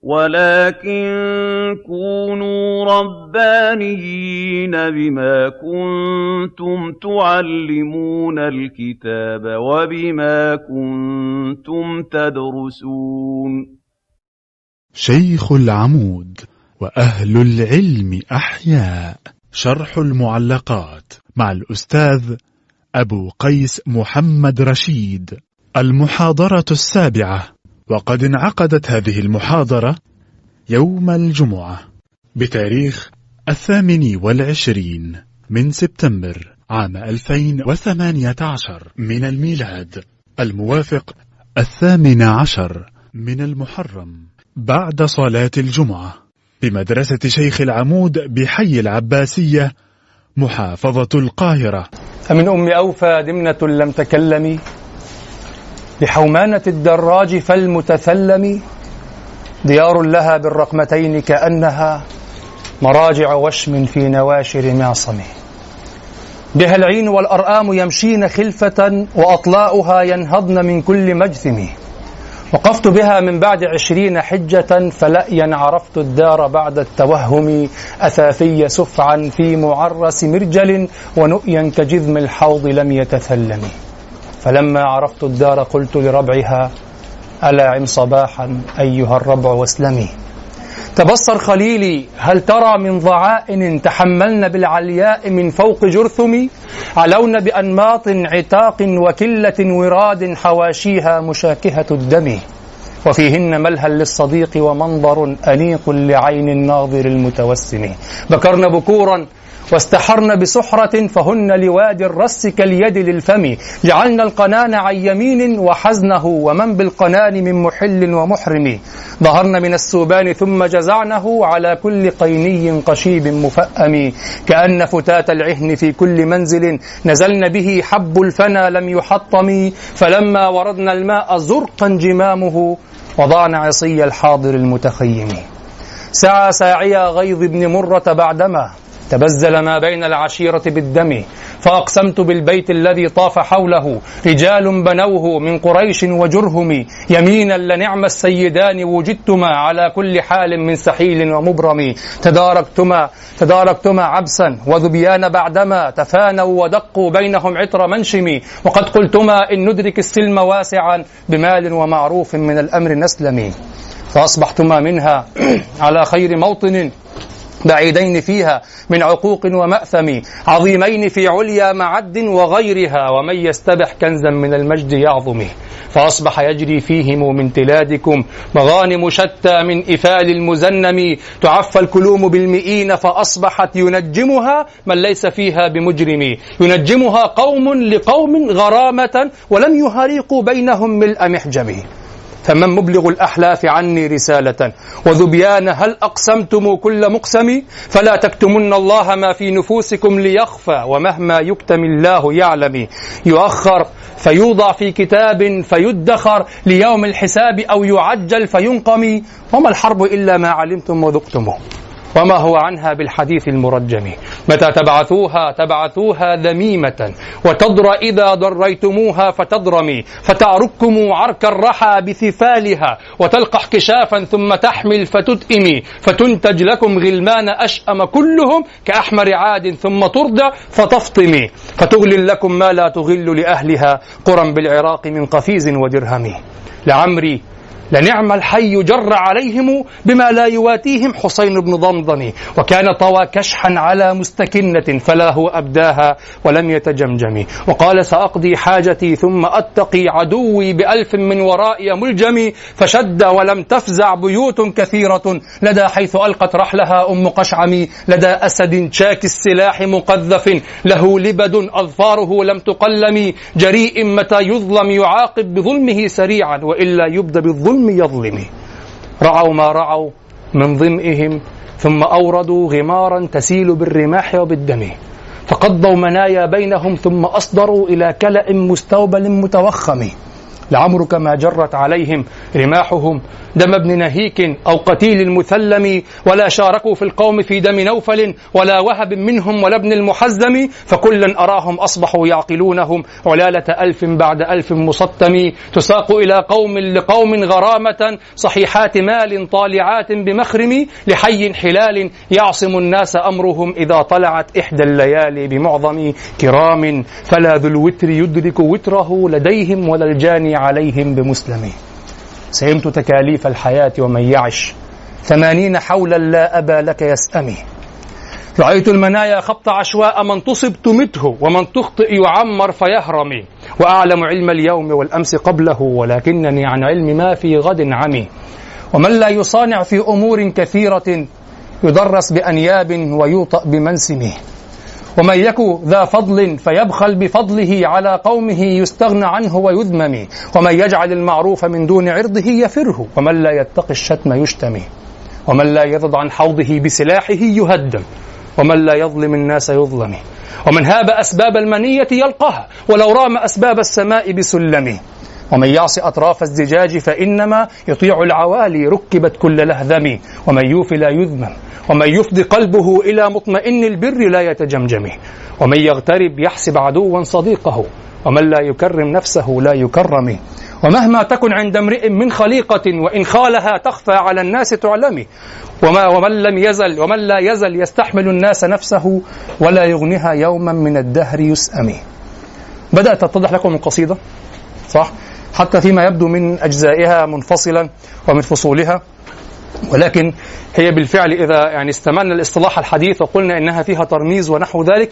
ولكن كونوا ربانيين بما كنتم تعلمون الكتاب وبما كنتم تدرسون. شيخ العمود وأهل العلم أحياء. شرح المعلقات مع الأستاذ أبو قيس محمد رشيد. المحاضرة 7، وقد انعقدت هذه المحاضرة يوم الجمعة بتاريخ 28 من سبتمبر عام 2018 من الميلاد، الموافق 18 من المحرم، بعد صلاة الجمعة بمدرسة شيخ العمود بحي العباسية محافظة القاهرة. فمن أم أوفى دمنة لم تكلم، لحومانة الدراج فالمتثلم، ديار لها بالرقمتين كأنها مراجع وشم في نواشر معصم، بها العين والأرآم يمشين خلفة وأطلاؤها ينهضن من كل مجثم، وقفت بها من بعد 20 حجة فلأيا عرفت الدار بعد التوهم، أثاثي سفعا في معرس مرجل ونؤيا كجذم الحوض لم يتثلم، فلما عرفت الدار قلت لربعها ألا عم صباحا أيها الربع واسلمي، تبصر خليلي هل ترى من ضعائن تحملن بالعلياء من فوق جرثم، علون بأنماط عتاق وكلة وراد حواشيها مشاكهة الدم، وفيهن ملهى للصديق ومنظر أنيق لعين الناظر المتوسم، بكرن بكورا واستحرن بسحرة فهن لوادي الرس كاليد للفم، جعلن القنان عن يمين وحزنه ومن بالقنان من محل ومحرم، ظهرن من السوبان ثم جزعنه على كل قيني قشيب مفأم، كأن فتات العهن في كل منزل نزلن به حب الفنا لم يحطم، فلما وردنا الماء زرقا جمامه وضعن عصي الحاضر المتخيم، سعى ساعي غيظ بن مرة بعدما تبزل ما بين العشيرة بالدم، فأقسمت بالبيت الذي طاف حوله رجال بنوه من قريش وجرهم، يمينا لنعم السيدان وجدتما على كل حال من سحيل ومبرم، تداركتما عبسا وذبيان بعدما تفانوا ودقوا بينهم عطر منشم، وقد قلتما إن ندرك السلم واسعا بمال ومعروف من الأمر نسلم، فأصبحتما منها على خير موطن بعيدين فيها من عقوق ومأثم، عظيمين في عليا معد وغيرها، ومن يستبح كنزا من المجد يعظمه، فأصبح يجري فيهم من تلادكم مغانم شتى من إفال المزنم، تعفى الكلوم بالمئين فأصبحت ينجمها من ليس فيها بمجرم، ينجمها قوم لقوم غرامة ولم يهريقوا بينهم ملء محجم، فمن مبلغ الأحلاف عني رسالة وذبيان هل أقسمتم كل مقسم، فلا تكتمن الله ما في نفوسكم ليخفى، ومهما يكتم الله يعلم، يؤخر فيوضع في كتاب فيدخر ليوم الحساب أو يعجل فينقم، وما الحرب إلا ما علمتم وذقتموه وما هو عنها بالحديث المرجم، متى تبعثوها ذميمة وتضر إذا ضريتموها فتضرمي، فتعركم عرك الرحى بثفالها وتلقح كشافا ثم تحمل فتتئمي، فتنتج لكم غلمان أشأم كلهم كأحمر عاد ثم ترضع فتفطمي، فتغل لكم ما لا تغل لأهلها قرى بالعراق من قفيز ودرهم، لعمري لنعم الحي جر عليهم بما لا يواتيهم حسين بن ضمضن، وكان طوى كشحا على مستكنة فلا هو أبداها ولم يتجمجم، وقال سأقضي حاجتي ثم أتقي عدوي بألف من ورائي ملجم، فشد ولم تفزع بيوت كثيرة لدى حيث ألقت رحلها أم قشعم، لدى أسد شاك السلاح مقذف له لبد أظفاره لم تقلم، جريء متى يظلم يعاقب بظلمه سريعا وإلا يبدأ بالظلم يظلم، رعوا ما رعوا من ظمئهم ثم أوردوا غمارا تسيل بالرماح وبالدم، فقضوا منايا بينهم ثم أصدروا إلى كلأ مستوبل متوخم، لعمرك ما جرت عليهم رماحهم دم ابن نهيك أو قتيل المثلم، ولا شاركوا في القوم في دم نوفل ولا وهب منهم ولا ابن المحزم، فكلا أراهم أصبحوا يعقلونهم علالة 1000 بعد 1000 مسطم، تساق إلى قوم لقوم غرامة صحيحات مال طالعات بمخرم، لحي حلال يعصم الناس أمرهم إذا طلعت إحدى الليالي بمعظم كرام، فلا ذو الوتر يدرك وتره لديهم ولا الجاني عليهم بمسلم. سئمت تكاليف الحياة ومن يعش 80 حولا لا أبا لك يسأمي، رأيت المنايا خبط عشواء من تصب تمته ومن تخطئ يعمر فيهرم، وأعلم علم اليوم والأمس قبله ولكنني عن علم ما في غد عمي، ومن لا يصانع في أمور كثيرة يدرس بأنياب ويوطأ بمنسمه، ومن يكو ذا فضل فيبخل بفضله على قومه يستغنى عنه ويذمم، ومن يجعل المعروف من دون عرضه يفره، ومن لا يتقي الشتم يشتمي، ومن لا يضد عن حوضه بسلاحه يهدم، ومن لا يظلم الناس يظلم، ومن هاب أسباب المنية يلقاها ولو رام أسباب السماء بسلمه، ومن يعص أطراف الزجاج فإنما يطيع العوالي ركبت كل لهذم، ومن يوفي لا يذمم، ومن يفضي قلبه إلى مطمئن البر لا يتجمجم، ومن يغترب يحسب عدوا صديقه، ومن لا يكرم نفسه لا يكرم، ومهما تكن عند امرئ من خليقة وإن خالها تخفى على الناس تعلم، ومن لا يزل يستحمل الناس نفسه ولا يغنيها يوما من الدهر يسأم. بدأت تتضح لكم القصيدة صح؟ حتى فيما يبدو من أجزائها منفصلا ومن فصولها، ولكن هي بالفعل إذا يعني استعملنا الاصطلاح الحديث وقلنا إنها فيها ترميز ونحو ذلك،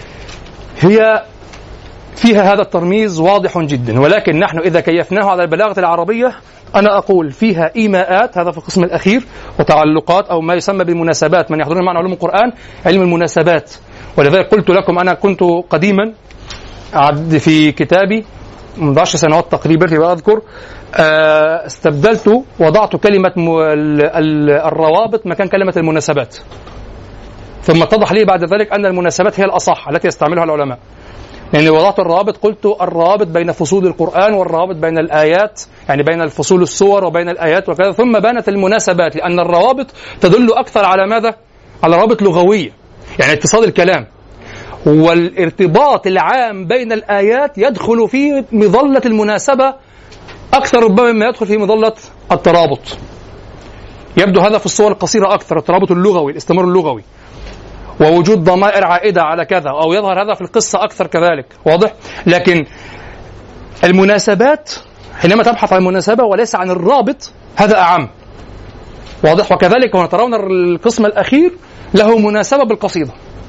هي فيها هذا الترميز واضح جدا، ولكن نحن إذا كيفناه على البلاغة العربية أنا أقول فيها إيماءات، هذا في القسم الأخير، وتعلقات أو ما يسمى بالمناسبات، من يحضرون معنا علوم القرآن علم المناسبات. ولذلك قلت لكم أنا كنت قديما في كتابي من 10 سنوات تقريبا فيما أذكر استبدلت وضعت كلمة الروابط مكان كلمة المناسبات، ثم اتضح لي بعد ذلك أن المناسبات هي الأصح التي يستعملها العلماء، لأني وضعت الروابط قلت الروابط بين فصول القرآن والروابط بين الآيات، يعني بين الفصول السور وبين الآيات وكذا، ثم بانت المناسبات، لأن الروابط تدل أكثر على ماذا؟ على روابط لغوية، يعني اتصال الكلام، والارتباط العام بين الآيات يدخل في مظلة المناسبة أكثر ربما مما يدخل في مظلة الترابط. يبدو هذا في الصور القصيرة أكثر، الترابط اللغوي، الاستمرار اللغوي، ووجود ضمائر عائدة على كذا، أو يظهر هذا في القصة أكثر كذلك، واضح؟ لكن المناسبات حينما تبحث عن المناسبة وليس عن الرابط هذا أعم، واضح؟ وكذلك هنا ترون القسم الأخير له مناسبة بالقصيدة.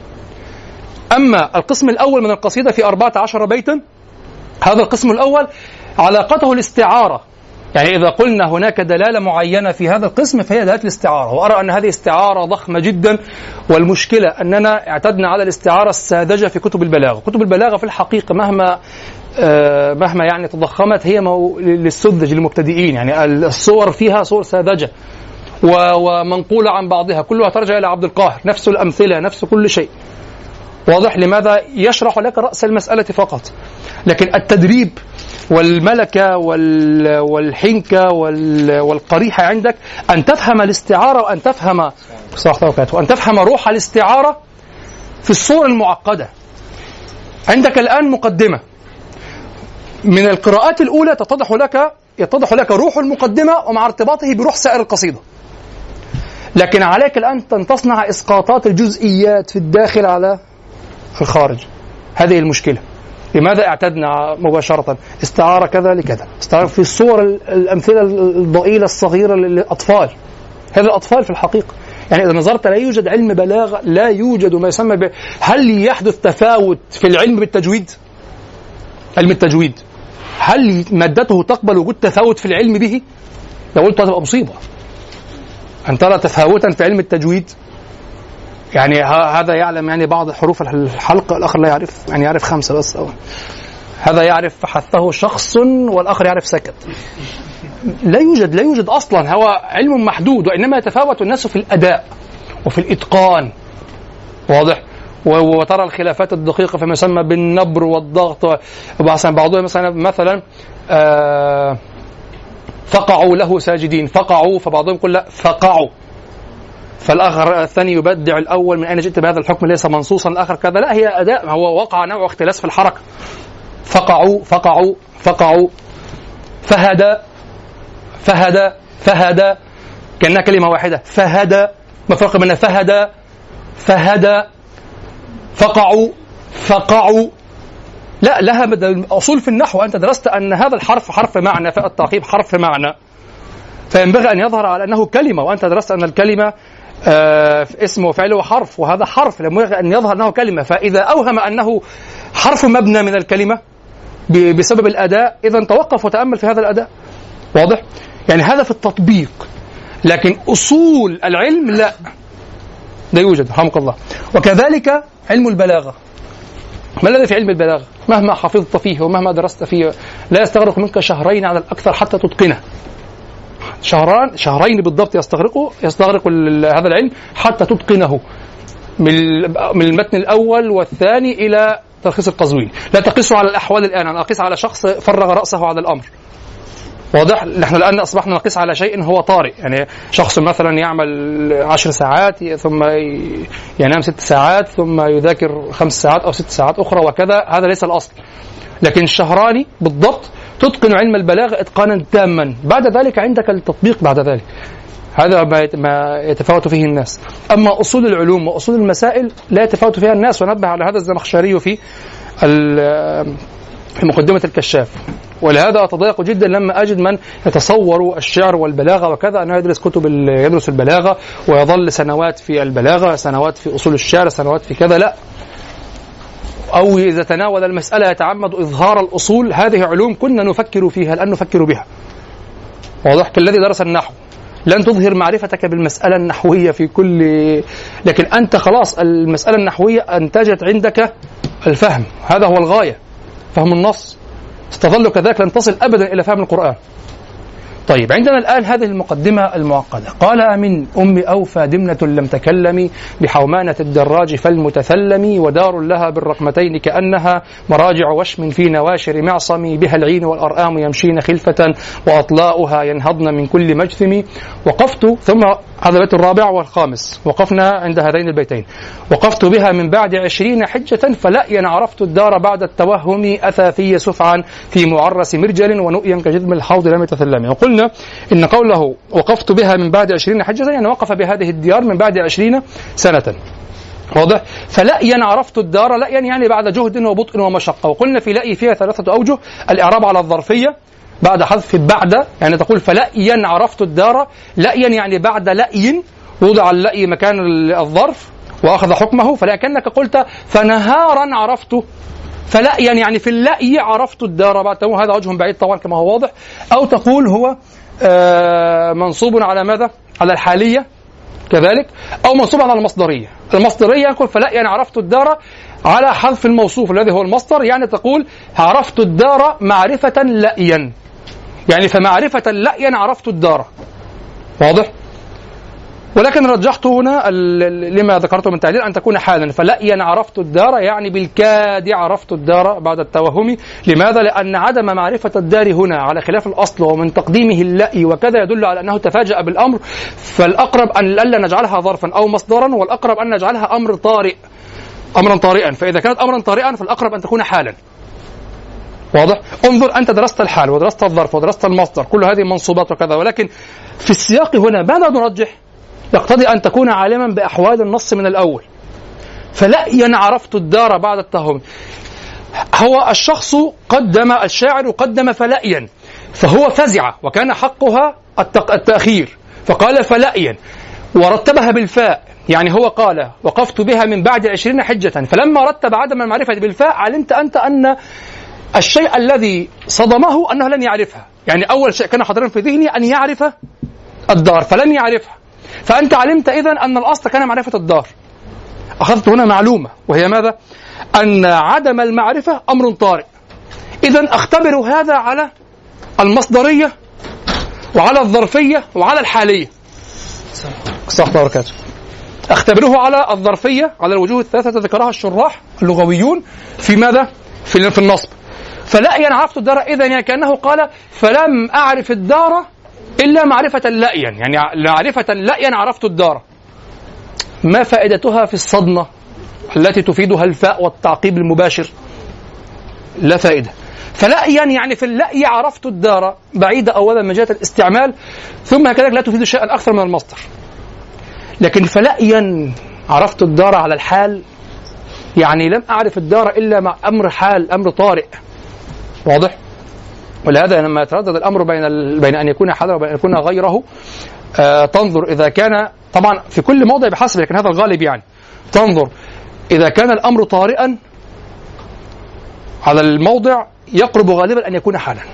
أما القسم الأول من القصيدة في 14 بيتا، هذا القسم الأول علاقته الاستعارة، يعني إذا قلنا هناك دلالة معينة في هذا القسم فهي دلالة الاستعارة، وأرى أن هذه استعارة ضخمة جدا، والمشكلة أننا اعتدنا على الاستعارة الساذجة في كتب البلاغة. كتب البلاغة في الحقيقة مهما يعني تضخمت هي للسذج للمبتدئين، يعني الصور فيها صور ساذجة ومنقولة عن بعضها، كلها ترجع إلى عبد القاهر، نفس الأمثلة نفس كل شيء، واضح؟ لماذا؟ يشرح لك رأس المسألة فقط، لكن التدريب والملكة والحنكة والقريحة عندك أن تفهم الاستعارة وأن تفهم روح الاستعارة في الصور المعقدة. عندك الآن مقدمة، من القراءات الأولى يتضح لك روح المقدمة ومع ارتباطه بروح سائر القصيدة، لكن عليك الآن أن تصنع إسقاطات الجزئيات في الداخل على الخارج. هذه المشكلة. لماذا اعتدنا مباشرة استعارة كذا لكذا، استعارة في الصور الأمثلة الضئيلة الصغيرة للأطفال، هذا الأطفال في الحقيقة، يعني إذا نظرت لا يوجد علم بلاغة، لا يوجد ما يسمى هل يحدث تفاوت في العلم بالتجويد؟ علم التجويد هل مادته تقبل وجود تفاوت في العلم به؟ لو قلت هتبقى مصيبة. أن ترى تفاوتا في علم التجويد، يعني هذا يعلم يعني بعض حروف الحلق، الآخر لا يعرف، يعني يعرف 5 بس، أو هذا يعرف حثه شخص والآخر يعرف سكت. لا يوجد أصلا، هو علم محدود، وإنما يتفاوت الناس في الأداء وفي الإتقان، واضح؟ وترى الخلافات الدقيقة فيما يسمى بالنبر والضغط، بعضهم مثلا فقعوا له ساجدين، فقعوا، فبعضهم يقول لا فقعوا، فالآخر الثاني يبدع الأول من أين جئت بهذا الحكم ليس منصوصا، الآخر كذا، لا هي أداء، هو وقع نوع اختلاس في الحركة. فقعوا فقعوا فقعوا، فهدى فهدى فهدى، كأنها كلمة واحدة، فهدى، ما فرق بين فهدى فهدى، فقعوا فقعوا، لا لها أصول في النحو. أنت درست أن هذا الحرف حرف معنى، فالتعقيب حرف معنى، فينبغي أن يظهر على أنه كلمة، وأنت درست أن الكلمة اسم وفعل وحرف، وهذا حرف ينبغي أن يظهر أنه كلمة. فإذا أوهم أنه حرف مبنى من الكلمة بسبب الأداء، إذن توقف وتأمل في هذا الأداء. واضح؟ يعني هذا في التطبيق، لكن أصول العلم لا يوجد، رحمك الله. وكذلك علم البلاغة، ما الذي في علم البلاغة؟ مهما حفظت فيه ومهما درست فيه لا يستغرق منك شهرين على الأكثر حتى تتقنه، شهرين بالضبط يستغرق هذا العلم حتى تتقنه، من المتن الأول والثاني إلى تلخيص القزويني. لا تقيسه على الأحوال الآن، أنا أقيس على شخص فرغ رأسه على الأمر. واضح؟ نحن الآن أصبحنا نقيس على شيء هو طارئ، يعني شخص مثلا يعمل 10 ساعات ثم ينام 6 ساعات ثم يذاكر 5 ساعات أو 6 ساعات أخرى وكذا، هذا ليس الأصل. لكن شهران بالضبط تتقن علم البلاغة إتقانا تاما، بعد ذلك عندك التطبيق بعد ذلك، هذا ما يتفاوت فيه الناس. أما أصول العلوم وأصول المسائل لا يتفاوت فيها الناس، ونبه على هذا الزمخشري في مقدمة الكشاف. ولهذا أتضايق جدا لما أجد من يتصور الشعر والبلاغة وكذا أنه يدرس البلاغة ويظل سنوات في البلاغة، سنوات في أصول الشعر، سنوات في كذا، لا. أو إذا تناول المسألة يتعمد إظهار الأصول، هذه علوم كنا نفكر فيها الآن نفكر بها. واضح؟ كالذي درس النحو، لن تظهر معرفتك بالمسألة النحوية في كل، لكن أنت خلاص المسألة النحوية أنتجت عندك الفهم، هذا هو الغاية، فهم النص. ستظل كذلك، لن تصل أبدا إلى فهم القرآن. طيب، عندنا الآن هذه المقدمة المعقدة. قال أمن أم أوفى دمنة لم تكلم بحومانة الدراج فالمتثلم، ودار لها بالرقمتين كأنها مراجع وشم في نواشر معصم، بها العين والأرآم يمشين خلفة وأطلاؤها ينهضن من كل مجثم. وقفت، ثم هذا البيت الرابع والخامس، وقفنا عند هذين البيتين. وقفت بها من بعد 20 حجة فلأيا عرفت الدار بعد التوهم، أثاثي سفعا في معرس مرجل ونؤيا كجذم الحوض لم يتثلم. وقلنا إن قوله وقفت بها من بعد 20 حجة يعني وقف بهذه الديار من بعد 20 سنة. واضح؟ فلأيا عرفت الدار، لأيا يعني بعد جهد وبطء ومشقة. وقلنا في لأي فيها 3 أوجه: الإعراب على الظرفية بعد حذف بعد، يعني تقول فلأيا عرفت الدار، لأيا يعني بعد لأي، وضع اللأي مكان الظرف وأخذ حكمه، فلكنك قلت فنهارا عرفت، فلأيا يعني في اللأي عرفت الدار بعد، هذا وجه بعيد طبعا كما هو واضح. أو تقول هو منصوب على ماذا؟ على الحالية كذلك، أو منصوب على المصدرية. المصدرية يقول فلأيا عرفت الدار على حذف الموصوف الذي هو المصدر، يعني تقول عرفت الدار معرفة لأيا، يعني فمعرفة لأيا عرفت الدار. واضح؟ ولكن رجحت هنا لما ذكرته من تعليل أن تكون حالا، فلأيا عرفت الدار يعني بالكاد عرفت الدار بعد التوهم. لماذا؟ لأن عدم معرفة الدار هنا على خلاف الأصل ومن تقديمه اللأي وكذا يدل على أنه تفاجأ بالأمر، فالأقرب أن لا نجعلها ظرفا أو مصدرا، والأقرب أن نجعلها أمر طارئ، أمرا طارئا. فإذا كانت أمرا طارئا فالأقرب أن تكون حالا. واضح؟ انظر، أنت درست الحال ودرست الظرف ودرست المصدر، كل هذه منصوبات وكذا، ولكن في السياق هنا ماذا نرجح؟ يقتضي أن تكون عالما بأحوال النص من الأول. فلأيا عرفت الدار بعد التهم، هو الشخص قدم، الشاعر قدم فلأيا، فهو فزع وكان حقها التأخير، فقال فلأيا ورتبها بالفاء، يعني هو قال وقفت بها من بعد 20 حجة، فلما رتب عدم المعرفة بالفاء علمت أنت أن الشيء الذي صدمه أنه لن يعرفها، يعني أول شيء كان حاضرا في ذهني أن يعرف الدار فلن يعرفها، فأنت علمت إذن أن الأصل كان معرفة الدار. أخذت هنا معلومة وهي ماذا؟ أن عدم المعرفة أمر طارئ. إذن أختبر هذا على المصدرية وعلى الظرفية وعلى الحالية. صح وبركاته. أختبره على الظرفية على الوجوه الثلاثة ذكرها الشراح اللغويون في ماذا؟ في النصب. فلأيا عرفت الدار، إذن يعني كأنه قال فلم أعرف الدار إلا معرفة لأيا، يعني معرفة لأيا عرفت الدار. ما فائدتها في الصدمة التي تفيدها الفاء والتعقيب المباشر؟ لا فائدة. فلأيا يعني في اللأي عرفت الدار، بعيدة أولا من جهة الاستعمال، ثم كذلك لا تفيد شيئا أكثر من المصدر. لكن فلأيا عرفت الدار على الحال، يعني لم أعرف الدار إلا مع أمر حال، أمر طارئ. واضح؟ ولهذا لما يتردد الأمر بين أن يكون حالا وبين أن يكون غيره، تنظر إذا كان، طبعا في كل موضع بحسب، لكن هذا الغالب، يعني تنظر إذا كان الأمر طارئا على الموضع يقرب غالبا أن يكون حالا،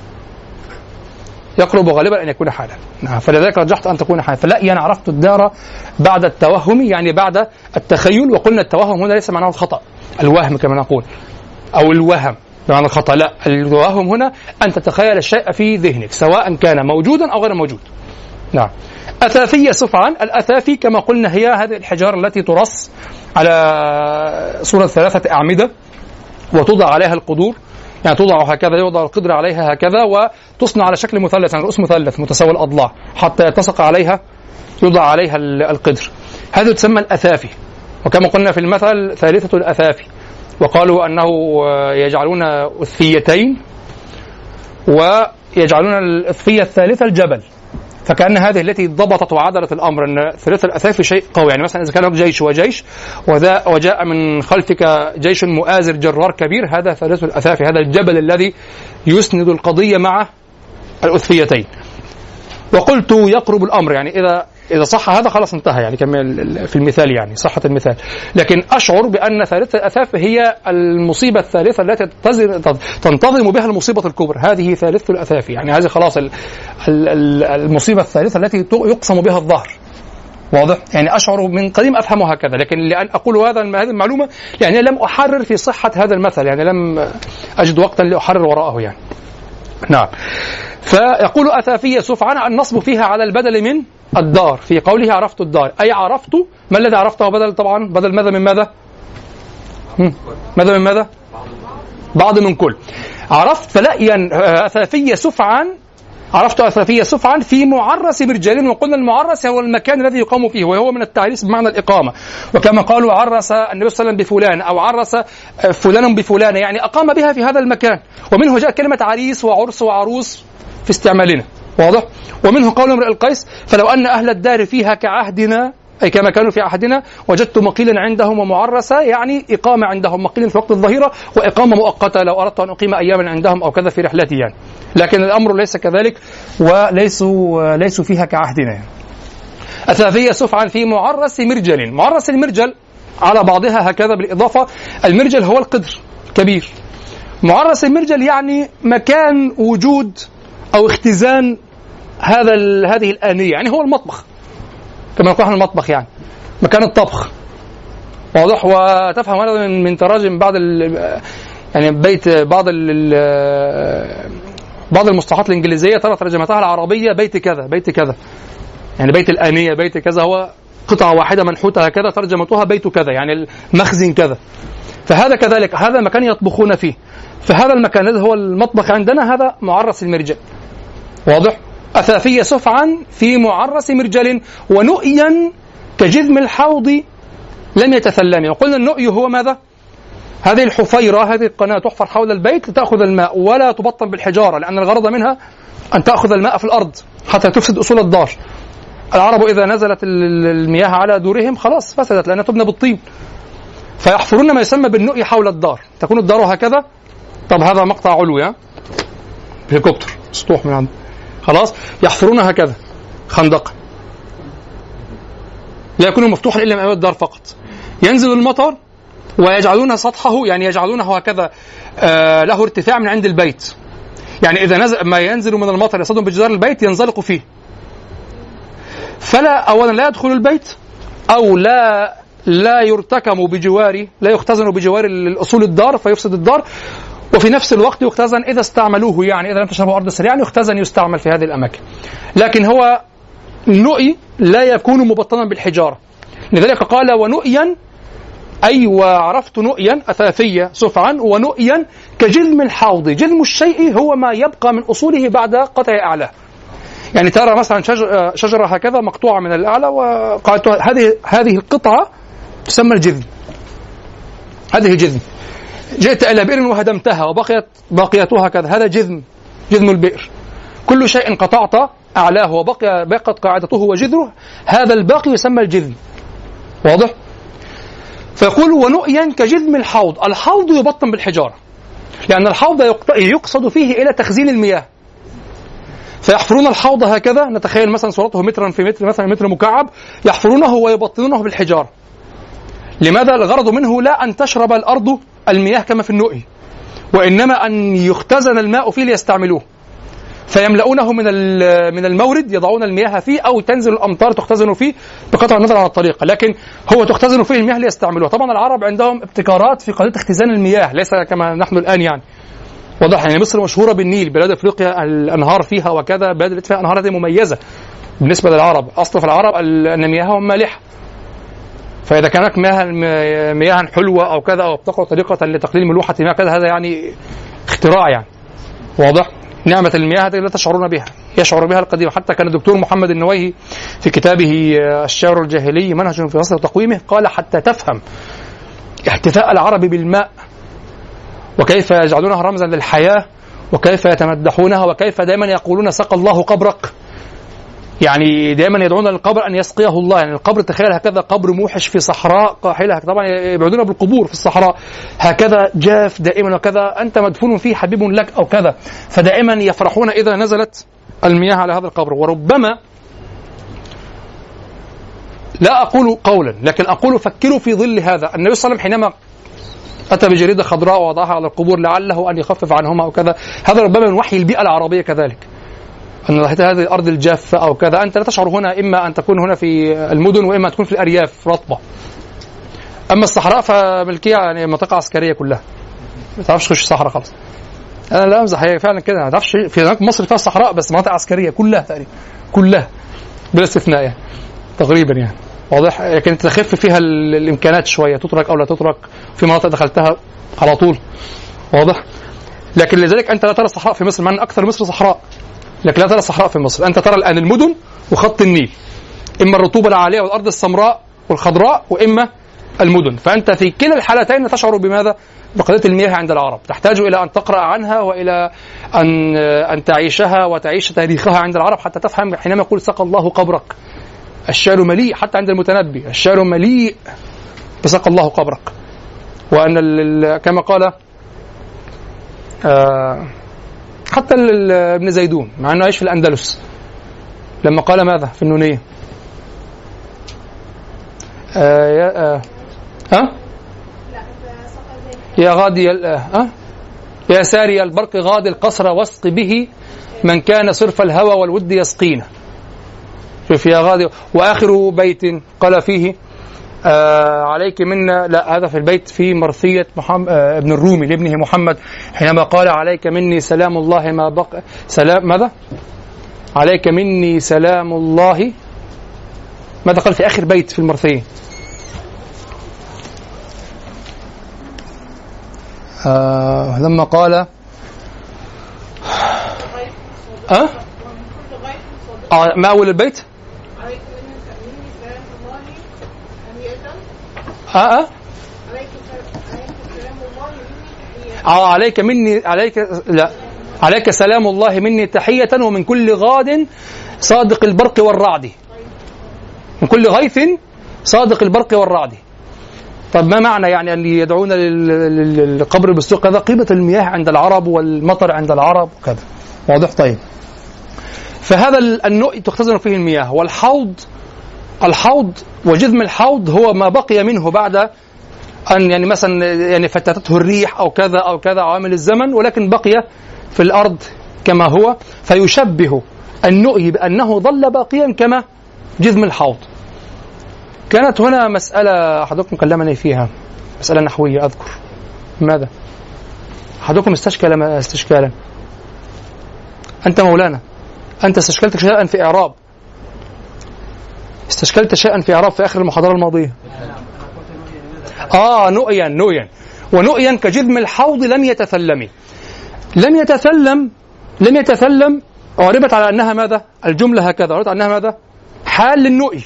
يقرب غالبا أن يكون حالا. فلذلك رجحت أن تكون حالا. فلا أنا عرفت الدار بعد التوهم، يعني بعد التخيل. وقلنا التوهم هنا ليس معناه الخطأ، الوهم كما نقول، أو الوهم بمعنى الخطأ. لا، الوهم هنا أن تتخيل الشيء في ذهنك سواء كان موجودا أو غير موجود. نعم. أثافية سفعا. الأثافي كما قلنا هي هذه الحجارة التي ترص على صورة 3 أعمدة وتوضع عليها القدور، يعني توضع هكذا، يوضع القدر عليها هكذا، وتصنع على شكل مثلث، يعني رؤوس مثلث متساوي الأضلاع حتى يتسق عليها، يوضع عليها القدر. هذا تسمى الأثافي. وكما قلنا في المثل 3 الأثافي، وقالوا أنه يجعلون أثفيتين ويجعلون الأثفية الثالثة الجبل. فكأن هذه التي ضبطت وعدلت الأمر، أن 3 الأثافي شيء قوي. يعني مثلا إذا كان لك جيش وجيش وجاء من خلفك جيش مؤازر جرار كبير، هذا 3 الأثافي، هذا الجبل الذي يسند القضية مع الأثفيتين. وقلت يقرب الأمر، يعني إذا صح هذا خلاص انتهى، يعني كما في المثال، يعني صحة المثال. لكن أشعر بأن 3 الأثافي هي المصيبة الثالثة التي تنتظم بها المصيبة الكبرى. هذه 3 الأثافي، يعني هذه خلاص المصيبة الثالثة التي يقسم بها الظهر. واضح؟ يعني أشعر من قديم أفهمها هكذا، لكن لأن أقول هذه المعلومة يعني لم أحرر في صحة هذا المثل، يعني لم أجد وقتا لأحرر وراءه يعني. نعم. فيقول أثافية سفعا، النصب فيها على البدل من الدار، في قوله عرفت الدار، أي عرفت. ما الذي عرفته بدل؟ طبعا بدل ماذا من ماذا؟ ماذا من ماذا؟ بعض من كل. عرفت فلأيا أثافية سفعا، عرفت أثافية سفعا في معرس مرجل. وقلنا المعرس هو المكان الذي يقام فيه، وهو من التعريس بمعنى الإقامة. وكما قالوا عرس النبي صلى الله عليه وسلم بفلان، أو عرس فلان بفلان، يعني أقام بها في هذا المكان. ومنه جاء كلمة عريس وعرس وعروس في استعمالنا. واضح؟ ومنه قول امرئ القيس: فلو أن أهل الدار فيها كعهدنا، أي كما كانوا في عهدنا، وجدت مقيلا عندهم ومعرسا، يعني إقامة عندهم، مقيل في وقت الظهيرة، وإقامة مؤقتة لو أردت أن أقيم أياما عندهم أو كذا في رحلتي يعني. لكن الأمر ليس كذلك، وليسوا فيها كعهدنا يعني. أثافية سفعا في معرس مرجل. معرس المرجل على بعضها هكذا بالإضافة، المرجل هو القدر كبير. معرس المرجل يعني مكان وجود أو اختزان هذه الآنية، يعني هو المطبخ كما نقول احنا المطبخ، يعني مكان الطبخ. واضح؟ وتفهم هذا من تراجم يعني بيت بعض المصطلحات الإنجليزية ترى ترجمتها العربية بيت كذا بيت كذا، يعني بيت الآنية بيت كذا هو قطعة واحدة منحوتة هكذا، ترجمتها بيت كذا يعني المخزن كذا. فهذا كذلك، هذا مكان يطبخون فيه. فهذا المكان الذي هو المطبخ عندنا هذا معرس المرجل. واضح؟ أثافية سفعا في معرس مرجل، ونؤيا كجذم الحوض لم يتثلم. وقلنا النؤي هو ماذا؟ هذه الحفيرة، هذه القناة تحفر حول البيت لتأخذ الماء ولا تبطن بالحجارة، لأن الغرض منها أن تأخذ الماء في الأرض حتى تفسد أصول الدار. العرب إذا نزلت المياه على دورهم خلاص فسدت، لأنها تبنى بالطين. فيحفرون ما يسمى بالنؤي حول الدار، تكون الدار هكذا. طب هذا مقطع علوي، هليكوبتر سطوح من عنده، خلاص يحفرون هكذا خندق لا يكون مفتوحا إلا من أمام الدار فقط. ينزل المطر ويجعلون سطحه، يعني يجعلونه هكذا له ارتفاع من عند البيت، يعني إذا نزل ما ينزل من المطر يصطدم بجدار البيت ينزلق فيه، فلا أولا لا يدخل البيت، أو لا يرتكم بجواره، لا يختزن بجوار الأصول الدار فيفسد الدار. وفي نفس الوقت يختزن إذا استعملوه، يعني إذا لم تشربوا أرض سريعا يختزن يستعمل في هذه الأماكن. لكن هو النؤي لا يكون مبطنا بالحجارة، لذلك قال ونؤيا، أي وعرفت نؤيا أثافية سفعا، ونؤيا كجذم الحوض. جذم الشيء هو ما يبقى من أصوله بعد قطع أعلاه، يعني ترى مثلا شجرة هكذا مقطوعة من الأعلى وقالت هذه القطعة تسمى الجذم، هذه جذم. جئت إلى بئر وهدمتها وبقيت باقيتها كذا، هذا جذم البئر. كل شيء قطعت أعلاه بقت قاعدته وجذره، هذا الباقي يسمى الجذم. واضح؟ فيقول ونؤيا كجذم الحوض. الحوض يبطن بالحجارة، لأن الحوض يقصد فيه إلى تخزين المياه، فيحفرون الحوض هكذا، نتخيل مثلا صورته مترا في متر، مثلا متر مكعب، يحفرونه ويبطنونه بالحجارة. لماذا؟ الغرض منه لا أن تشرب الأرض المياه كما في النؤي، وإنما أن يختزن الماء فيه ليستعملوه، فيملؤونه من المورد، يضعون المياه فيه، أو تنزل الأمطار تختزن فيه بقطع النظر عن الطريقة، لكن هو تختزن فيه المياه ليستعملوها. طبعا العرب عندهم ابتكارات في قضية اختزان المياه، ليس كما نحن الآن يعني. واضح؟ يعني مصر مشهورة بالنيل، بلاد أفريقيا الأنهار فيها وكذا، بلاد اللي فيها أنهار هذه مميزة بالنسبة للعرب. أصل في العرب أن مياههم مالحة، فإذا كانت مياه حلوة أو كذا، أو ابتكروا طريقة لتقليل ملوحة المياه كذا، هذا يعني اختراع يعني. واضح؟ نعمة المياه لا تشعرون بها، يشعر بها القديم. حتى كان الدكتور محمد النويهي في كتابه الشعر الجاهلي منهج في وصف تقويمه قال حتى تفهم احتفاء العرب بالماء، وكيف يجعلونها رمزا للحياة، وكيف يتمدحونها، وكيف دائما يقولون سقى الله قبرك، يعني دائما يدعون للقبر أن يسقيه الله. يعني القبر تخيل هكذا قبر موحش في صحراء قاحلة، طبعا يبعدون بالقبور في الصحراء، هكذا جاف دائما وكذا، أنت مدفون فيه حبيب لك أو كذا، فدائما يفرحون إذا نزلت المياه على هذا القبر. وربما لا أقول قولا، لكن أقول فكروا في ظل هذا. النبي صلى الله عليه وسلم حينما أتى بجريدة خضراء ووضعها على القبور لعله أن يخفف عنهما أو كذا، هذا ربما من وحي البيئة العربية كذلك، أن هذه الأرض الجافة أو كذا، أنت لا تشعر هنا، إما أن تكون هنا في المدن وإما تكون في الأرياف رطبة. أما الصحراء فملكية يعني منطقة عسكرية كلها، ما تعرفش تخش الصحراء خالص. أنا لا أمزح، هي فعلا كده، ما تعرفش. في مصر فيها الصحراء بس مناطق عسكرية كلها تقريبا، كلها بلا استثناء يعني تقريبا يعني. واضح؟ لكن تخف فيها الإمكانات شوية، تترك أو لا تترك، في مناطق دخلتها على طول. واضح؟ لكن لذلك أنت لا ترى الصحراء في مصر، مع أن أكثر مصر صحراء، لكن لا ترى الصحراء في مصر. أنت ترى الآن المدن وخط النيل، إما الرطوبة العالية والأرض السمراء والخضراء، وإما المدن. فأنت في كلا الحالتين تشعر بماذا؟ بقضية المياه عند العرب، تحتاج إلى أن تقرأ عنها وإلى أن تعيشها وتعيش تاريخها عند العرب حتى تفهم. حينما يقول سقى الله قبرك، الشعر مليء، حتى عند المتنبي الشعر مليء بسقى الله قبرك. وأن كما قال حتى ابن زيدون، مع أنه يعيش في الأندلس، لما قال ماذا في النونية؟ يا غادي يا ساري البرق غادي القصر واسق به من كان صرف الهوى والود يسقينا. شوف يا غادي. وآخر بيت قال فيه عليك منا، لا هذا في البيت في مرثية ابن الرومي لابنه محمد، حينما قال عليك مني سلام الله ما بقى سلام ماذا؟ عليك مني سلام الله، ماذا قال في آخر بيت في المرثية؟ لما قال ما أول البيت؟ عليك مني عليك سلام الله مني تحية ومن كل غاد صادق البرق والرعد، من كل غيث صادق البرق والرعد. طب ما معنى يعني أن يدعون للقبر بالسوق؟ هذا قيمة المياه عند العرب والمطر عند العرب وكذا. واضح؟ طيب. فهذا النوء تختزن فيه المياه. والحوض وجذم الحوض هو ما بقي منه بعد أن يعني مثلا يعني فتتته الريح أو كذا أو كذا عوامل الزمن، ولكن بقي في الأرض كما هو، فيشبه النؤي بأنه ظل باقيا كما جذم الحوض. كانت هنا مسألة أحدكم كلمني فيها، مسألة نحوية أذكر. ماذا؟ أحدكم استشكالا. أنت مولانا، أنت استشكلت شيئا في إعراب، استشكلت شيئا في إعراب في آخر المحاضرة الماضية. نؤيا ونؤيا كجذم الحوض لم يتثلم أعربت على أنها ماذا؟ الجملة هكذا أعربت على أنها ماذا؟ حال للنؤي،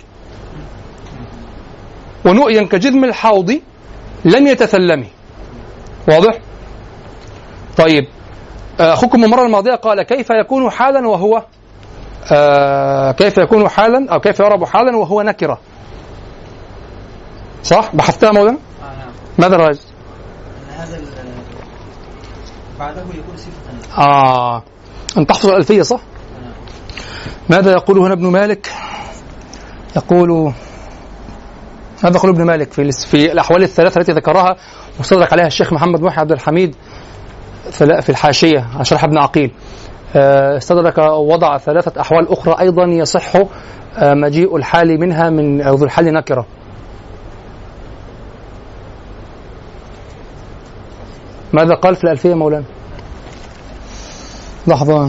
ونؤيا كجذم الحوض لم يتثلم. واضح؟ طيب أخوكم المرة الماضية قال كيف يكون حالا وهو كيف يكون حالا أو كيف يعرب حالا وهو نكرة؟ صح؟ بحثتها مولانا؟ نعم. ماذا رأيت؟ هذا بعده يكون صفة. أن تحفظ الألفية صح؟ ماذا يقول هنا ابن مالك؟ يقول هذا يقول ابن مالك في الأحوال الثلاثة التي ذكرها واستدرك عليها الشيخ محمد محي عبد الحميد في الحاشية على شرح ابن عقيل. استدرك وضع 3 أحوال أخرى أيضا يصح مجيء الحال منها من ذو الحال نكرة. ماذا قال في الألفية مولانا؟ لحظة.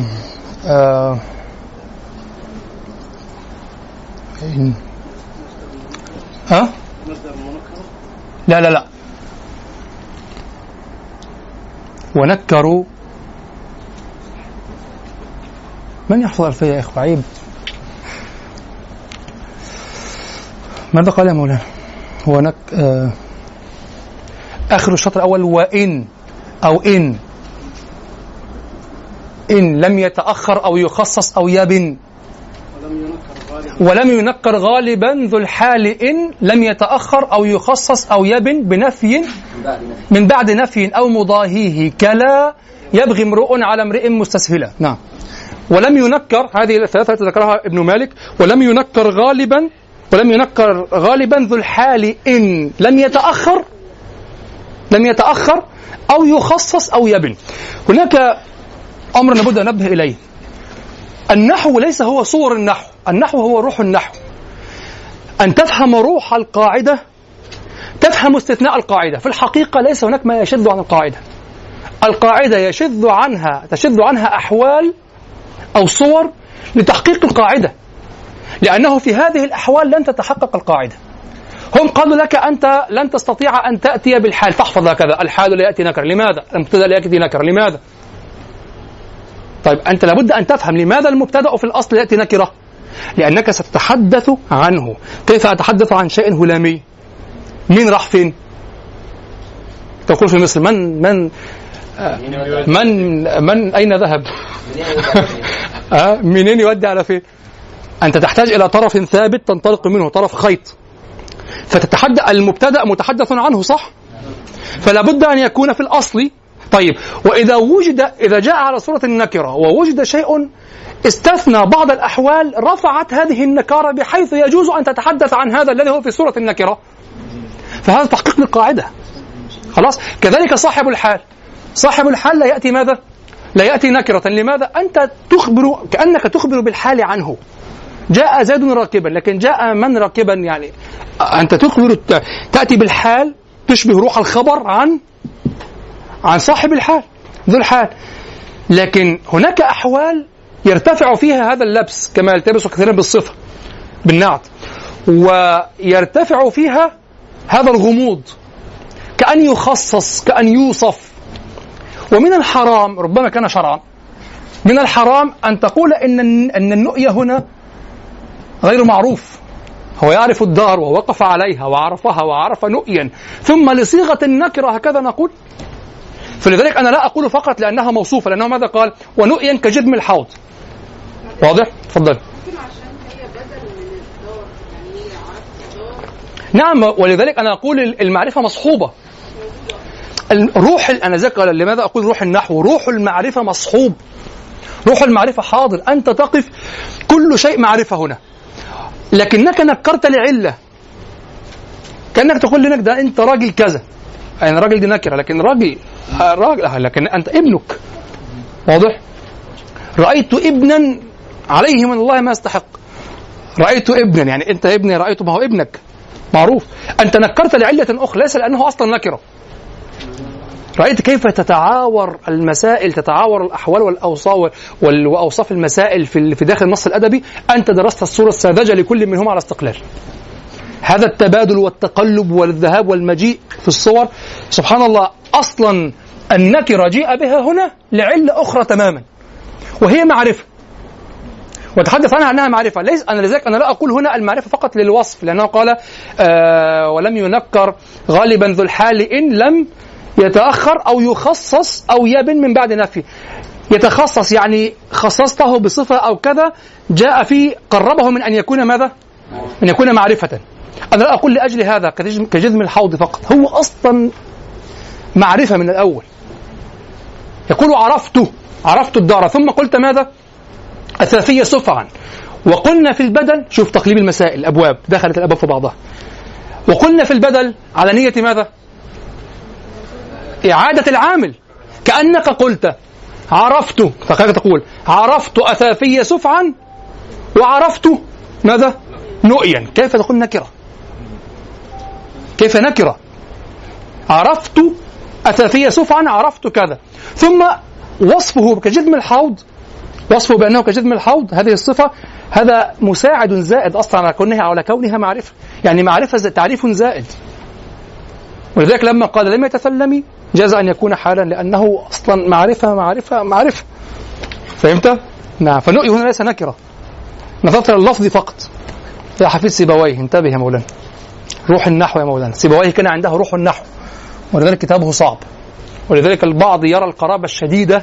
لا ونكروا. من يحفظ الألفية يا إخوة؟ عيب. ماذا قال يا مولانا؟ آخر الشطر الأول وإن أو إن لم يتأخر أو يخصص أو يبن، ولم ينكر غالبا ذو الحال إن لم يتأخر أو يخصص أو يبن بنفي من بعد نفي أو مضاهيه كلا يبغي امرؤ على امرئ مستسهلا. نعم. ولم ينكر، هذه الثلاثة التي ذكرها ابن مالك، ولم ينكر غالبا ذو الحال إن لم يتأخر أو يخصص أو يبن. هناك أمر لابد أن ننبه إليه. النحو ليس هو صور النحو، النحو هو روح النحو. أن تفهم روح القاعدة تفهم استثناء القاعدة. في الحقيقة ليس هناك ما يشذ عن القاعدة. القاعدة تشذ عنها أحوال أو صور لتحقيق القاعدة، لأنه في هذه الأحوال لن تتحقق القاعدة. هم قالوا لك أنت لن تستطيع أن تأتي بالحال، تحفظ هكذا الحال لا يأتي نكرة. لماذا؟ المبتدأ لا يأتي نكرة. لماذا؟ طيب أنت لابد أن تفهم لماذا المبتدأ في الأصل يأتي نكرة، لأنك ستتحدث عنه. كيف أتحدث عن شيء هلامي؟ مين راح فين؟ تقول في مصر من أين ذهب؟ منين يودي على فين؟ أنت تحتاج إلى طرف ثابت تنطلق منه، طرف خيط، فتتحدث المبتدأ متحدث عنه صح؟ فلا بد أن يكون في الأصل. طيب إذا جاء على صورة النكرة ووجد شيء استثنى بعض الأحوال رفعت هذه النكارة بحيث يجوز أن تتحدث عن هذا الذي هو في صورة النكرة، فهذا تحقيق للقاعدة. خلاص. كذلك صاحب الحال لا يأتي ماذا؟ لا يأتي نكرة. لماذا؟ أنت كأنك تخبر بالحال عنه. جاء زيد راكبا، لكن جاء من راكبا؟ يعني أنت تأتي بالحال تشبه روح الخبر عن صاحب الحال ذو الحال. لكن هناك أحوال يرتفع فيها هذا اللبس كما يلتبس كثيرا بالصفة بالنعت، ويرتفع فيها هذا الغموض كأن يخصص كأن يوصف. ومن الحرام ربما كان شرعا، من الحرام أن تقول أن النؤية هنا غير معروف. هو يعرف الدار ووقف عليها وعرفها وعرف نؤيا، ثم لصيغة النكرة هكذا نقول. فلذلك أنا لا أقول فقط لأنها موصوفة، لأنه ماذا قال؟ ونؤيا كجدم الحوض. واضح؟ تفضل. نعم، ولذلك أنا أقول المعرفة مصحوبة. أنا ذكر لماذا أقول روح النحو؟ روح المعرفة مصحوب، روح المعرفة حاضر. أنت تقف كل شيء معرفة هنا، لكنك نكرت لعلة، كأنك تقول لك ده أنت راجل كذا، يعني راجل دي نكرة، لكن راجل لكن أنت ابنك. واضح؟ رأيت ابنا عليه من الله ما يستحق. رأيت ابنا يعني أنت ابني رأيته، ما هو ابنك معروف. أنت نكرت لعلة أخرى ليس لأنه أصلا نكرة. رأيت كيف تتعاور المسائل، تتعاور الأحوال وأوصاف المسائل في داخل النص الأدبي. أنت درست الصورة الساذجة لكل منهما على استقلال. هذا التبادل والتقلب والذهاب والمجيء في الصور، سبحان الله. أصلا النكرة جيء بها هنا لعلة أخرى تماما، وهي معرفة. وتحدث عنها أنها معرفة. لذلك أنا لا أقول هنا المعرفة فقط للوصف، لأنه قال ولم ينكر غالبا ذو الحال إن لم يتأخر أو يخصص أو يبن من بعد نفي. يتخصص يعني خصصته بصفة أو كذا، جاء فيه قربه من أن يكون ماذا؟ أن يكون معرفة. أنا لا أقول لأجل هذا كجذم الحوض فقط، هو أصلا معرفة من الأول. يقول عرفت الدار، ثم قلت ماذا؟ أثاثية سفعا. وقلنا في البدل، شوف تقليب المسائل، الأبواب دخلت الأبواب في بعضها. وقلنا في البدل على نية ماذا؟ إعادة العامل، كأنك قلت تقول عرفت أثاثية سفعا وعرفت ماذا؟ نؤيا. كيف تقول نكرة؟ كيف نكرة؟ عرفت أثاثية سفعا، عرفت كذا، ثم وصفه كجذم الحوض، وصفه بأنه كجذم الحوض، هذه الصفة هذا مساعد زائد أصلا على كونها معرفة، يعني معرفة تعريف زائد. ولذلك لما قال لم يتثلم جاز أن يكون حالا، لأنه أصلا معرفة. فهمت؟ نعم. فنؤي هنا ليس نكرة، نظرت اللفظ فقط. يا حفيظ سيبويه، انتبه يا مولانا، روح النحو يا مولانا. سيبويه كان عنده روح النحو، ولذلك كتابه صعب، ولذلك البعض يرى القرابة الشديدة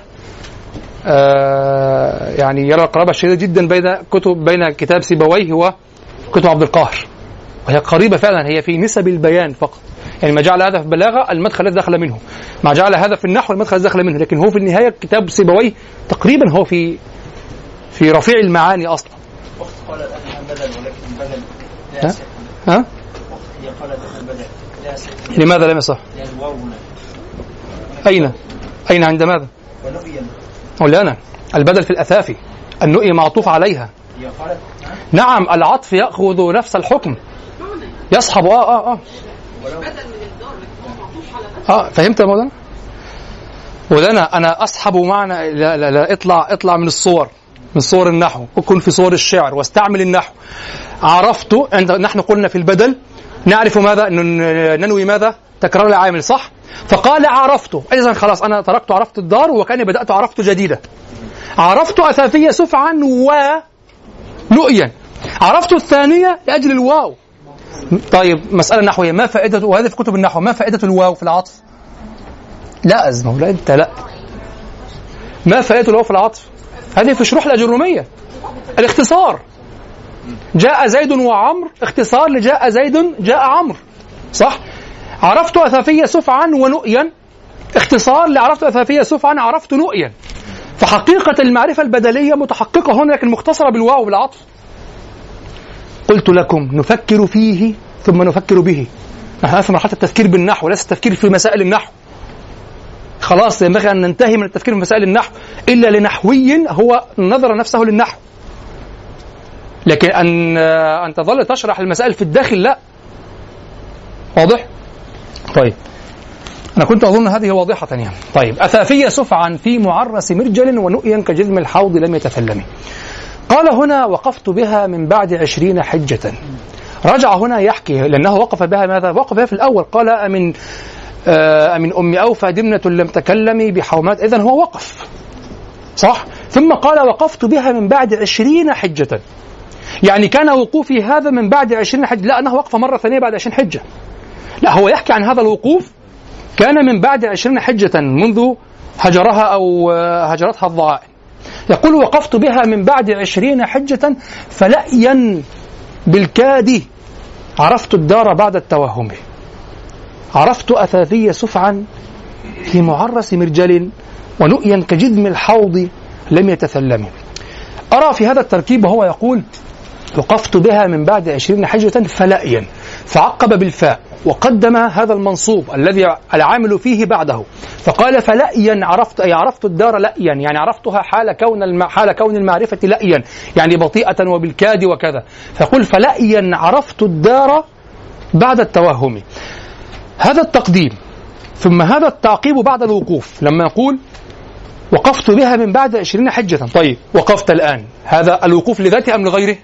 يعني يرى القرابة الشديدة جدا بين كتاب سيبويه وكتب عبد القاهر، وهي قريبة فعلا، هي في نسب البيان فقط. يعني ما جعل هذا في البلاغة المدخل الذي دخل منه، ما جعل هذا في النحو المدخل الذي دخل منه، لكن هو في النهاية كتاب سيبويه تقريبا هو في رفيع المعاني أصلا. قال الآن بدل، ولكن بدل لا يصح. هي قالت بدل لا يصح. لماذا لم يصح؟ أين عند ماذا؟ مولانا البدل في الأثافي، النؤي معطوف عليها. نعم العطف يأخذ نفس الحكم، يصحب فهمت يا مولانا؟ مولانا أنا أصحب معنى لا اطلع من الصور، من صور النحو، وكن في صور الشعر واستعمل النحو. عرفت، نحن قلنا في البدل نعرف ماذا؟ ننوي ماذا؟ تكرار العامل، صح؟ فقال عرفت، إذن خلاص أنا تركت عرفت الدار وكأني بدأت عرفت جديدة. عرفت أثاثية سفعا ونؤيا. عرفت الثانية لأجل الواو. طيب مسألة نحوية، ما فائدة، وهذا في كتب النحو، ما فائدة الواو في العطف؟ لا أزمه، لا أنت لا، ما فائدة الواو في العطف؟ هذه في شروح الأجرومية، الاختصار. جاء زيد وعمر، اختصار لجاء زيد جاء عمرو، صح؟ عرفت أثاثية سفعا ونؤيا، اختصار لعرفت أثاثية سفعا عرفت نؤيا. فحقيقة المعرفة البدلية متحققة هنا، لكن مختصرة بالواو بالعطف. قلت لكم نفكر فيه ثم نفكر به. نحن في مرحلة التفكير بالنحو، ليس التفكير في مسائل النحو. خلاص ينبغي أن ننتهي من التفكير في مسائل النحو، إلا لنحوي هو نظر نفسه للنحو. لكن أن تظل تشرح المسائل في الداخل لا. واضح؟ طيب أنا كنت أظن هذه واضحة يعني. طيب أثاثية سفعا في معرس مرجل ونؤيا كجذم الحوض لم يتثلم. قال هنا وقفت بها من بعد 20 حجة. رجع هنا يحكي، لأنه وقف بها ماذا؟ وقف بها في الأول، قال أمن أم أوفى دمنة لم تكلمي بحومات، إذن هو وقف، صح؟ ثم قال وقفت بها من بعد 20 حجة، يعني كان وقوفي هذا من بعد 20 حجة، لا أنه وقف مرة ثانية بعد 20 حجة، لا هو يحكي عن هذا الوقوف كان من بعد 20 حجة منذ هجرها أو هجرتها الضعائن. يقول وقفت بها من بعد 20 حجة فلأيا بالكاد عرفت الدار بعد التوهم. عرفت أثاثية سفعا في معرس مرجل ونؤيا كجذم الحوض لم يتثلم. أرى في هذا التركيب وهو يقول وقفت بها من بعد 20 حجة فلأيا، فعقب بالفاء وقدم هذا المنصوب الذي العامل فيه بعده، فقال فلأيا عرفت، أي عرفت الدار لأيا، يعني عرفتها حال كون المعرفة لأيا، يعني بطيئة وبالكاد وكذا. فيقول فلأيا عرفت الدار بعد التوهم. هذا التقديم ثم هذا التعقيب بعد الوقوف، لما يقول وقفت بها من بعد 20 حجة. طيب وقفت الآن، هذا الوقوف لذاته أم لغيره؟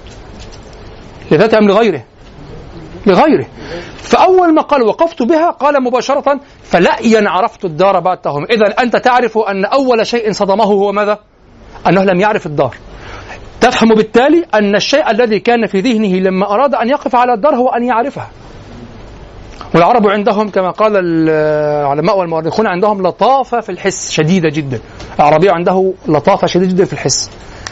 لذاته أم لغيره؟ لغيره. فأول ما قال وقفت بها قال مباشرة فلأيا عرفت الدار بعد التوهم. إذن أنت تعرف أن أول شيء صدمه هو ماذا؟ أنه لم يعرف الدار. تفهم بالتالي أن الشيء الذي كان في ذهنه لما أراد أن يقف على الدار هو أن يعرفها. والعرب عندهم كما قال العلماء والمؤرخون عندهم لطافة في الحس شديدة جدا. العربي عنده لطافة شديدة جدا في الحس،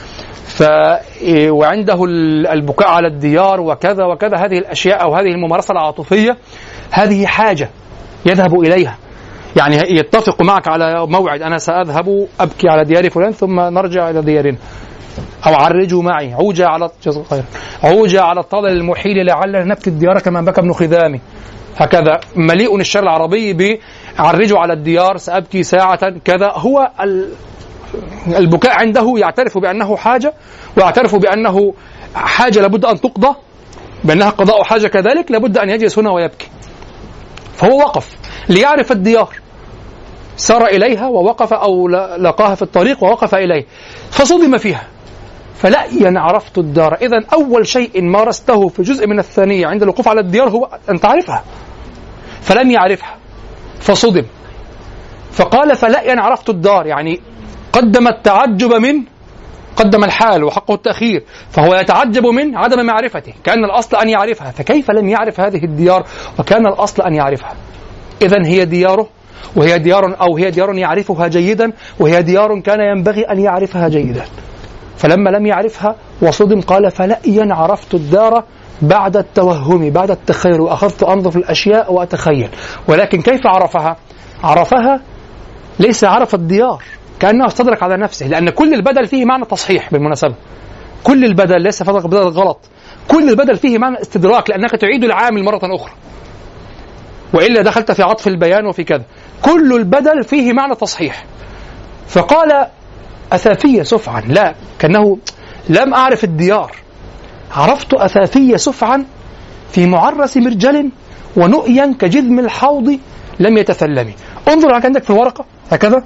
وعنده البكاء على الديار وكذا وكذا. هذه الأشياء أو هذه الممارسة العاطفية هذه حاجة يذهب إليها، يعني يتفق معك على موعد، أنا سأذهب أبكي على ديار فلان ثم نرجع إلى ديارنا، أو عرجوا معي عوج على الطلل المحيل لعل نبكي الديار كما بكى ابن خذامي. هكذا مليء الشعر العربي بعرجوا على الديار، سأبكي ساعة كذا. هو البكاء عنده يعترف بأنه حاجة، ويعترف بأنه حاجة لابد أن تقضى، بأنها قضاء حاجة كذلك لابد أن يجلس هنا ويبكي. فهو وقف ليعرف الديار، سار إليها ووقف، أو لقاها في الطريق ووقف إليه فصدم فيها. فلأين عرفت الدار. إذن أول شيء مارسته في جزء من الثانية عند الوقوف على الديار هو أن تعرفها، فلم يعرفها فصدم. فقال فلأين عرفت الدار، يعني قدم التعجب من قدم الحال وحقه التأخير، فهو يتعجب من عدم معرفته، كأن الأصل أن يعرفها، فكيف لم يعرف هذه الديار وكان الأصل أن يعرفها؟ إذن هي دياره، وهي ديار أو هي ديار يعرفها جيدا، وهي ديار كان ينبغي أن يعرفها جيدا. فلما لم يعرفها وصدم قال فلأين عرفت الدار بعد التوهم، بعد التخيل، وأخذت أنظر في الأشياء وأتخيل. ولكن كيف عرفها؟ عرفها ليس عرف الديار، كأنه استدرك على نفسه، لأن كل البدل فيه معنى تصحيح بالمناسبة. كل البدل ليس فقط بدل غلط، كل البدل فيه معنى استدراك، لأنك تعيد العامل مرة أخرى، وإلا دخلت في عطف البيان وفي كذا. كل البدل فيه معنى تصحيح. فقال أثافية سفعا، لا، كأنه لم أعرف الديار، عرفت أثافية سفعا في معرس مرجل ونؤيا كجذم الحوض لم يتثلمي. انظر عندك في الورقة هكذا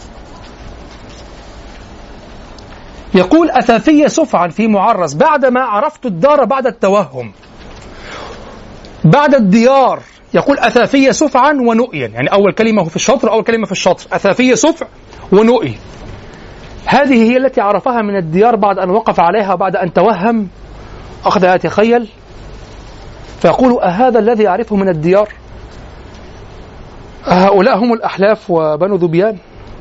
يقول أثافية سفعا في معرس، بعدما عرفت الدار بعد التوهم. بعد الديار يقول أثافية سفعا ونؤيا، يعني أول كلمة في الشطر، أول كلمة في الشطر أثافية سفع ونؤي. هذه هي التي عرفها من الديار بعد أن وقف عليها وبعد أن توهم، أخذ يتخيل فيقول أهذا الذي أعرفه من الديار؟ أهؤلاء هم الأحلاف وبنو ذبيان؟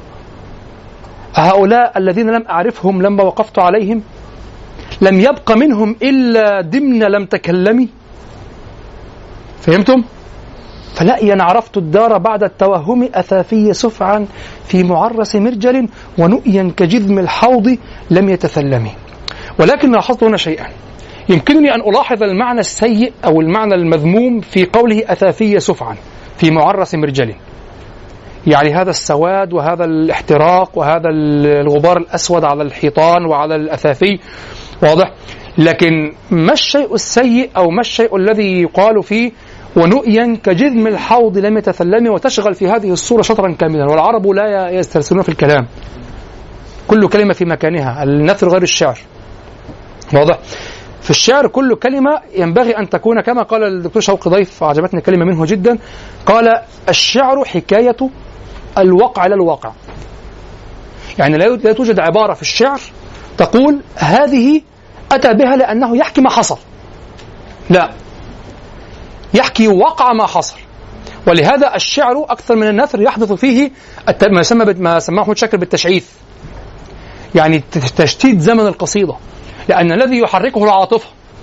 أهؤلاء الذين لم أعرفهم لما وقفت عليهم؟ لم يبق منهم إلا دمن لم تكلمي. فهمتم؟ فلأين عرفت الدار بعد التوهم أثافي سفعا في معرس مرجل ونؤيا كجذم الحوض لم يتثلمي. ولكن لاحظت هنا شيئا، يمكنني أن ألاحظ المعنى السيء أو المعنى المذموم في قوله أثافي سفعا في معرس مرجل، يعني هذا السواد وهذا الاحتراق وهذا الغبار الأسود على الحيطان وعلى الأثافي، واضح؟ لكن ما الشيء السيء أو ما الشيء الذي يقال فيه ونؤيا كجذم الحوض لم يتثلمي، وتشغل في هذه الصورة شطرا كاملا؟ والعرب لا يسترسلون في الكلام، كل كلمة في مكانها، النثر غير الشعر، واضح؟ في الشعر كل كلمة ينبغي أن تكون كما قال الدكتور شوقي ضيف، عجبتني كلمة منه جدا، قال الشعر حكاية الواقع لا الواقع. يعني لا توجد عبارة في الشعر تقول هذه أتى بها لأنه يحكي ما حصل، لا، يحكي واقع ما حصل. ولهذا الشعر أكثر من النثر يحدث فيه ما سماه محمود شاكر بالتشعيث، يعني تشتيت زمن القصيدة، لأن الذي يحركه العاطفة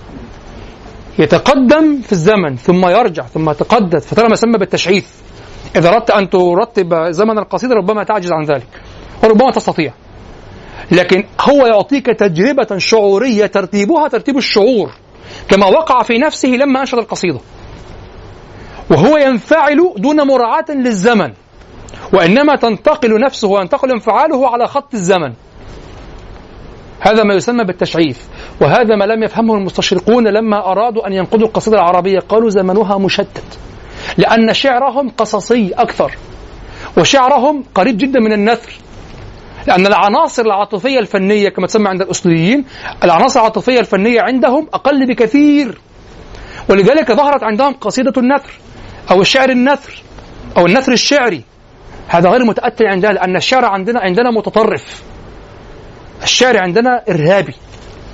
يتقدم في الزمن ثم يرجع ثم يتقدم، فترى ما يسمى بالتشعيث. إذا أردت أن ترتب زمن القصيدة ربما تعجز عن ذلك وربما تستطيع، لكن هو يعطيك تجربة شعورية ترتيبها ترتيب الشعور كما وقع في نفسه لما أنشد القصيدة، وهو ينفعل دون مراعاة للزمن، وإنما تنتقل نفسه وينتقل انفعاله على خط الزمن. هذا ما يسمى بالتشعيث، وهذا ما لم يفهمه المستشرقون لما أرادوا أن ينقضوا القصيدة العربية، قالوا زمنها مشتت، لأن شعرهم قصصي أكثر، وشعرهم قريب جدا من النثر، لأن العناصر العاطفية الفنية كما تسمى عند الأصوليين، العناصر العاطفية الفنية عندهم أقل بكثير، ولذلك ظهرت عندهم قصيدة النثر أو الشعر النثر أو النثر الشعري. هذا غير متأتي عندنا، لأن الشعر عندنا متطرف، الشعر عندنا إرهابي،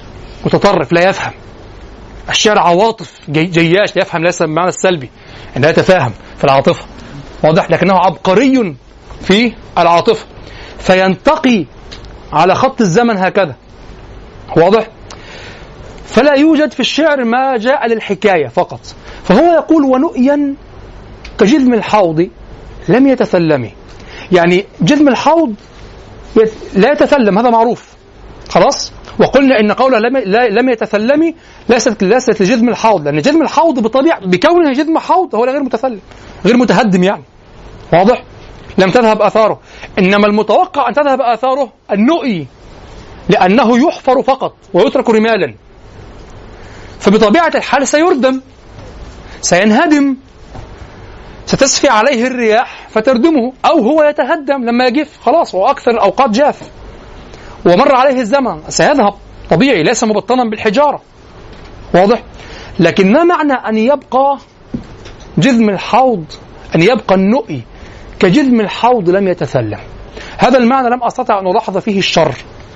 متطرف لا يفهم. الشعر عواطف جياش لا يفهم، ليس بمعنى السلبي لا يتفاهم في العاطفة، واضح، لكنه عبقري في العاطفة، فينتقي على خط الزمن هكذا، واضح. فلا يوجد في الشعر ما جاء للحكاية فقط. فهو يقول ونؤيا كجذم الحوض لم يتثلم، يعني جذم الحوض لا يتثلم، هذا معروف خلاص. وقلنا إن قوله لم يتثلم ليست لجذم الحوض، لأن جذم الحوض بطبيعة بكونه جذم حوض هو غير متثلم غير متهدم، يعني واضح، لم تذهب آثاره. إنما المتوقع أن تذهب آثاره النؤي، لأنه يحفر فقط ويترك رمالا، فبطبيعة الحال سيردم، سينهدم، ستسفي عليه الرياح فتردمه، أو هو يتهدم لما يجف خلاص، وأكثر الأوقات جاف ومر عليه الزمن سيذهب طبيعي، ليس مبطنا بالحجارة، واضح. لكن ما معنى أن يبقى جذم الحوض، أن يبقى النؤي كجذم الحوض لم يتثلم؟ هذا المعنى لم أستطع أن ألاحظ فيه الشر،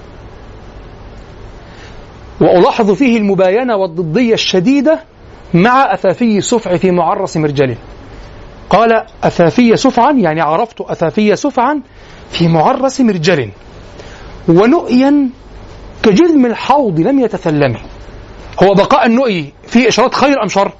وألاحظ فيه المباينة والضدية الشديدة مع أثافي سفع في معرس مرجل. قال أثافي سفعا، يعني عرفت أثافي سفعا في معرس مرجل، ونؤيا كجذم الحوض لم يتثلم. هو بقاء النؤي فيه إشارات خير أم شر؟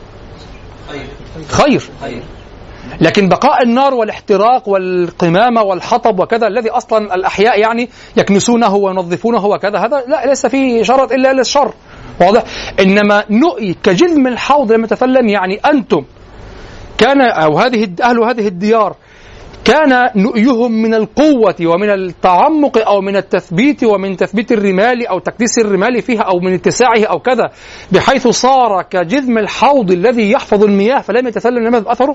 خير. لكن بقاء النار والاحتراق والقمامة والحطب وكذا الذي أصلا الأحياء يعني يكنسونه وينظفونه وكذا، هذا لا، ليس فيه إشارة إلا للشر، واضح. إنما نؤي كجذم الحوض لم يتثلم، يعني أنتم كان أو أهل هذه الديار كان نؤيهم من القوة ومن التعمق أو من التثبيت ومن تثبيت الرمال أو تكديس الرمال فيها أو من اتساعه أو كذا، بحيث صار كجذم الحوض الذي يحفظ المياه فلم يتثلم لم يذهب أثره.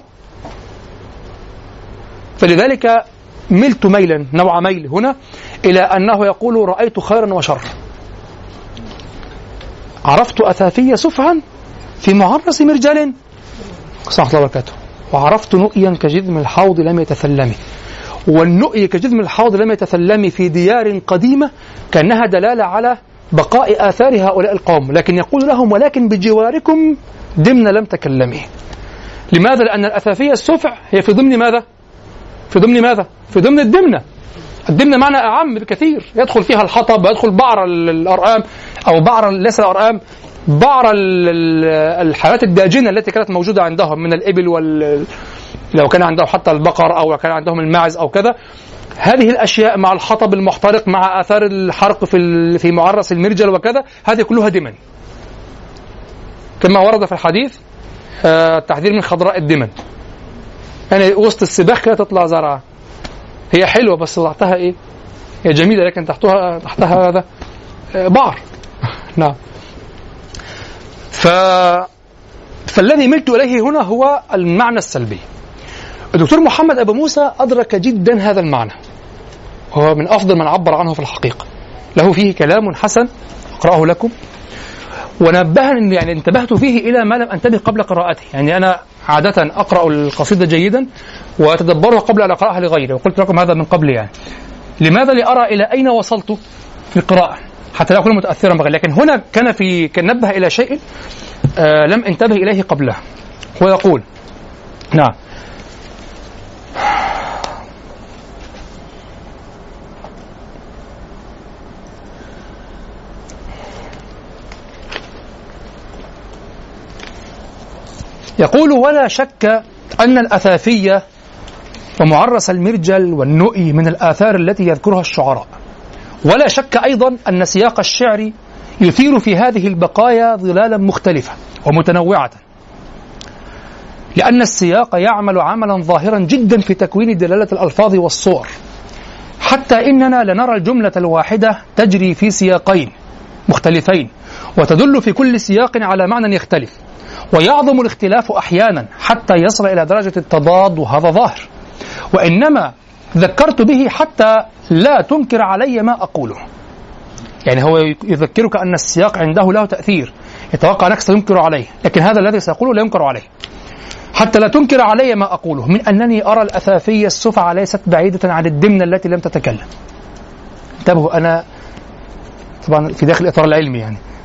فلذلك ملت ميلا نوع ميل هنا إلى أنه يقول رأيت خيرا وشر، عرفت أثافي سفعا في معرس مرجل صح الله وبركاته، وعرفت نؤيا كجذم الحوض لم يتثلم. والنؤي كجذم الحوض لم يتثلم في ديار قديمة كأنها دلالة على بقاء آثار هؤلاء القوم، لكن يقول لهم ولكن بجواركم ضمن لم تكلمه. لماذا؟ لأن الأثافية السفع هي في ضمن ماذا؟ في ضمن ماذا؟ في ضمن الدمنة. الدمنة معنى أعم بكثير، يدخل فيها الحطب ويدخل بعر الأرآم أو بعر ليس الأرآم، بعر الحيوانات الداجنة التي كانت موجودة عندهم من الإبل لو كان عندهم حتى البقر أو كان عندهم الماعز أو كذا، هذه الأشياء مع الحطب المحترق مع آثار الحرق في معرس المرجل وكذا، هذه كلها دمن، كما ورد في الحديث التحذير من خضراء الدمن، يعني وسط السباخ كده تطلع زرعة، هي حلوة بس تحتها إيه؟ هي جميلة لكن تحتها هذا بعر. نعم. فالذي ملت إليه هنا هو المعنى السلبي. الدكتور محمد أبو موسى أدرك جدا هذا المعنى، هو من أفضل من عبر عنه في الحقيقة، له فيه كلام حسن أقرأه لكم، ونبهني يعني انتبهت فيه إلى ما لم أنتبه قبل قراءته. يعني أنا عادة أقرأ القصيدة جيدا وأتدبرها قبل أن أقرأها لغيري، وقلت لكم هذا من قبل. يعني لماذا؟ لأرى إلى أين وصلت في القراءة حتى لا أكون متأثرا بغيري. لكن هنا كان نبه إلى شيء لم انتبه إليه قبله. هو يقول نعم يقول ولا شك أن الأثافية ومعرس المرجل والنؤي من الآثار التي يذكرها الشعراء، ولا شك أيضا أن سياق الشعر يثير في هذه البقايا ظلالا مختلفة ومتنوعة، لأن السياق يعمل عملا ظاهرا جدا في تكوين دلالة الألفاظ والصور، حتى إننا لنرى الجملة الواحدة تجري في سياقين مختلفين وتدل في كل سياق على معنى يختلف، ويعظم الاختلاف أحيانا حتى يصل إلى درجة التضاد، وهذا ظاهر. وإنما ذكرت به حتى لا تنكر علي ما أقوله. يعني هو يذكرك أن السياق عنده له تأثير، يتوقع أنك ستنكر عليه، لكن هذا الذي سأقوله لا ينكر عليه، حتى لا تنكر علي ما أقوله من أنني أرى الأثافية السفعى ليست بعيدة عن الدمنة التي لم تتكلم. انتبهوا، أنا طبعا في داخل الإطار العلمي يعني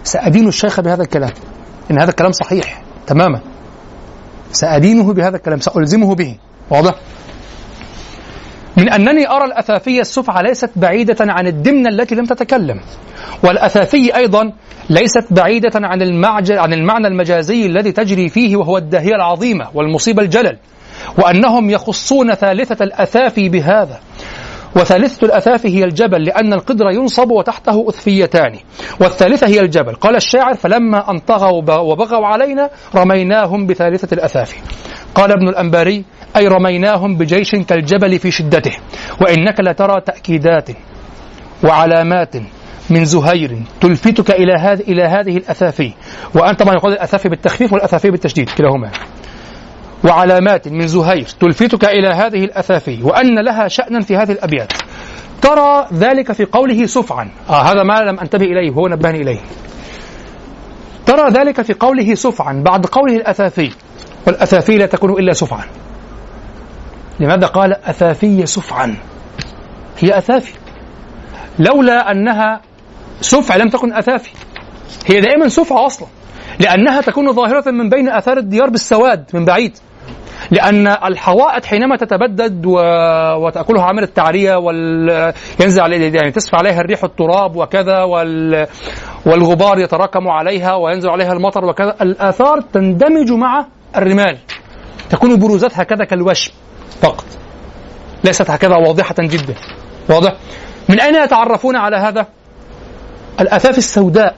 سأدين الشيخ بهذا الكلام، إن هذا الكلام صحيح تماما، سأدينه بهذا الكلام، سألزمه به. واضح؟ من أنني أرى الأثافية السفعة ليست بعيدة عن الدمنة التي لم تتكلم، والأثافي أيضا ليست بعيدة عن المعنى المجازي الذي تجري فيه، وهو الداهية العظيمة والمصيبة الجلل، وأنهم يخصون ثالثة الأثافي بهذا. وثالثة الأثافي هي الجبل، لأن القدر ينصب وتحته أثفيتان، والثالثة هي الجبل. قال الشاعر: فلما أن طغوا وبغوا علينا رميناهم بثالثة الأثافي. قال ابن الأنباري: أي رميناهم بجيش كالجبل في شدته. وإنك لترى تأكيدات وعلامات من زهير تلفتك إلى هذه الأثافي، وأن طبعا يقول الأثافي بالتخفيف والأثافي بالتشديد كلاهما. وعلامات من زهير تلفتك إلى هذه الأثافي، وأن لها شأنا في هذه الأبيات. ترى ذلك في قوله سفعا، هذا ما لم أنتبه إليه وهو نبهني إليه. ترى ذلك في قوله سفعا بعد قوله الأثافي، والأثافي لا تكون إلا سفعا. لماذا قال أثافي سفعا؟ هي أثافي، لولا أنها سفع لم تكن أثافي. هي دائما سفعة أصلا، لأنها تكون ظاهرة من بين آثار الديار بالسواد من بعيد، لأن الحوائط حينما تتبدد وتأكلها عامل التعرية ينزل عليها، يعني تسفع عليها الريح التراب وكذا، والغبار يتراكم عليها وينزل عليها المطر وكذا، الآثار تندمج مع الرمال، تكون بروزات هكذا كالوشم فقط، ليست هكذا واضحة جدا. واضح؟ من أين يتعرفون على هذا؟ الأثاف السوداء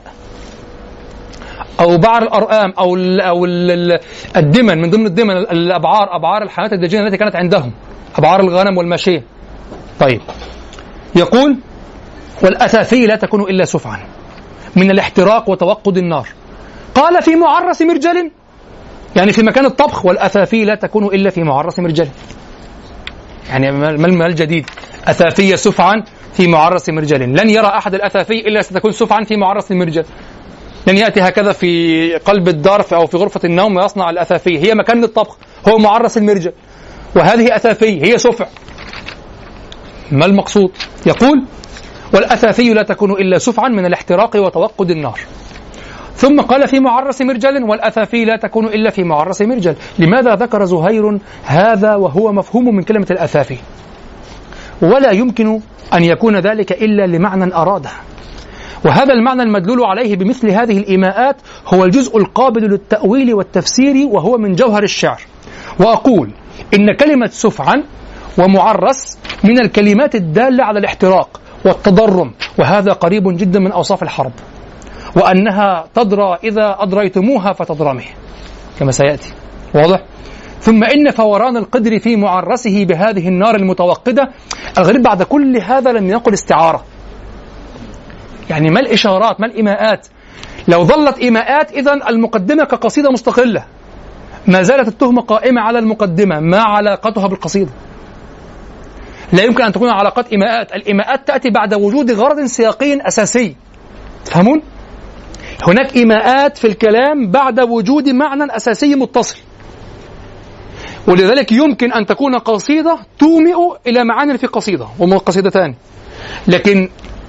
أو بعر الأرآم أو الدمن، من ضمن الدمن أبعار الحيوانات الدجينة التي كانت عندهم، أبعار الغنم والماشية. طيب، يقول: والأثافي لا تكون إلا سفعا من الاحتراق وتوقد النار. قال: في معرس مرجل، يعني في مكان الطبخ. والأثافي لا تكون إلا في معرس مرجل، يعني ما الجديد؟ أثافية سفعا في معرس مرجل. لن يرى أحد الأثافي إلا ستكون سفعا في معرس المرجل. لن يأتي هكذا في قلب الدار أو في غرفة النوم ويصنع الأثافي. هي مكان للطبخ، هو معرس المرجل، وهذه أثافي هي سفع. ما المقصود؟ يقول: والأثافي لا تكون إلا سفعا من الاحتراق وتوقد النار. ثم قال: في معرس مرجل، والأثافي لا تكون إلا في معرس مرجل. لماذا ذكر زهير هذا وهو مفهوم من كلمة الأثافي؟ ولا يمكن أن يكون ذلك إلا لمعنى أراده، وهذا المعنى المدلول عليه بمثل هذه الإيماءات هو الجزء القابل للتأويل والتفسير، وهو من جوهر الشعر. وأقول إن كلمة سفعا ومعرس من الكلمات الدالة على الاحتراق والتضرم، وهذا قريب جدا من أوصاف الحرب، وأنها تضرى إذا أضريتموها فتضرمه كما سيأتي. واضح؟ ثم إن فوران القدر في معرسه بهذه النار المتوقدة. الغريب بعد كل هذا لم ينقل استعارة، يعني ما الإشارات، ما الإيماءات؟ لو ظلت إيماءات إذن المقدمة كقصيدة مستقلة، ما زالت التهمة قائمة على المقدمة، ما علاقتها بالقصيدة؟ لا يمكن أن تكون علاقات إيماءات. الإيماءات تأتي بعد وجود غرض سياقي أساسي، تفهمون؟ هناك إيماءات في الكلام بعد وجود معنى أساسي متصل، ولذلك يمكن أن تكون قصيدة تومئ إلى معاني في قصيدة وقصيدتان. لكن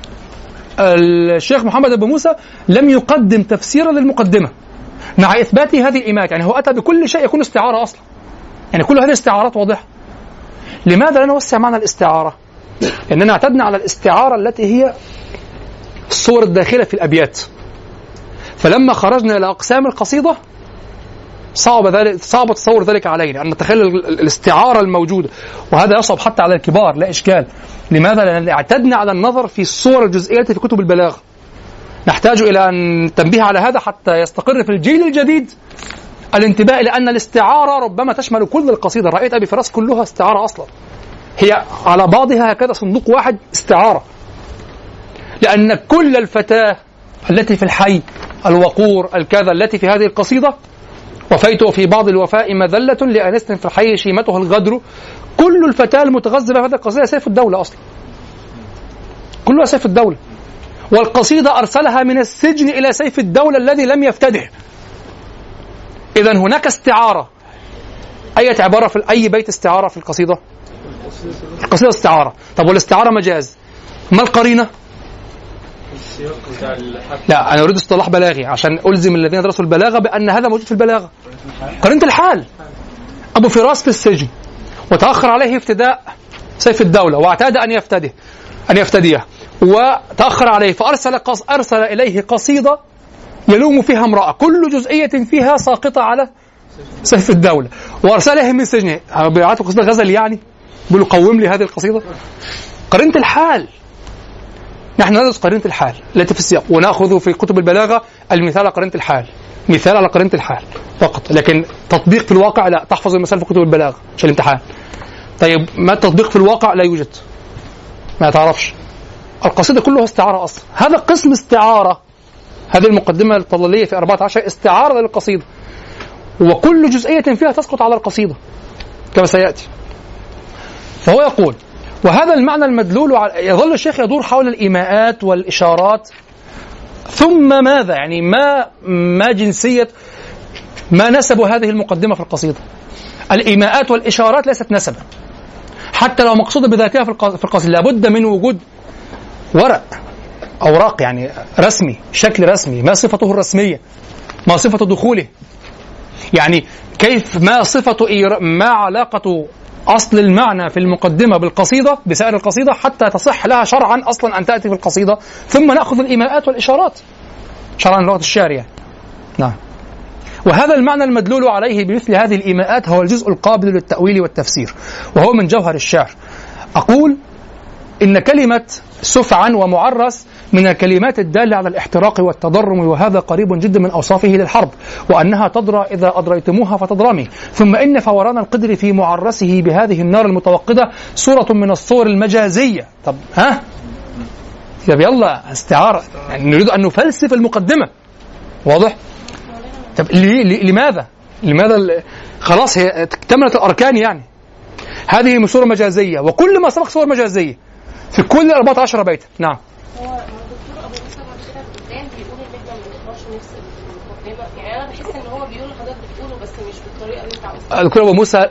الشيخ محمد أبو موسى لم يقدم تفسيرا للمقدمة مع إثبات هذه الإيماءات، يعني هو أتى بكل شيء يكون استعارة أصلا، يعني كل هذه الاستعارات واضحة. لماذا لا نوسع معنى الاستعارة؟ لأننا اعتدنا على الاستعارة التي هي الصور الداخلة في الأبيات، فلما خرجنا إلى أقسام القصيدة صعب تصور ذلك علينا، أن نتخيل الاستعارة الموجودة، وهذا يصعب حتى على الكبار، لا إشكال. لماذا؟ لأن اعتدنا على النظر في الصور الجزئية في كتب البلاغة. نحتاج إلى أن تنبيه على هذا حتى يستقر في الجيل الجديد الانتباه إلى أن الاستعارة ربما تشمل كل القصيدة. رأيت أبي فراس كلها استعارة أصلا، هي على بعضها هكذا صندوق واحد استعارة، لأن كل الفتاة التي في الحي، الوقور، الكذا التي في هذه القصيدة، وفيت في بعض الوفاء مذلة لأنست في الحي شيمته الغدر، كل الفتاة المتغذبة في هذه القصيدة سيف الدولة أصلا، كلها سيف الدولة، والقصيدة أرسلها من السجن إلى سيف الدولة الذي لم يفتده. إذن هناك استعارة. أي عبارة في أي بيت استعارة في القصيدة؟ القصيدة استعارة. طب والاستعارة مجاز، ما القرينة؟ لا، أنا أريد اصطلاح بلاغي عشان ألزم الذين درسوا البلاغة بأن هذا موجود في البلاغة. قرينة الحال. أبو فراس في السجن وتأخر عليه افتداء سيف الدولة واعتاد أن يفتديه وتأخر عليه، فأرسل إليه قصيدة يلوم فيها امرأة كل جزئية فيها ساقطة على سيف الدولة، وأرسلها من سجنه. بيعطوا قصيدة غزل يعني، بيقولوا قوم لي هذه القصيدة. قرينة الحال. نحن ندرس قرينة الحال التي في السياق، ونأخذ في كتب البلاغة المثال على قرينة الحال، مثال على قرينة الحال فقط، لكن تطبيق في الواقع لا. تحفظ المثال في كتب البلاغة عشان الامتحان. طيب ما التطبيق في الواقع؟ لا يوجد، ما تعرفش. القصيدة كلها استعارة أصلا. هذا قسم استعارة. هذه المقدمة الطلالية في 14 استعارة للقصيدة، وكل جزئية فيها تسقط على القصيدة كما سيأتي. فهو يقول وهذا المعنى المدلول على، يظل الشيخ يدور حول الإيماءات والإشارات. ثم ماذا؟ يعني ما جنسية ما نسب هذه المقدمة في القصيدة؟ الإيماءات والإشارات ليست نسبا حتى لو مقصودة بذاتها في القصيدة. لابد من وجود أوراق يعني رسمي، شكل رسمي. ما صفته الرسمية؟ ما صفة دخوله؟ يعني كيف، ما علاقة أصل المعنى في المقدمة بالقصيدة بسائر القصيدة حتى تصح لها شرعا أصلا أن تأتي في القصيدة. ثم نأخذ الإيماءات والإشارات شرعا لغة الشارع. نعم. وهذا المعنى المدلول عليه بمثل هذه الإيماءات هو الجزء القابل للتأويل والتفسير، وهو من جوهر الشعر. أقول إن كلمة سفعا ومعرس من الكلمات الدالة على الاحتراق والتضرم، وهذا قريب جدا من أوصافه للحرب، وأنها تضرى إذا أضريتموها فتضرمي. ثم إن فوران القدر في معرسه بهذه النار المتوقدة صورة من الصور المجازية. طب ها؟ يلا استعارة، يعني نريد أن نفلسف المقدمة. واضح؟ طب لماذا خلاص هي اكتملت الأركان يعني. هذه صورة مجازية، وكل ما سبق صور مجازية في كل 14 بيتا. نعم. هو الدكتور ابو موسى بعد كده قدام بيقول ان احنا ما نقدرش نفصل المقدمه، يعني انا بحس ان هو بيقول حضرتك بتقوله بس مش بالطريقه اللي انت عاوزها. الدكتور ابو موسى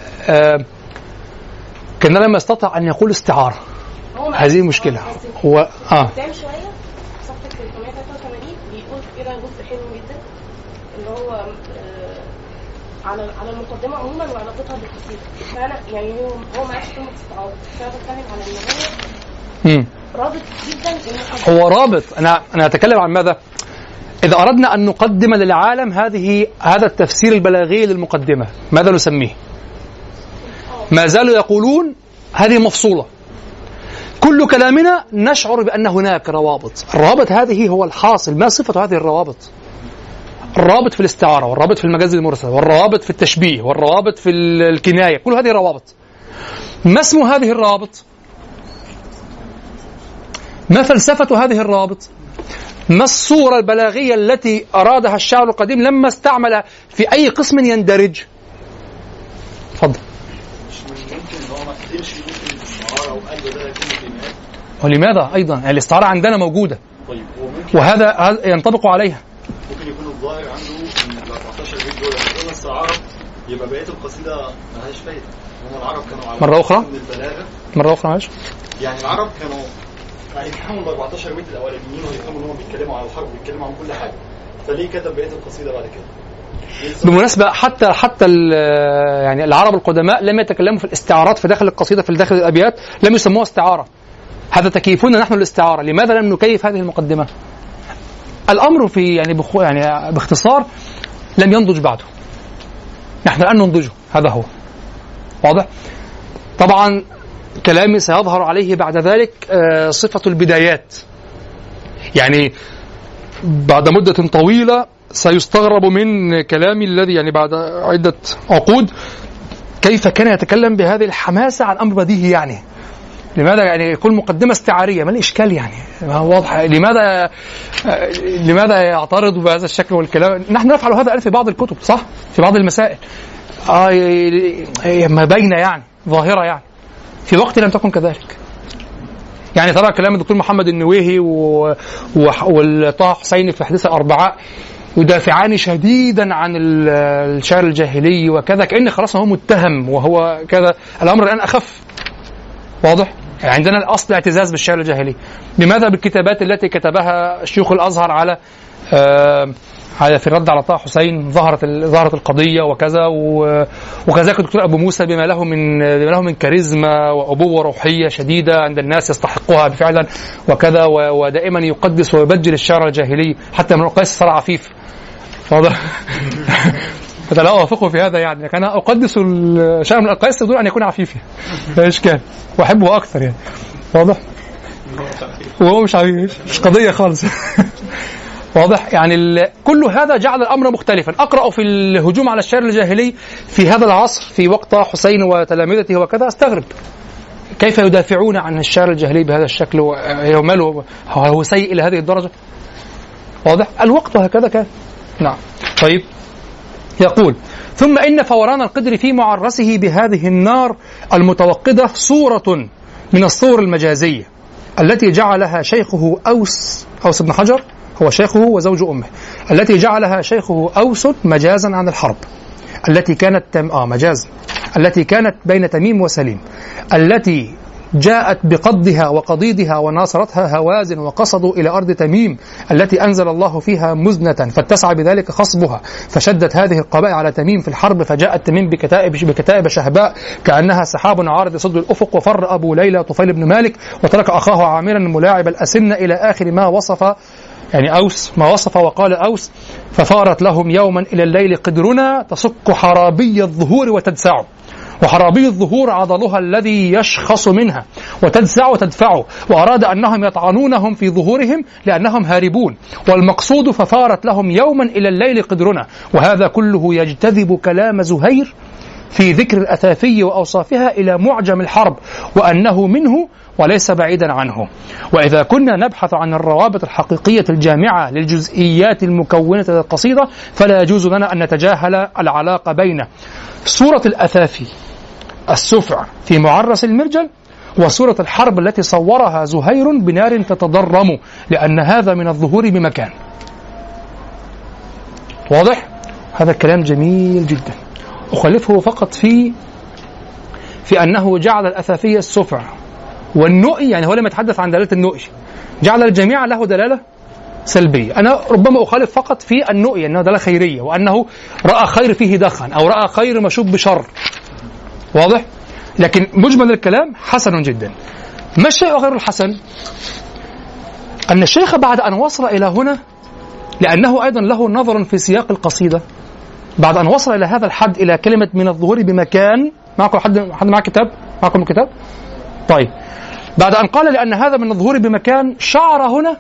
كان لم يستطع ان يقول استعاره. هذه المشكله. هو قدام شويه صفحه 383 بيقول كده جزء حلو جدا اللي هو على المقدمه عموما وعلاقتها بالقصيده. فانا يعني هو ما قالش كلمه استعاره، فانا بتكلم على ان هو رابط جدا. هو رابط. انا اتكلم عن ماذا؟ اذا اردنا ان نقدم للعالم هذا التفسير البلاغي للمقدمه، ماذا نسميه؟ ما زالوا يقولون هذه مفصوله. كل كلامنا نشعر بان هناك روابط. الروابط هذه هو الحاصل. ما صفه هذه الروابط؟ الرابط في الاستعاره، والرابط في المجاز المرسل، والروابط في التشبيه، والروابط في الكنايه. كل هذه روابط. ما اسم هذه الروابط؟ ما فلسفة هذه الروابط؟ ما الصورة البلاغية التي أرادها الشاعر القديم لما استعمل في أي قسم يندرج؟ تفضل. ولماذا أيضا؟ الاستعارة عندنا موجودة، وهذا ينطبق عليها. ممكن يكون الظاهر عنده ان ال 14 بيت دول لما استعارة يبقى بقية القصيدة ملهاش فايدة. هم العرب كانوا على مرة أخرى من البلاغة. مرة أخرى معلش. يعني العرب كانوا يفهموا ال 14 بيت الاولانيين ويفهموا ان هم بيتكلموا عن الحرب وبيتكلموا عن كل حاجه، فليه كتب بقيه القصيده بعد كده؟ بالمناسبه حتى يعني العرب القدماء لم يتكلموا في الاستعارات في داخل القصيده، في داخل الابيات لم يسموها استعاره. هذا تكييفنا نحن الاستعاره. لماذا لم نكيف هذه المقدمه؟ الامر في يعني باختصار لم ينضج بعده. نحن الان ننضجه، هذا هو. واضح؟ طبعا كلامي سيظهر عليه بعد ذلك صفة البدايات. يعني بعد مدة طويلة سيستغرب من كلامي الذي يعني بعد عدة عقود كيف كان يتكلم بهذه الحماسة عن أمر بديهي. يعني لماذا يعني يكون مقدمة استعارية؟ ما الإشكال يعني؟ واضح. لماذا يعترض بهذا الشكل والكلام؟ نحن نفعل هذا في بعض الكتب، صح؟ في بعض المسائل ما بين يعني ظاهرة، يعني في وقت لم تكن كذلك. يعني ترى كلام الدكتور محمد النويهي وطه حسين في حديث الأربعاء يدافعان شديدا عن الشعر الجاهلي وكذا، كأن خلاص هو متهم وهو كذا. الأمر الآن أخف. واضح؟ يعني عندنا الأصل اعتزاز بالشعر الجاهلي. لماذا؟ بالكتابات التي كتبها شيوخ الأزهر على في الرد على طه حسين، ظهرت القضية وكذا، وكذلك الدكتور أبو موسى بما له من كاريزما وأبوة روحية شديدة عند الناس يستحقها فعلا وكذا، ودائما يقدس ويبجل الشعر الجاهلي حتى من القيس صار عفيف. واضح؟ فلا أوافقه في هذا، يعني أنا أقدس الشعر من القيس بدون أن يكون عفيفا، لا إشكال، وأحبه أكثر يعني. واضح؟ وهو مش عفيف، مش قضية خالص. واضح؟ يعني كل هذا جعل الأمر مختلفا. أقرأ في الهجوم على الشعر الجاهلي في هذا العصر في وقت حسين وتلامذته وكذا، أستغرب كيف يدافعون عن الشعر الجاهلي بهذا الشكل، ويومله هو سيء إلى هذه الدرجة. واضح؟ الوقت هكذا كان. نعم. طيب، يقول: ثم إن فوران القدر في معرسه بهذه النار المتوقدة صورة من الصور المجازية التي جعلها شيخه أوس بن حجر، هو شيخه وزوج أمه، التي جعلها شيخه أوس مجازا عن الحرب التي كانت التي كانت بين تميم وسليم، التي جاءت بقضها وقضيدها وناصرتها هوازن وقصدوا إلى أرض تميم التي أنزل الله فيها مزنة فاتسع بذلك خصبها، فشدت هذه القبائل على تميم في الحرب، فجاءت تميم بكتائب شهباء كأنها سحاب عارض يصد الأفق، وفر أبو ليلى طفيل بن مالك وترك أخاه عامرا ملاعب الأسنة، إلى آخر ما وصف يعني أوس ما وصف. وقال أوس: ففارت لهم يوما إلى الليل قدرنا تصك حرابي الظهور وتدسع، وحرابي الظهور عضلها الذي يشخص منها، وتدسع وتدفع، وأراد أنهم يطعنونهم في ظهورهم لأنهم هاربون، والمقصود ففارت لهم يوما إلى الليل قدرنا. وهذا كله يجتذب كلام زهير في ذكر الأثافي وأوصافها إلى معجم الحرب، وأنه منه وليس بعيدا عنه. وإذا كنا نبحث عن الروابط الحقيقية الجامعة للجزئيات المكونة للقصيدة، فلا يجوز لنا أن نتجاهل العلاقة بين صورة الأثافي السفع في معرس المرجل وصورة الحرب التي صورها زهير بنار تتضرم، لأن هذا من الظهور بمكان. واضح؟ هذا الكلام جميل جدا. أخلفه فقط في أنه جعل الأثافي السفع والنؤي، يعني هو لما يتحدث عن دلالة النؤي جعل الجميع له دلالة سلبية. أنا ربما أخالف فقط في النؤي أنه دلالة خيرية، وأنه رأى خير فيه دخن، أو رأى خير مشوب بشر. واضح؟ لكن مجمل الكلام حسن جدا. ما الشيء غير الحسن؟ أن الشيخ بعد أن وصل إلى هنا، لأنه أيضا له نظر في سياق القصيدة، بعد أن وصل إلى هذا الحد، إلى كلمة من الظهور بمكان. معكم حد معك كتاب؟ معكم الكتاب؟ طيب، بعد أن قال لأن هذا من الظهور بمكان، شعر هنا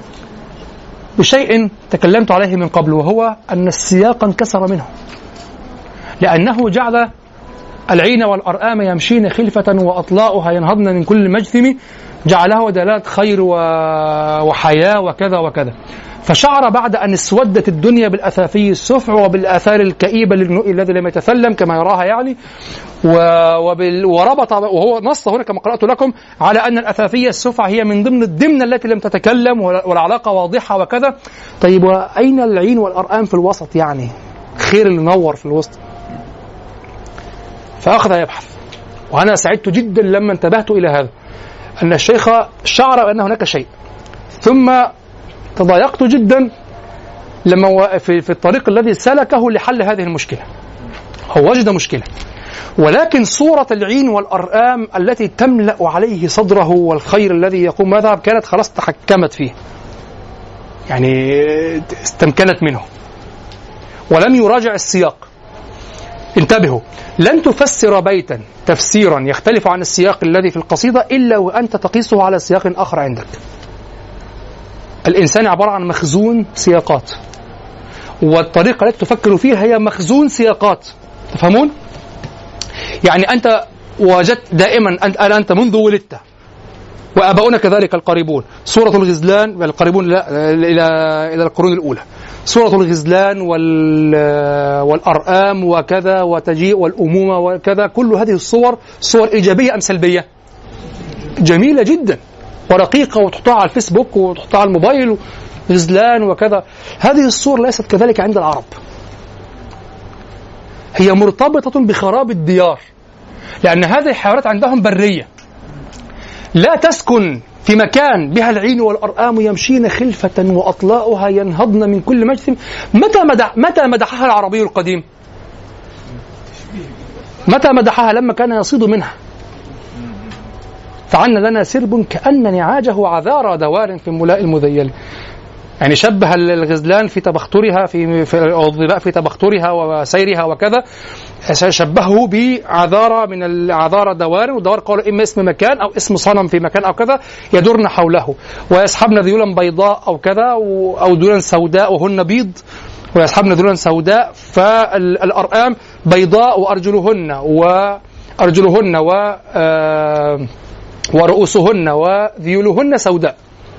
بشيء تكلمت عليه من قبل، وهو أن السياق انكسر منه، لأنه جعل العين والأرآم يمشين خلفة وأطلاؤها ينهضن من كل مجثم، جعله دلالة خير وحياة وكذا وكذا. فشعر بعد أن اسودت الدنيا بالأثافي السفع وبالآثار الكئيبة للنؤي الذي لم يتثلم كما يراها يعني، وربط، وهو نص هنا كما قرأت لكم على أن الأثافي السفع هي من ضمن الدمنة التي لم تتكلم والعلاقة واضحة وكذا. طيب، وأين العين والأرآم في الوسط؟ يعني خير اللي نور في الوسط. فأخذ يبحث، وأنا سعدت جدا لما انتبهت إلى هذا، أن الشيخ شعر أن هناك شيء. ثم تضايقت جدا لما في الطريق الذي سلكه لحل هذه المشكلة. هو وجد مشكلة، ولكن صورة العين والأرآم التي تملأ عليه صدره والخير الذي يقوم ماذا كانت خلاص تحكمت فيه، يعني استمكنت منه، ولم يراجع السياق. انتبهوا، لن تفسر بيتا تفسيرا يختلف عن السياق الذي في القصيدة إلا وأنت تقيسه على سياق آخر عندك. الإنسان عبارة عن مخزون سياقات، والطريقة التي تفكر فيها هي مخزون سياقات. تفهمون؟ يعني أنت وجدت دائما أنت منذ ولدت، وآباؤنا كذلك القريبون، سورة الغزلان، القريبون إلى القرون الأولى، سورة الغزلان والأرآم وكذا وتجيء والأمومة وكذا، كل هذه الصور صور إيجابية أم سلبية؟ جميلة جدا ورقيقة، وتحطها على الفيسبوك وتحطها على الموبايل، غزلان وكذا. هذه الصور ليست كذلك عند العرب، هي مرتبطة بخراب الديار، لأن هذه الحيوانات عندهم برية، لا تسكن في مكان بها العين والأرآم يمشين خلفة وأطلاؤها ينهضن من كل مجثم. متى مدحها العربي القديم؟ متى مدحها؟ لما كان يصيد منها. فعنا لنا سرب كأن نعاجه عذارى دوار في الملاء المذيل. يعني شبه الغزلان في تبخترها أو الظباء في تبخترها وسيرها وكذا، شبهه بعذارى من العذارى دوار، ودوار قالوا إما اسم مكان أو اسم صنم في مكان أو كذا يدورن حوله، ويسحبن ذيولا بيضاء أو كذا أو ذيولا سوداء وهن بيض، ويسحبن ذيولا سوداء. فالأرآم بيضاء وأرجلهن ورؤوسهن وذيولهن سوداء.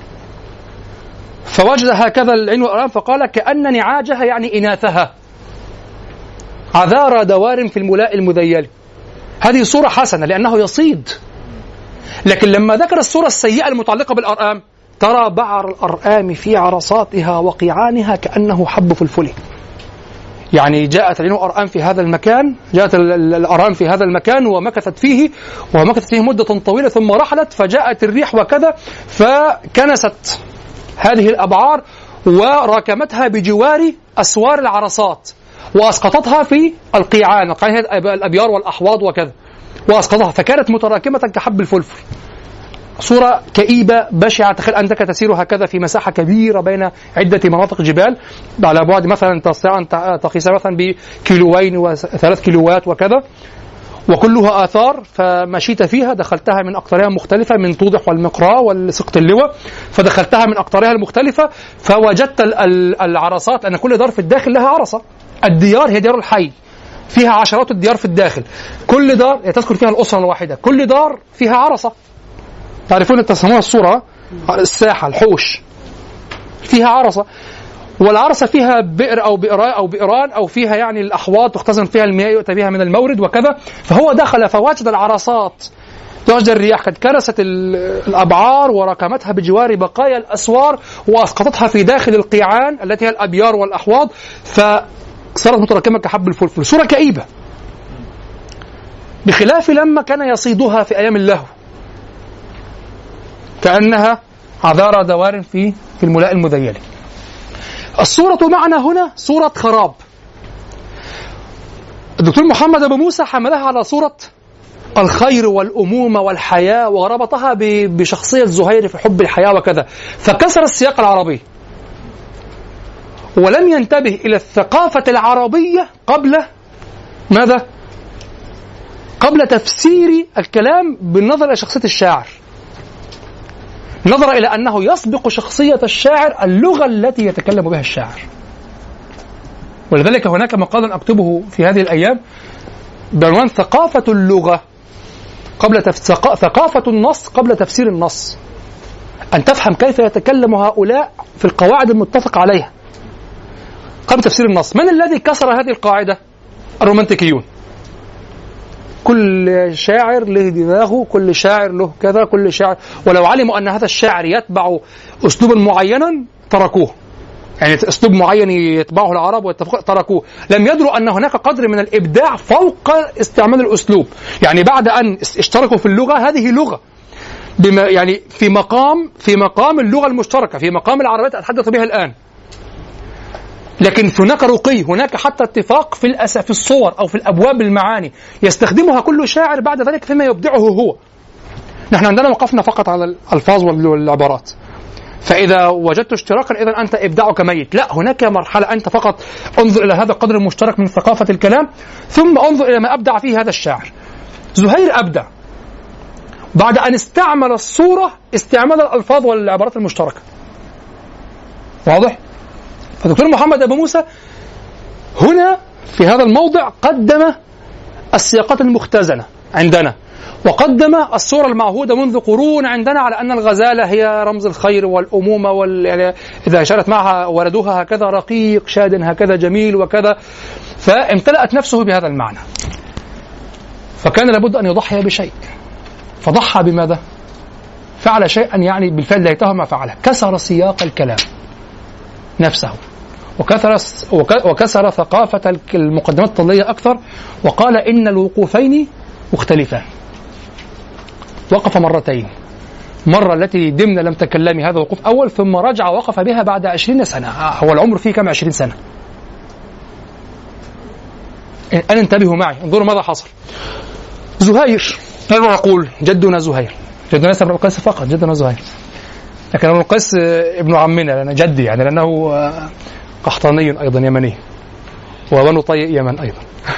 فوجد هكذا العين والأرآم فقال كأن نعاجها يعني إناثها عذارى دوار في الملاء المذيل. هذه صورة حسنة لأنه يصيد. لكن لما ذكر الصورة السيئة المتعلقة بالأرآم، ترى بعر الأرآم في عرصاتها وقيعانها كأنه حب فلفل. يعني جاءت العين والأرآم في هذا المكان، جاءت الأرآم في هذا المكان ومكثت فيه مدة طويلة، ثم رحلت فجاءت الريح وكذا فكنست هذه الأبعار وراكمتها بجوار أسوار العرصات وأسقطتها في القيعان، الأبيار والأحواض وكذا، وأسقطها فكانت متراكمة كحب الفلفل. صورة كئيبة بشعة. تخيل أنك تسير هكذا في مساحة كبيرة بين عدة مناطق جبال على بعد مثلا تستطيع أن تقيس مثلا بكيلوين و3 كيلوات وكذا، وكلها آثار، فمشيت فيها دخلتها من أقطارها المختلفة، من توضح والمقراء والسقط اللواء، فدخلتها من أقطارها المختلفة فوجدت العرصات، لأن كل دار في الداخل لها عرصة. الديار هي ديار الحي، فيها عشرات الديار في الداخل، كل دار تذكر فيها الأسرة الواحدة، كل دار فيها عرصة. تعرفون تسموها الصورة الساحة، الحوش فيها عرصة، والعرصة فيها بئر أو بئران أو فيها يعني الأحواض تختزن فيها المياه يؤتى بها من المورد وكذا. فهو دخل فوجد العرصات، وجد الرياح قد كرست الأبعار وركمتها بجوار بقايا الأسوار وأسقطتها في داخل القيعان التي هي الأبيار والأحواض، فصارت متراكمة كحب الفلفل. صورة كئيبة، بخلاف لما كان يصيدها في أيام اللهو كأنها عذارى دوار في الملاء المذيل. الصورة معنا هنا صورة خراب. الدكتور محمد أبو موسى حملها على صورة الخير والأمومة والحياة، وربطها بشخصية زهير في حب الحياة وكذا، فكسر السياق العربي ولم ينتبه إلى الثقافة العربية قبل ماذا؟ قبل تفسير الكلام بالنظر إلى شخصية الشاعر، نظر إلى أنه يسبق شخصية الشاعر اللغة التي يتكلم بها الشاعر. ولذلك هناك مقال أكتبه في هذه الأيام بعنوان ثقافة اللغة ثقافة النص قبل تفسير النص، أن تفهم كيف يتكلم هؤلاء في القواعد المتفق عليها قبل تفسير النص. من الذي كسر هذه القاعدة؟ الرومانتيكيون. كل شاعر له دماغه، كل شاعر له كذا، كل شاعر، ولو علموا أن هذا الشاعر يتبع أسلوبا معينا تركوه، يعني أسلوب معين يتبعه العرب ويتفقوا تركوه. لم يدروا أن هناك قدر من الإبداع فوق استعمال الأسلوب، يعني بعد أن اشتركوا في اللغة، هذه لغة بما يعني في مقام اللغة المشتركة، في مقام العربية أتحدث بها الآن. لكن هناك رقي، هناك حتى اتفاق في الصور أو في الأبواب المعاني يستخدمها كل شاعر بعد ذلك فيما يبدعه هو. نحن عندنا وقفنا فقط على الألفاظ والعبارات، فإذا وجدت اشتراكا إذن أنت إبداعك ميت. لا، هناك مرحلة أنت فقط انظر إلى هذا القدر المشترك من ثقافة الكلام، ثم انظر إلى ما أبدع فيه هذا الشاعر. زهير أبدع بعد أن استعمل الصورة استعمال الألفاظ والعبارات المشتركة. واضح؟ فالدكتور محمد أبو موسى هنا في هذا الموضع قدم السياقات المختزنة عندنا، وقدم الصورة المعهودة منذ قرون عندنا على أن الغزالة هي رمز الخير والأمومة يعني إذا شارت معها ولدها هكذا رقيق شاد هكذا جميل وكذا، فامتلأت نفسه بهذا المعنى، فكان لابد أن يضحي بشيء، فضحى بماذا؟ فعل شيئا يعني بالفعل ليته ما فعله، كسر سياق الكلام نفسه، وكسر ثقافة المقدمات الطلية أكثر، وقال إن الوقوفين مختلفان. وقف مرتين، مرة التي دمنة لم تكلمي هذا وقوف أول، ثم رجع وقف بها بعد 20 سنة. هو العمر فيه كم؟ 20 سنة. أنا انتبهوا معي، انظروا ماذا حصل. زهير ماذا يقول؟ جدنا زهير، جدنا ليس ابن القيس فقط، جدنا زهير، لكن ابن القيس ابن عمنا لأن جدي، يعني لأنه قحطاني أيضا يمني، وبنو طي يمن أيضا.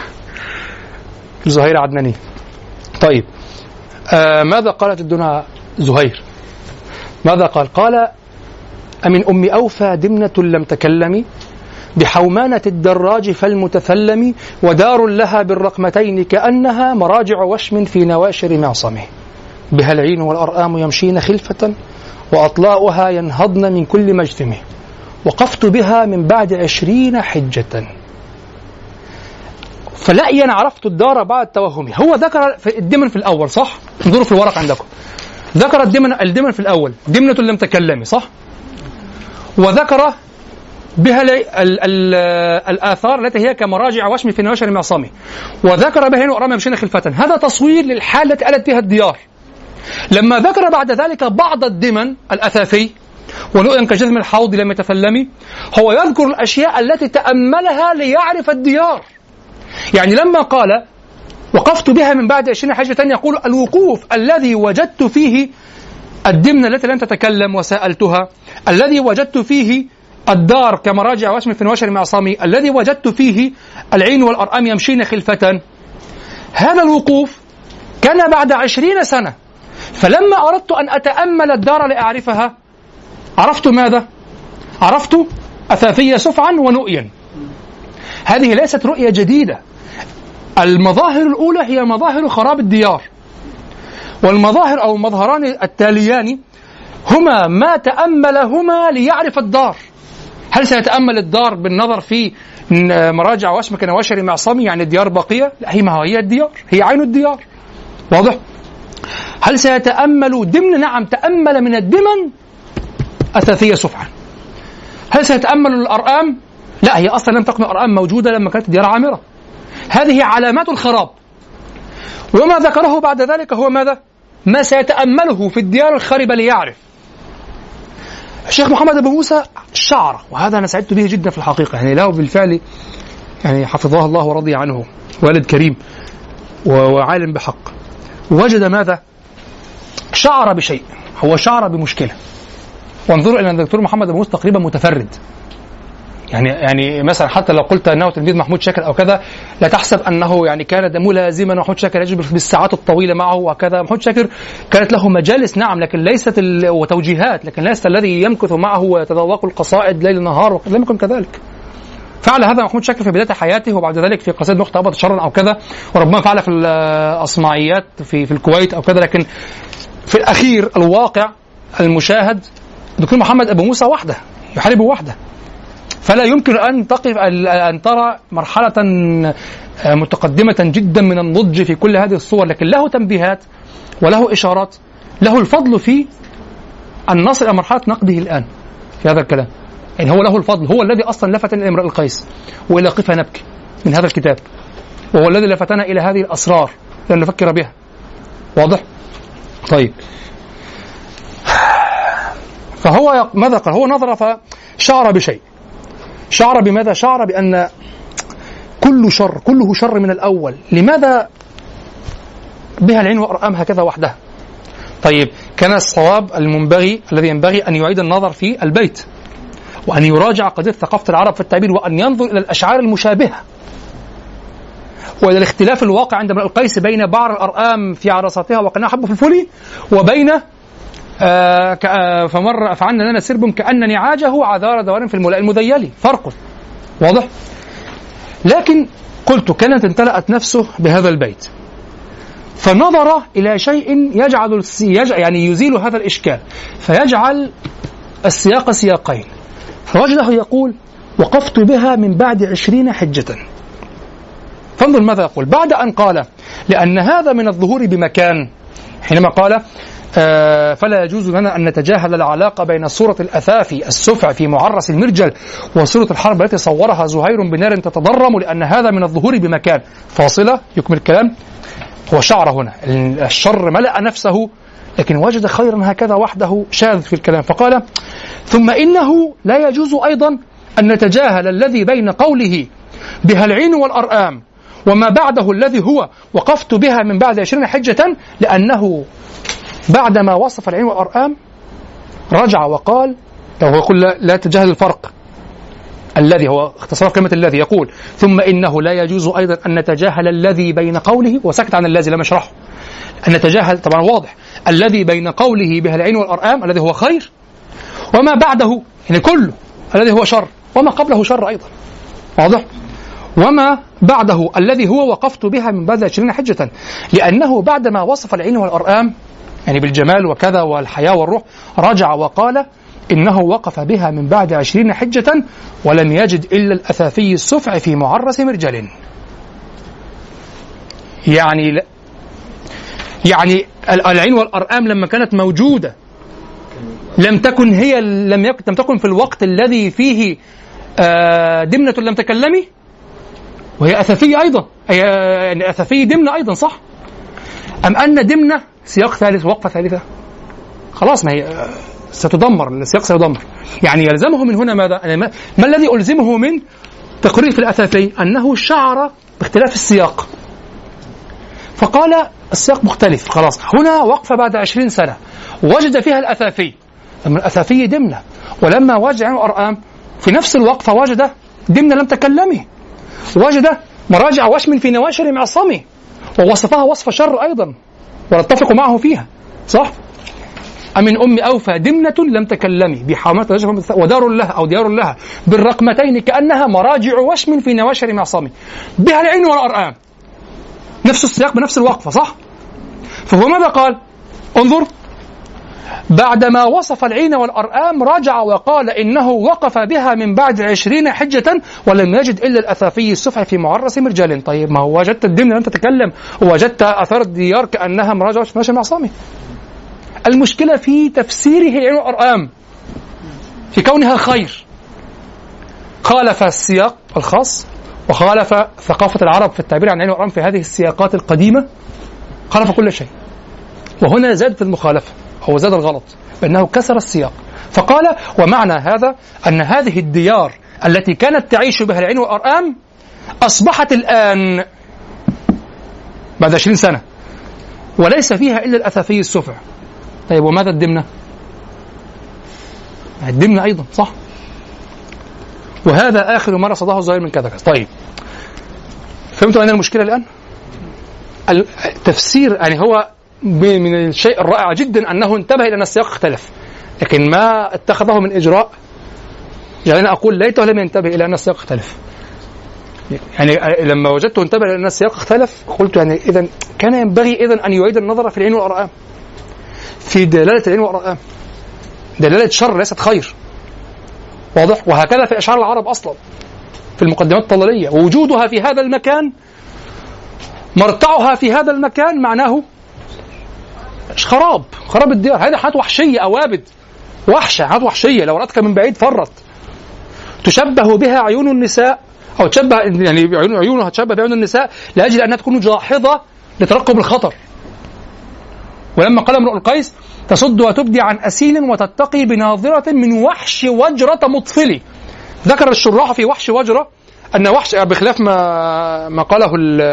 زهير عدناني. طيب ماذا قال جدنا زهير؟ ماذا قال؟ قال: أمن أم أوفى دمنة لم تكلم، بحومانة الدراج فالمتثلم، ودار لها بالرقمتين كأنها مراجع وشم في نواشر معصمه، بها العين والأرآم يمشين خلفة، وأطلاؤها ينهضن من كل مجثمه، وقفت بها من بعد 20 حجة، فلأيا عرفت الدار بعد توهمي. هو ذكر في الدمن في الأول، صح؟ انظروا في الورق عندكم، ذكر الدمن في الأول، دمنة لم تكلمي، صح؟ وذكر بها الآثار التي هي كمراجع وشم في نواشر معصمه، وذكر بها الأرآم يمشين خلفة. هذا تصوير للحالة التي آلت بها الديار. لما ذكر بعد ذلك بعض الدمن الأثاثي ونؤيا كجذم الحوض لم يتثلم، هو يذكر الأشياء التي تأملها ليعرف الديار. يعني لما قال وقفت بها من بعد 20 حجة، يقول الوقوف الذي وجدت فيه الدمنة التي لم تتكلم وسألتها، الذي وجدت فيه الدار كمراجع وشم في نواشر معصمي، الذي وجدت فيه العين والأرآم يمشين خلفة، هذا الوقوف كان بعد 20 سنة. فلما أردت أن أتأمل الدار لأعرفها، عرفت ماذا؟ عرفت أثاثية سفعا ونؤيا. هذه ليست رؤية جديدة. المظاهر الأولى هي مظاهر خراب الديار، والمظاهر أو المظهران التاليان هما ما تأملهما ليعرف الدار. هل سيتأمل الدار بالنظر في مراجع وشم كنواشر معصمي، يعني الديار باقية؟ لا، هي الديار، هي عين الديار، واضح؟ هل سيتأمل دمن؟ نعم، تأمل من الدمن أثاثية سفعا. هل سيتأمل الأرآم؟ لا، هي أصلا لم تكن الأرآم موجودة لما كانت الديار عامرة. هذه علامات الخراب. وما ذكره بعد ذلك هو ماذا؟ ما سيتأمله في الديار الخربة ليعرف. الشيخ محمد أبو موسى شعر، وهذا أنا سعدت به جدا في الحقيقة، يعني له بالفعل يعني حفظه الله ورضي عنه، والد كريم وعالم بحق. وجد ماذا؟ شعر بشيء، هو شعر بمشكلة. وانظروا إلى الدكتور محمد أبو موسى تقريبا متفرد، يعني مثلا حتى لو قلت أنه تلميذ محمود شاكر أو كذا، لا تحسب أنه يعني كان ملازما محمود شاكر يجب بالساعات الطويلة معه وكذا. محمود شاكر كانت له مجالس، نعم، لكن ليست وتوجيهات، لكن ليس الذي يمكث معه ويتذوق القصائد ليل نهار، لم يكن كذلك. فعل هذا محمود شاكر في بداية حياته، وبعد ذلك في قصيدة نقطة أبط شرا أو كذا، وربما فعل في الأصمعيات في الكويت أو كذا. لكن في الأخير الواقع المشاهد دكتور محمد أبو موسى وحده يحارب وحده، فلا يمكن أن ترى مرحلة متقدمة جدا من النضج في كل هذه الصور، لكن له تنبيهات وله إشارات، له الفضل في أن نصل إلى مرحلة نقده الآن في هذا الكلام. يعني هو له الفضل، هو الذي أصلا لفتنا إلى امرئ القيس وإلى قفا نبكي من هذا الكتاب، وهو الذي لفتنا إلى هذه الأسرار لأن نفكر بها، واضح؟ طيب، فهو ماذا قال؟ هو نظر فشعر بشيء. شعر بماذا؟ شعر بأن كله شر من الأول. لماذا بها العين والأرآم هكذا وحدها؟ طيب، كان الصواب الذي ينبغي أن يعيد النظر في البيت، وأن يراجع قضية ثقافة العرب في التعبير، وأن ينظر إلى الأشعار المشابهة وإلى الاختلاف الواقع عند امرئ القيس بين بعر الأرآم في عرصاتها وقناع حب في الفلي، وبين فعلنا لنا سرب كأن نعاجه عذار دوار في الملاء المذيل. فرق واضح. لكن قلت كانت امتلأت نفسه بهذا البيت، فنظر إلى شيء يعني يزيل هذا الإشكال، فيجعل السياق سياقين. فوجده يقول وقفت بها من بعد 20 حجة. فانظر ماذا يقول بعد أن قال لأن هذا من الظهور بمكان، حينما قال فلا يجوز لنا أن نتجاهل العلاقة بين صورة الأثافي السفع في معرس المرجل وصورة الحرب التي صورها زهير بنار تتضرم، لأن هذا من الظهور بمكان. فاصلة يكمل الكلام. هو شعر هنا الشر ملأ نفسه لكن وجد خيرا هكذا وحده شاذ في الكلام، فقال ثم إنه لا يجوز أيضا أن نتجاهل الذي بين قوله بها العين والأرآم وما بعده الذي هو وقفت بها من بعد 20 حجة، لأنه بعدما وصف العين والأرآم رجع وقال، هو يقول لا تجاهل الفرق، الذي هو اختصار كلمة الذي، يقول ثم إنه لا يجوز أيضا أن نتجاهل الذي بين قوله، وسكت عن الذي لم يشرحه، أن نتجاهل طبعا واضح الذي بين قوله بها العين والأرآم الذي هو خير، وما بعده يعني كله الذي هو شر، وما قبله شر أيضا، واضح؟ وما بعده الذي هو وقفت بها من بعد 20 حجة، لأنه بعدما وصف العين والأرآم يعني بالجمال وكذا والحياة والروح رجع وقال إنه وقف بها من بعد 20 حجة ولم يجد إلا الأثافي السفع في معرس مرجل. يعني العين والأرآم لما كانت موجودة لم تكن في الوقت الذي فيه دمنة لم تكلمي، وهي أثافية أيضا، يعني أثافية دمنة أيضا، صح؟ أم أن دمنة سياق ثالث وقفة ثالثة؟ خلاص، ما هي ستدمر، السياق سيدمر. يعني يلزمه من هنا ماذا؟ ما الذي ألزمه من تقرير في الأثافي؟ أنه شعر باختلاف السياق، فقال السياق مختلف، خلاص هنا وقفة بعد 20 سنة وجد فيها الأثافي، أما الأثافي دمنة، ولما وجد عين الأرآم في نفس الوقفة وجد دمنة لم تكلمي، وجد مراجع وشم في نواشر معصمه، ووصفها وصف شر أيضا ونتفق معه فيها، صح؟ أمن أم أوفى دمنة لم تكلمي بحامة ودار لها أو ديار لها بالرقمتين كأنها مراجع وشم في نواشر معصمه، بها العين والأرآم، نفس السياق بنفس الوقفة، صح؟ فهو ماذا قال؟ انظر، بعدما وصف العين والأرآم رجع وقال إنه وقف بها من بعد 20 حجة ولم يجد إلا الأثافي السفع في معرس مرجل. طيب ما هو وجدت الدمنة لم تتكلم، ووجدت أثار الديار كأنها مراجع وشم معصمه. المشكلة في تفسيره العين والأرآم، في كونها خير، خالف السياق الخاص وخالف ثقافة العرب في التعبير عن العين والأرآم في هذه السياقات القديمة، خالف كل شيء. وهنا زادت المخالفة، هو زاد الغلط بأنه كسر السياق، فقال ومعنى هذا أن هذه الديار التي كانت تعيش بها العين والأرآم أصبحت الآن بعد 20 سنة وليس فيها إلا الأثافي السفع. طيب وماذا الدمنة؟ الدمنة أيضا، صح؟ وهذا آخر ما رصده الظاهر من كذا. طيب فهمتوا أين المشكلة الآن؟ التفسير يعني هو من الشيء الرائع جدا أنه انتبه إلى أن السياق اختلف، لكن ما اتخذه من إجراء يعني أنا أقول ليته لم ينتبه إلى أن السياق اختلف. يعني لما وجدته انتبه إلى أن السياق اختلف قلت يعني إذن كان ينبغي إذن أن يعيد النظر في العين والأرآم، في دلالة العين والأرآم، دلالة شر ليست خير، واضح؟ وهكذا في أشعار العرب أصلا في المقدمات الطلالية، ووجودها في هذا المكان، مرتعها في هذا المكان معناه خراب الديار. هذه حياة وحشية، أوابد وحشة، حياة وحشية لو رأتك من بعيد فرت، تشبه بها عيون النساء، أو تشبه يعني عيونها تشبه بعيون النساء لأجل أنها تكون جاحظة لترقب الخطر. ولما قال امرؤ القيس تصد وتبدي عن أسيل وتتقي بناظرة من وحش وجرة مطفل، ذكر الشراح في وحش وجرة أن وحش بخلاف ما قاله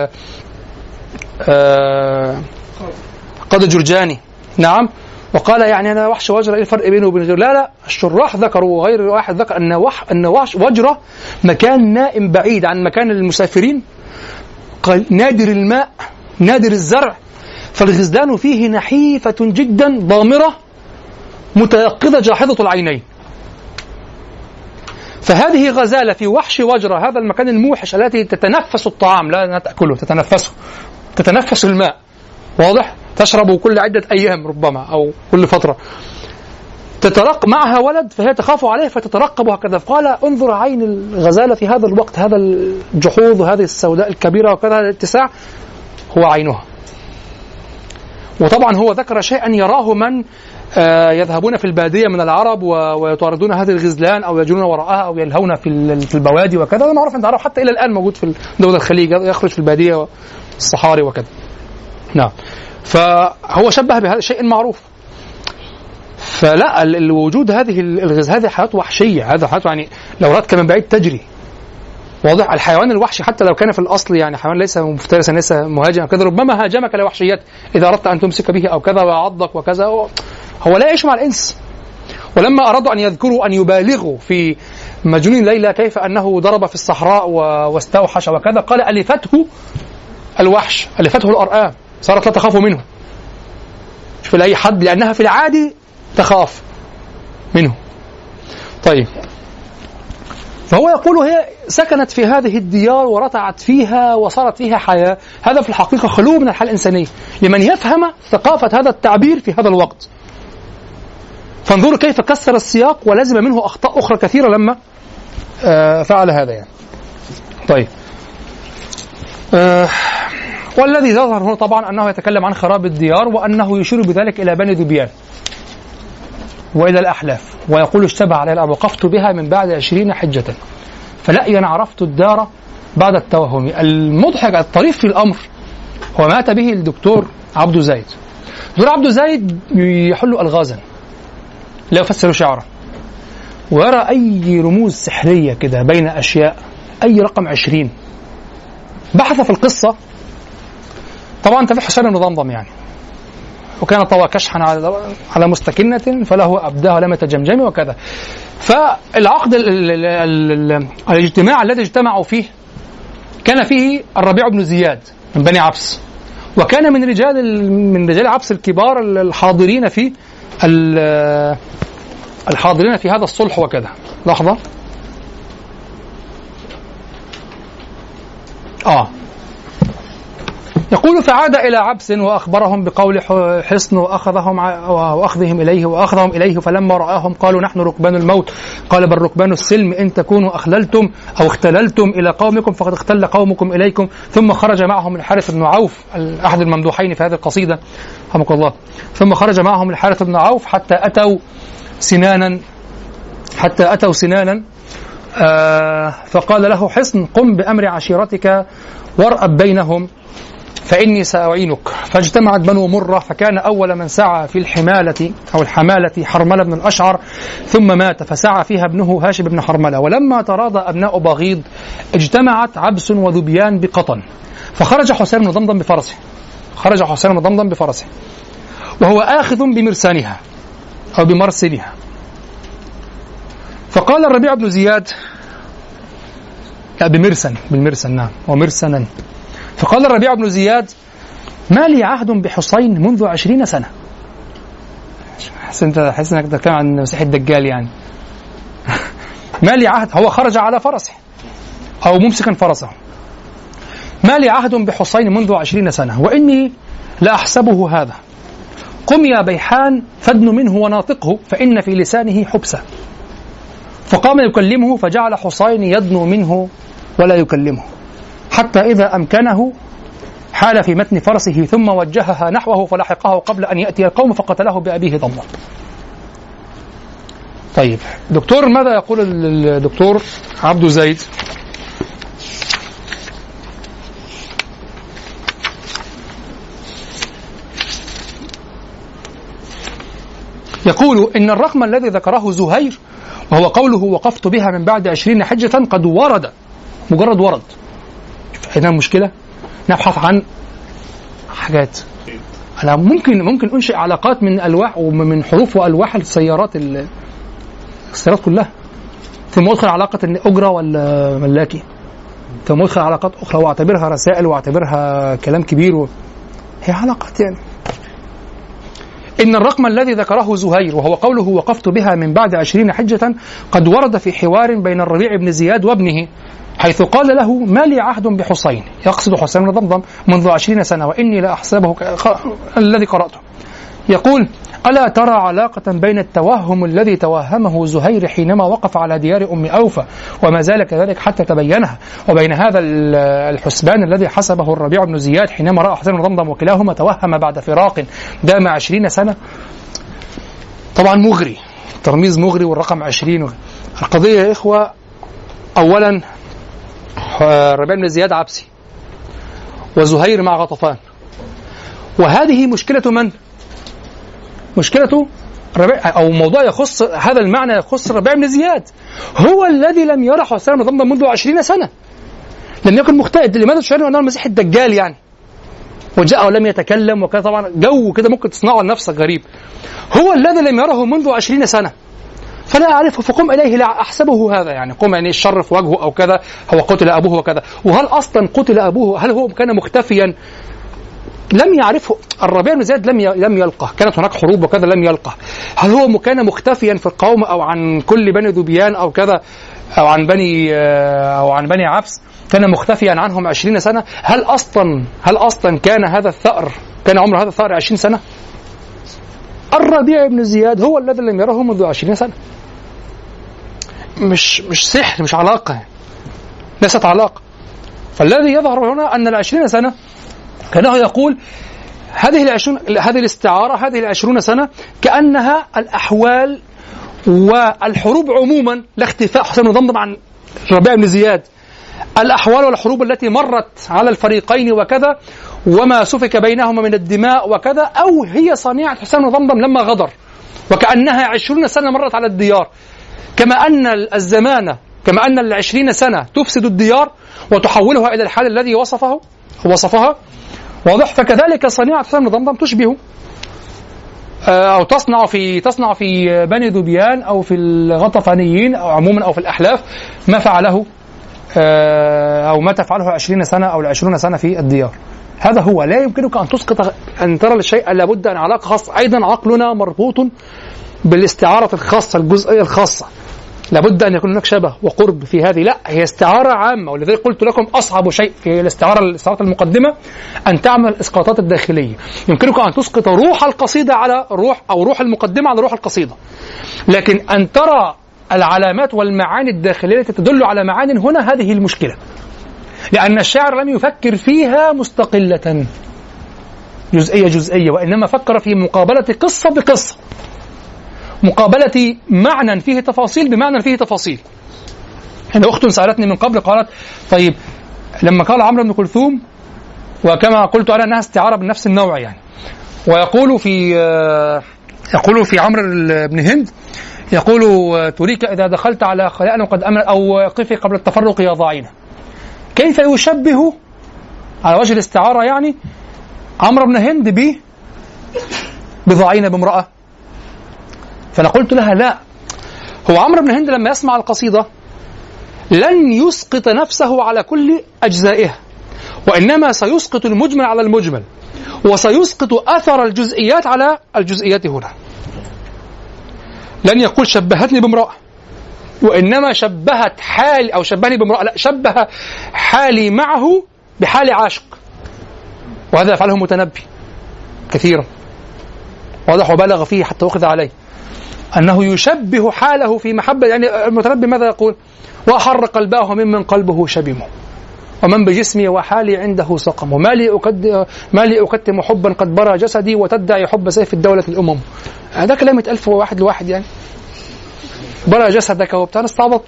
قاضي جرجاني، نعم، وقال يعني أنا وحش وجرة إيه الفرق بينه وبين غيره؟ لا الشراح ذكروا، غير واحد ذكر أن وحش وجرة مكان نائم بعيد عن مكان المسافرين، نادر الماء نادر الزرع، فالغزلان فيه نحيفة جدا ضامرة متيقظة جاحظة العينين. فهذه غزالة في وحش وجرة، هذا المكان الموحش التي تتنفس الطعام، لا تأكله، تتنفس الماء، واضح؟ تشرب كل عدة أيام ربما أو كل فترة، معها ولد فهي تخاف عليه فتترقب هكذا. قال انظر عين الغزالة في هذا الوقت، هذا الجحوظ وهذه السوداء الكبيرة وكذا الاتساع هو عينها. وطبعا هو ذكر شيئا يراه من يذهبون في البادية من العرب ويطاردون هذه الغزلان أو يجرون وراءها أو يلهون في البوادي وكذا، هذا معروف عند العرب حتى إلى الآن موجود في دول الخليج، يخرج في البادية والصحاري وكذا. نعم، فهو شبه بهذا شيء معروف، فلا الوجود هذه حياة وحشية، هذا حياة يعني لو رأتك من بعيد تجري. واضح؟ الحيوان الوحشي حتى لو كان في الأصل يعني حيوان ليس مفترسا ليس مهاجما كذا، ربما هاجمك لوحشيات إذا أردت أن تمسك به أو كذا ويعضك وكذا، هو لا يعيش مع الإنس. ولما أرادوا أن يذكروا أن يبالغوا في مجنون ليلى كيف أنه ضرب في الصحراء واستوحش وكذا، قال ألفته الوحش، ألفته الأرآم، صارت لا تخاف منه. شوف لأي حد، لأنها في العادي تخاف منه. طيب، فهو يقول هي سكنت في هذه الديار ورتعت فيها وصارت فيها حياة. هذا في الحقيقة خلو من الحياة الإنسانية لمن يفهم ثقافة هذا التعبير في هذا الوقت. فانظروا كيف كسر السياق ولازم منه أخطاء أخرى كثيرة لما فعل هذا يعني. طيب، والذي يظهر هنا طبعا أنه يتكلم عن خراب الديار، وأنه يشير بذلك إلى بني ذبيان وإلى الأحلاف، ويقول اشتبه علي الأمر وقفت بها من بعد 20 حجة فلأين عرفت الدار بعد التوهم. المضحك الطريف في الأمر هو مات به الدكتور عبد زايد. الدكتور عبد زايد يحل ألغازا لا يفسر شعرا، ويرى أي رموز سحرية كده بين أشياء، أي رقم 20. بحث في القصة، طبعا تبع حسين بن ضمضم يعني، وكان طوى كشحا على مستكنة فله أبداه لم يتجمجم وكذا. فالعقد الاجتماع الذي اجتمعوا فيه كان فيه الربيع بن زياد من بني عبس، وكان من رجال عبس الكبار الحاضرين في هذا الصلح وكذا. لحظة. يقول فعاد إلى عبس وأخبرهم بقول حصن وأخذهم إليه فلما رآهم قالوا نحن ركبان الموت. قال بل ركبان السلم إن تكونوا أخللتم أو اختللتم إلى قومكم فقد اختل قومكم إليكم. ثم خرج معهم الحارث بن عوف أحد الممدوحين في هذه القصيدة رحمك الله. ثم خرج معهم الحارث بن عوف حتى أتوا سنانا فقال له حصن قم بأمر عشيرتك وارأب بينهم فإني سأعينك. فاجتمعت بنو مرة، فكان أول من سعى في الحمالة حرملة بن الأشعر، ثم مات فسعى فيها ابنه هاشم بن حرملة. ولما تراضى أبناء بغيض اجتمعت عبس وذبيان بقطن، فخرج حسين بن ضمضم بفرسه وهو آخذ بمرسانها أو بمرسلها. فقال الربيع بن زياد بالمرسن نعم ومرسنا. فقال الربيع بن زياد ما لي عهد بحسين منذ 20 سنة. حس انك تتكلم عن مسيح الدجال يعني. ما لي عهد، هو خرج على فرسه أو ممسكا فرسه. ما لي عهد بحسين منذ 20 سنة وإني لأحسبه هذا. قم يا بيحان فادن منه وناطقه فإن في لسانه حبسة. فقام يكلمه فجعل حسين يدنو منه ولا يكلمه حتى إذا أمكنه حال في متن فرسه ثم وجهها نحوه فلحقه قبل أن يأتي القوم فقتله بأبيه ضمه. طيب دكتور، ماذا يقول الدكتور عبد زايد؟ يقول إن الرقم الذي ذكره زهير وهو قوله وقفت بها من بعد 20 حجة قد ورد، مجرد ورد. هنا المشكلة نبحث عن حاجات. أنا ممكن أنشئ علاقات من ألواح ومن حروف وألواح السيارات كلها، ثم أدخل علاقة أجرة ولا ملاكي، ثم أدخل علاقات أخرى وأعتبرها رسائل وأعتبرها كلام كبير هي علاقات يعني. إن الرقم الذي ذكره زهير وهو قوله وقفت بها من بعد 20 حجة قد ورد في حوار بين الربيع بن زياد وابنه، حيث قال له ما لي عهد بحسين، يقصد حسين بن ضمضم، منذ 20 سنة وإني لا أحسبه الذي قرأته. يقول ألا ترى علاقة بين التوهم الذي توهمه زهير حينما وقف على ديار أم أوفى وما زال كذلك حتى تبينها، وبين هذا الحسبان الذي حسبه الربيع بن زياد حينما رأى حسين بن ضمضم وكلاهما توهم بعد فراق دام 20 سنة. طبعا مغري، ترميز مغري والرقم 20. القضية يا إخوة، أولا الربيع بن زياد عبسي وزهير مع غطفان، وهذه مشكلة من؟ مشكلة أو موضوع يخص هذا المعنى يخص الربيع بن زياد، هو الذي لم يرى حسين بن ضمضم منذ 20 سنة، لم يكن مجتهد. لماذا تشعرون أنه المسيح الدجال يعني؟ وجاء ولم يتكلم وكذا، طبعا جو كده ممكن تصنعه لنفسك غريب. هو الذي لم يره منذ 20 سنة فلا أعرفه، فقم إليه لا أحسبه هذا يعني، قم يعني الشر في وجهه أو كذا، هو قتل أبوه وكذا. وهل أصلا قتل أبوه؟ هل هو كان مختفيا لم يعرفه؟ الربيع بن زياد لم يلقه، كانت هناك حروب وكذا لم يلقه. هل هو كان مختفيا في القوم أو عن كل بني ذبيان أو كذا أو عن بني عبس كان مختفيا عنهم 20 سنة؟ هل أصلا كان هذا الثأر، كان عمر هذا الثأر 20 سنة؟ الربيع بن زياد هو الذي لم يره منذ 20 سنة. مش سحر، مش علاقة، ليست علاقة. فالذي يظهر هنا أن 20 سنة كانه يقول هذه الاستعارة، هذه 20 سنة كأنها الأحوال والحروب عموما، لا اختفاء حسين بن ضمضم عن الربيع بن زياد، الأحوال والحروب التي مرت على الفريقين وكذا وما سفك بينهما من الدماء وكذا، أو هي صنيعة حسين بن ضمضم لما غدر، وكأنها 20 سنة مرت على الديار، كما أن الزمان، كما أن 20 سنة تفسد الديار وتحولها إلى الحال الذي وصفها واضح. فكذلك صنيعة حسين بن ضمضم تشبه أو تصنع في بني ذبيان أو في الغطفانيين أو عموما أو في الأحلاف ما فعله أو ما تفعله 20 سنة أو 20 سنة في الديار. هذا هو. لا يمكنك أن تسقط، أن ترى الشيء لابد أن علاقة خاصة. أيضا عقلنا مربوط بالاستعارة الخاصة، الجزئية الخاصة، لابد أن يكون هناك شبه وقرب في هذه. لا، هي استعارة عامة. ولذلك قلت لكم أصعب شيء في الاستعارة المقدمة أن تعمل الإسقاطات الداخلية. يمكنك أن تسقط روح القصيدة على روح، أو روح المقدمة على روح القصيدة، لكن أن ترى العلامات والمعاني الداخلية التي تدل على معان هنا، هذه المشكلة، لأن الشاعر لم يفكر فيها مستقلة جزئية، وإنما فكر في مقابلة قصة بقصة، مقابلة معنى فيه تفاصيل بمعنى فيه تفاصيل. هنا أخت سألتني من قبل قالت طيب لما قال عمرو بن كلثوم، وكما قلت أنا أنها استعارة بنفس النوع يعني، ويقول في عمرو بن هند يقول تريك إذا دخلت على خلاء قد أمن، أو قفي قبل التفرق يا ضعينة. كيف يشبه على وجه الاستعارة يعني عمرو بن هند بضعينة بامرأة؟ فأنا قلت لها لا، هو عمرو بن هند لما يسمع القصيدة لن يسقط نفسه على كل أجزائها، وإنما سيسقط المجمل على المجمل، وسيسقط أثر الجزئيات على الجزئيات. هنا لن يقول شبهتني بامرأة، وإنما شبهت حالي أو شبهني بامرأة، لا، شبه حالي معه بحال عاشق، وهذا يفعله متنبي كثيرا واضح، وبالغ فيه حتى أخذ عليه أنه يشبه حاله في محبة. يعني المتنبي ماذا يقول؟ وأحر قلبه ممن قلبه شبمه، ومن بجسمي وحالي عنده سقم، ما لي أكتم حبا قد برى جسدي، وتدعي حب سيف الدولة الأمم. هذا كلام 1000 واحد لواحد يعني، برى جسدك وبتاع نستعبط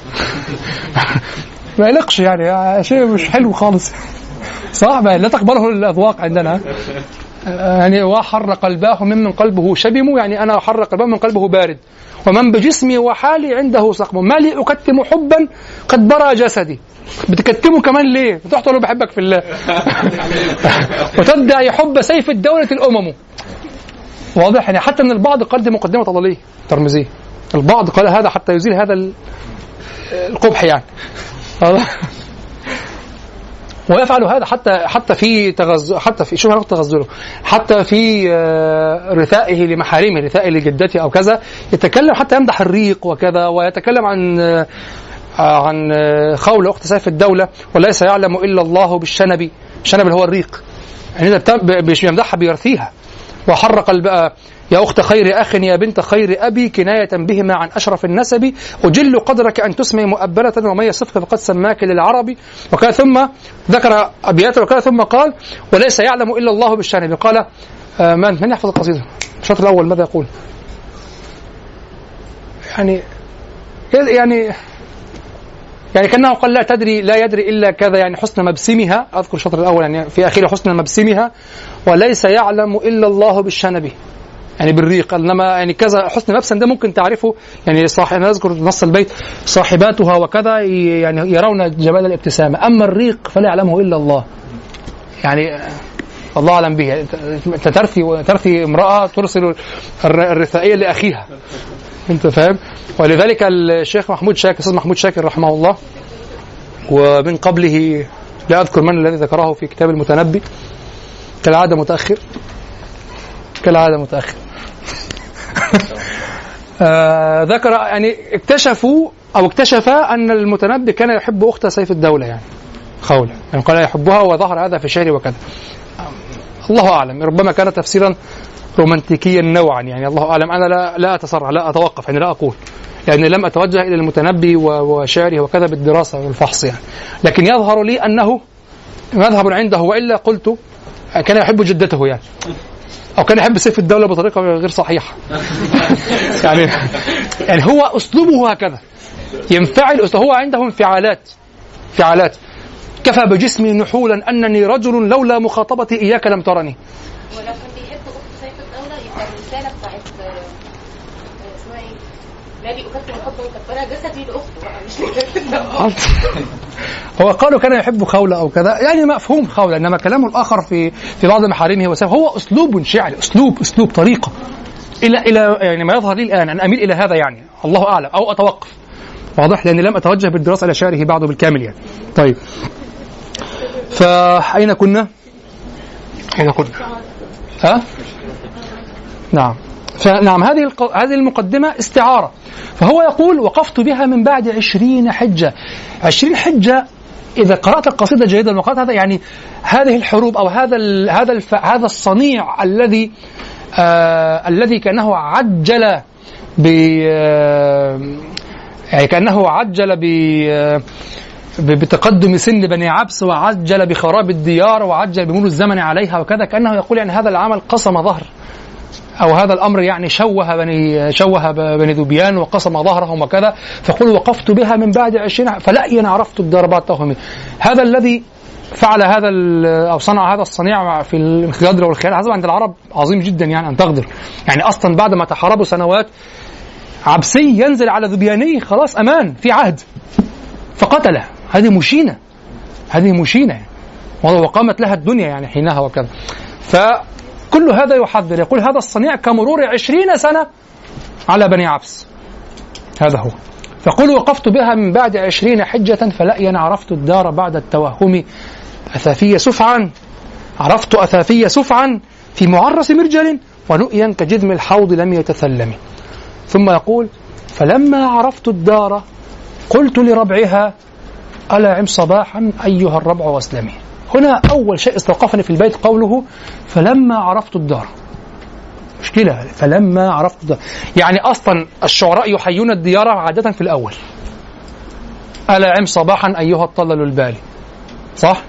ما يلقش يعني، شيء مش حلو خالص صح، لا تقبله الأذواق عندنا يعني. وحر قلباه ممن قلبه شبم، يعني أنا حر قلبه من قلبه بارد، ومن بجسمي وحالي عنده سقم، ما لي أكتم حبا قد برى جسدي. بتكتمه كمان ليه؟ بتحط له بحبك في الله وتدعي حب سيف الدولة الأمم. واضح يعني. حتى من البعض قال دي مقدمة تضلية ترمزية، البعض قال هذا حتى يزيل هذا القبح يعني ويفعل هذا حتى في شو علاقة تغزله، حتى في رثائه لمحارمه، رثائه لجدته أو كذا، يتكلم حتى يمدح الريق وكذا، ويتكلم عن خول أخت سيف الدولة، وليس يعلم إلا الله بالشنب. الشنب اللي هو الريق يعني، يمدحها بيرثيها. وحر قلبها يا أخت خير أخ يا بنت خير أبي، كناية بهما عن أشرف النسب، أجل قدرك أن تسمي مؤبلة، وما يصفك فقد سماك للعربي. وكان ثم ذكر أبياته، وكان ثم قال وليس يعلم إلا الله بالشنب. قال من يحفظ القصيدة؟ الشطر الأول ماذا يقول؟ يعني كأنه قال لا يدري إلا كذا، يعني حسن مبسمها. أذكر الشطر الأول يعني في أخير حسن مبسمها، وليس يعلم إلا الله بالشنب. يعني بالريق. إنما يعني كذا حسن مبسم ده ممكن تعرفه يعني أنا أذكر نص البيت صاحباتها وكذا يعني يرون جمال الابتسامة، أما الريق فلا يعلمه إلا الله، يعني الله أعلم به. أنت ترثي امرأة ترسل الرثائية لأخيها، أنت فاهم؟ ولذلك الشيخ محمود شاكر، أستاذ محمود شاكر رحمه الله، ومن قبله لا أذكر من الذي ذكره في كتاب المتنبي، كالعادة متأخر ذكر يعني اكتشف أن المتنبي كان يحب أخت سيف الدولة يعني خولة، يعني قال يحبها وظهر هذا في شعره وكذا. الله أعلم، ربما كان تفسيرا رومانتيكيا نوعا، يعني الله أعلم. أنا لا أتسرع، لا أتوقف، يعني لا أقول، لأني لم أتوجه إلى المتنبي وشعره وكذا بالدراسة والفحص يعني. لكن يظهر لي أنه مذهب عنده، وإلا قلت كان يحب جدته يعني، أو كان يحب سيف الدولة بطريقة غير صحيحة يعني هو أسلوبه هكذا ينفعل، هو عنده انفعالات. كفى بجسمي نحولا أنني رجل لولا مخاطبتي إياك لم ترني. ولو كان بيحب أخت سيف الدولة يبقى الرسالة بتاعت اسمها إيه؟ نادي أكتب الحب مكبرة جسدي لأخته، مش هو قالوا كان يحب خولة أو كذا، يعني مفهوم خولة، إنما كلامه الآخر في بعض محارمه هو أسلوب شعري، أسلوب طريقة إلى يعني ما يظهر لي الآن. أنا أميل إلى هذا يعني، الله أعلم، أو أتوقف، واضح، لأني لم أتوجه بالدراسة إلى شعره بعده بالكامل يعني. طيب، فأين كنا؟ نعم، هذه المقدمة استعارة. فهو يقول وقفت بها من بعد 20 حجة. 20 حجة إذا قرأت القصيدة جيدا وقرأت هذا يعني هذه الحروب أو هذا الصنيع الذي كأنه عجل بتقدم سن بني عبس، وعجل بخراب الديار، وعجل بمرور الزمن عليها وكذا، كأنه يقول يعني هذا العمل قسم ظهر، أو هذا الأمر يعني شوه بني ذبيان وقسم ظهرهم وكذا. فقل وقفت بها من بعد 20 فلأين عرفت الدار بعد توهمي. هذا الذي فعل هذا أو صنع هذا الصنيع في الغدر والخيانة، هذا عند العرب عظيم جدا يعني أن تغدر. يعني أصلا بعد ما تحاربوا سنوات عبسي ينزل على ذبياني خلاص أمان في عهد فقتله، هذه مشينة وقامت لها الدنيا يعني حينها وكذا. فكل هذا يحذر، يقول هذا الصنيع كمرور 20 سنة على بني عبس، هذا هو. فقل وقفت بها من بعد 20 حجة فلأين عرفت الدار بعد التوهم، أثافي سفعا عرفت أثافي سفعا في معرس مرجل، ونؤيا كجذم الحوض لم يتثلم. ثم يقول فلما عرفت الدار قلت لربعها ألا عم صباحا أيها الربع واسلمي. هنا أول شيء استوقفني في البيت قوله فلما عرفت الدار. مشكلة فلما عرفت الدار، يعني أصلا الشعراء يحيون الديار عادة في الأول، ألا عم صباحا أيها الطلل البالي، صح؟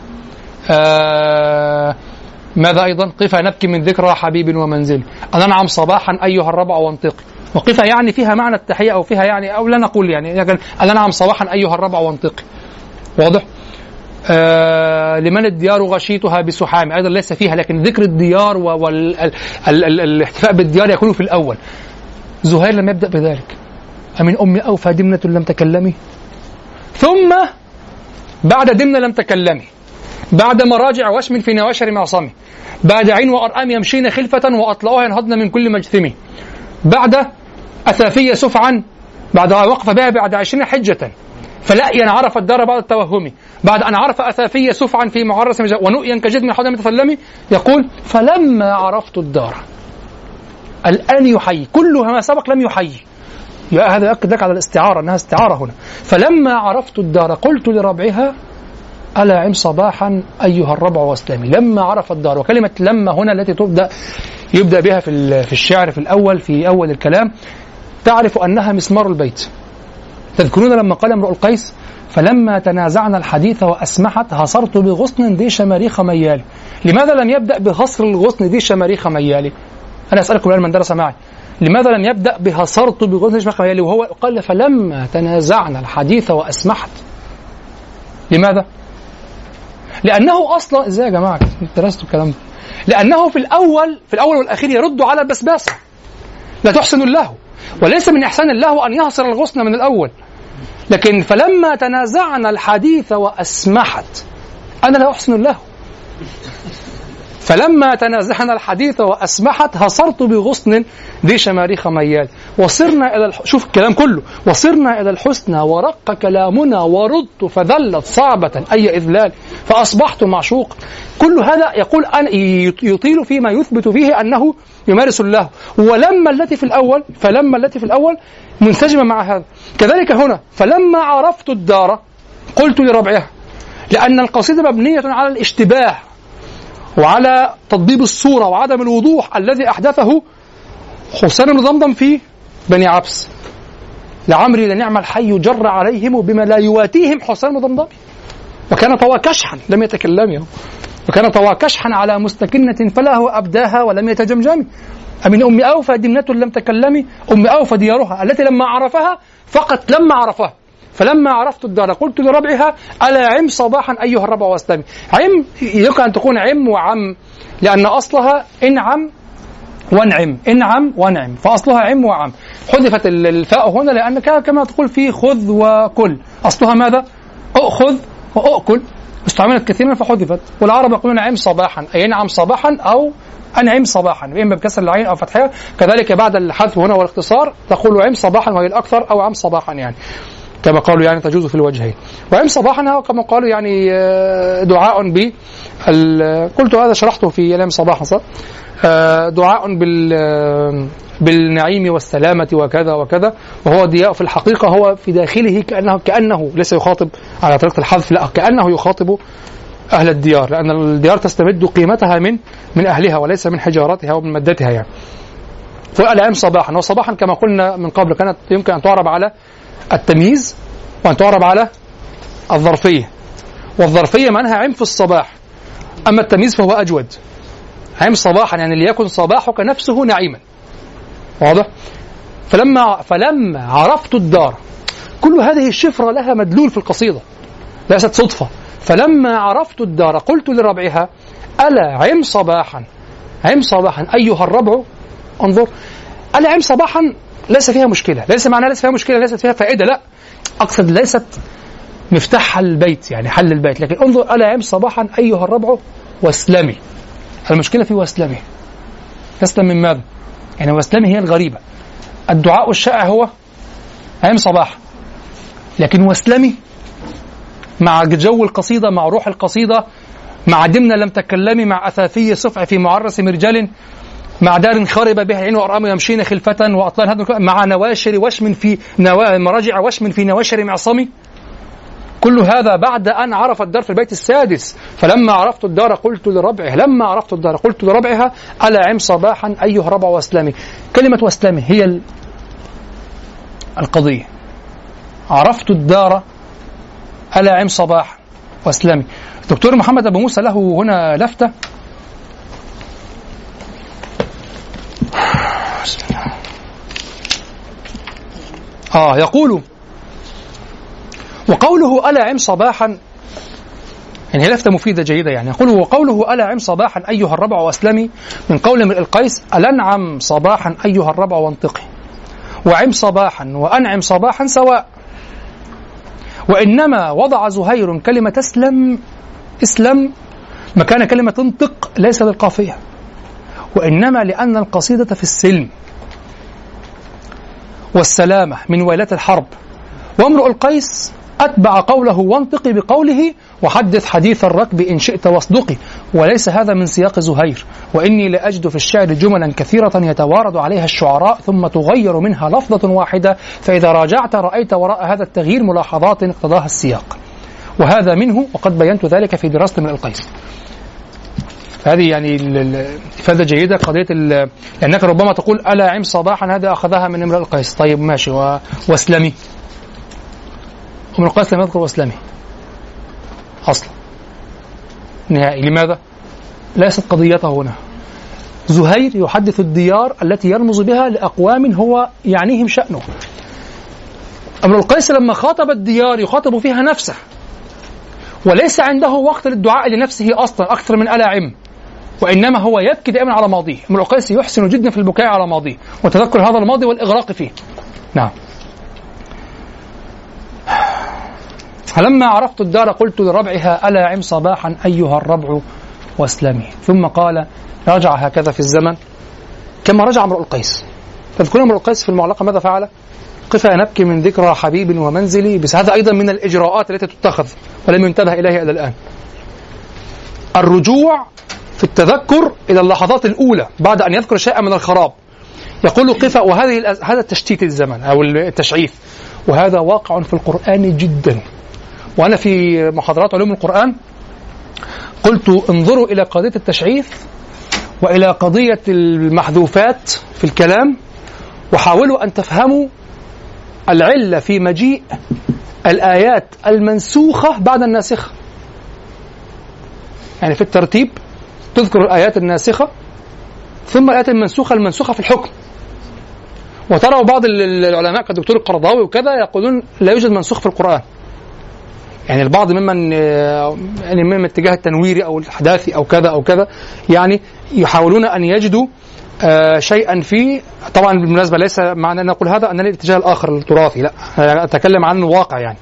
ماذا أيضا؟ قفا نبكي من ذكرى حبيب ومنزل، ألا نعم صباحا أيها الربع وانطقي. وقفا يعني فيها معنى التحية أو فيها يعني أو لا نقول يعني لكن ألا نعم صباحا أيها الربع وانطقي، واضح؟ لمن الديار غشيتها بسحام، أيضا ليس فيها، لكن ذكر الديار والاحتفاء بالديار يكون في الأول. زهير لم يبدأ بذلك، أمن أمي أوفى دمنة لم تكلمي، ثم بعد دمنة لم تكلمي، بعد مراجع وشم في نواشر معصمي، بعد عين وأرآم يمشين خلفة وأطلعوها ينهضن من كل مجثمي، بعد أثافية سفعا، بعد وقف بها بعد 20 حجة فلأين عرف الدار بعد التوهم، بعد أن عرف أثافية سفعا في معرس ونؤيا كجذم الحوض متثلمي، يقول فلما عرفت الدار. الآن يحيي، كل ما سبق لم يحيي، هذا يؤكد لك على الاستعارة أنها استعارة هنا. فلما عرفت الدار قلت لربعها ألا عم صباحا أيها الربع واسلمي. لما عرف الدار، وكلمة لما هنا التي يبدأ بها في الشعر في الأول، في أول الكلام، تعرف أنها مسمار البيت. تذكرون لما قال امرؤ القيس فلما تنازعنا الحديث وأسمحت هصرت بغصن ذي شماريخ ميالي. لماذا لم يبدأ بهصر الغصن ذي شماريخ ميالي؟ أنا أسألكم الآن من درس معي، لماذا لم يبدأ بهصرت بغصن ذي شماريخ ميالي وهو قال فلما تنازعنا الحديث وأسمحت؟ لماذا؟ لأنه أصلا إزاي يا جماعة درستوا الكلام ده؟ لأنه في الأول والأخير يرد على البسباسة، لا تحسن اللهو، وليس من إحسان اللهو أن يهصر الغصن من الأول. لكن فلما تنازعنا الحديث وأسمحت، أنا لا أحسن اللهو، فلما تنازعنا الحديث وأسمحت هصرت بغصن ذي شماريخ ميال، وصرنا إلى شوف الكلام كله، وصرنا إلى الحسنى ورق كلامنا وردت فذلت صعبة أي إذلال فأصبحت معشوق. كل هذا يقول أن يطيل فيما يثبت فيه أنه يمارس اللهو، فلما التي في الأول منسجمة مع هذا. كذلك هنا فلما عرفت الدار قلت لربعها، لأن القصيدة مبنية على الاشتباه وعلى تضبيب الصورة وعدم الوضوح الذي أحدثه حسين بن ضمضم في بني عبس. لعمري لنعم الحي جر عليهم بما لا يواتيهم حسين بن ضمضم، وكان طوى كشحا لم يتكلم، وكان طوى كشحا على مستكنة فلا هو أبداها ولم يتجمجم. أمن أم أوفى دمنة لم تكلم، أم أوفى ديارها التي لما عرفها فقط لما عرفها. فلما عرفت الدار قلت لربعها ألا عم صباحا أيها الربع واسلمي. عم يمكن أن تكون عم وعم، لأن أصلها انعم وانعم، انعم وانعم، فأصلها عم وعم. حذفت الفاء هنا لأن كما تقول في خذ وكل، أصلها ماذا؟ أخذ وأكل، استعملت كثيرا فحذفت. والعرب يقولون عم صباحا أي انعم صباحا أو أنعم صباحا، إما بكسر العين أو فتحها. كذلك بعد الحذف هنا والاختصار تقول عم صباحا وهي الأكثر، أو عم صباحا يعني كما قالوا يعني تجوز في الوجهين. وعم صباحا كما قالوا يعني دعاء ب قلت هذا شرحته في عم صباحا صح؟ دعاء بالنعيم والسلامة وكذا وكذا، وهو ضياء في الحقيقة هو في داخله كأنه ليس يخاطب على طريقة الحذف، لا كأنه يخاطب أهل الديار، لأن الديار تستمد قيمتها من أهلها وليس من حجارتها ومن مادتها يعني. فالعم صباحا، وصباحا كما قلنا من قبل كانت يمكن أن تعرب على التمييز وأن تعرب على الظرفية، والظرفية معناها عم في الصباح، أما التمييز فهو أجود. عم صباحا يعني ليكن صباحك نفسه نعيما، واضح؟ فلما عرفت الدار، كل هذه الشفرة لها مدلول في القصيدة ليست صدفة. فلما عرفت الدار قلت لربعها ألا عم صباحا، عم صباحا أيها الربع. انظر، ألا عم صباحا ليس فيها مشكلة، ليس معناها ليس فيها مشكلة ليست فيها فائدة، لا أقصد ليست مفتاح البيت يعني حل البيت، لكن انظر ألا عم صباحا أيها الربع واسلمي. المشكلة في واسلمي، تسلم من ماذا؟ يعني واسلمي هي الغريبة. الدعاء الشائع هو عم صباح، لكن واسلمي مع جو القصيدة، مع روح القصيدة، مع دمنة لم تكلمي، مع أثاثي صفع في معرس مرجل، مع دار خرب بها العين وأرام يمشين خلفة وأطلال هذا، مع نواشر وشم في مراجع وشم في نواشر معصمي. كل هذا بعد أن عرف الدار في البيت السادس. فلما عرفت الدار قلت لربعها، لما عرفت الدار قلت لربعها ألا عم صباحا أيها ربع واسلمي. كلمة واسلمي هي القضية. عرفت الدار ألا عم صباحا واسلمي. الدكتور محمد أبو موسى له هنا لفتة يقول وقوله ألا عم صباحا، يعني هي لفتة مفيدة جيدة، يعني يقول وقوله ألا عم صباحا أيها الربع واسلمي من قول امرئ القيس ألنعم صباحا أيها الربع وانطقي، وعم صباحا وأنعم صباحا سواء. وإنما وضع زهير كلمة اسلم مكان كلمة انطق ليس للقافية، وإنما لأن القصيدة في السلم والسلامة من ويلات الحرب. وامرؤ القيس أتبع قوله وانطقي بقوله وحدث حديث الركب إن شئت واصدقي، وليس هذا من سياق زهير. وإني لأجد في الشعر جملا كثيرة يتوارد عليها الشعراء ثم تغير منها لفظة واحدة، فإذا راجعت رأيت وراء هذا التغيير ملاحظات اقتضاها السياق، وهذا منه وقد بينت ذلك في دراسة من القيس. هذه يعني إفادة جيدة قضية لأنك ربما تقول ألا عم صباحا، هذا أخذها من امرئ القيس. طيب ماشي، واسلمي، امرؤ القيس لم يذكر واسلمي أصلا نهائي. لماذا؟ ليست قضيته هنا. زهير يحدث الديار التي يرمز بها لأقوام هو يعنيهم شأنه. امرؤ القيس لما خاطب الديار يخاطب فيها نفسه، وليس عنده وقت للدعاء لنفسه أصلا أكثر من ألا عم. وإنما هو يبكي دائما على ماضيه. امرؤ القيس يحسن جدا في البكاء على ماضيه وتذكر هذا الماضي والإغراق فيه. نعم. فلما عرفت الدار قلت لربعها ألا عم صباحا أيها الربع واسلمي. ثم قال رجع هكذا في الزمن كما رجع امرؤ القيس. تذكرون امرؤ القيس في المعلقة ماذا فعل؟ قفا نبكي من ذكرى حبيب ومنزلي. بس هذا أيضا من الإجراءات التي تتخذ ولم ينتبه إليها إلى الآن. الرجوع في التذكر إلى اللحظات الأولى بعد أن يذكر شيئا من الخراب. يقول قفا، وهذه هذا تشتيت الزمن أو التشعيف، وهذا واقع في القرآن جدا. وأنا في محاضرات علوم القرآن قلت انظروا إلى قضية التشعيف وإلى قضية المحذوفات في الكلام، وحاولوا أن تفهموا العلة في مجيء الآيات المنسوخة بعد الناسخة. يعني في الترتيب تذكر الآيات الناسخة ثم الآيات المنسوخة في الحكم. وترى بعض العلماء كالدكتور القرضاوي وكذا يقولون لا يوجد منسوخ في القرآن. يعني البعض ممن يعني من اتجاه التنويري أو الأحداثي أو كذا أو كذا يعني يحاولون أن يجدوا شيئا فيه. طبعا بالمناسبة ليس معنى أن نقول هذا أن الاتجاه الآخر التراثي، لا، أنا أتكلم عن الواقع. يعني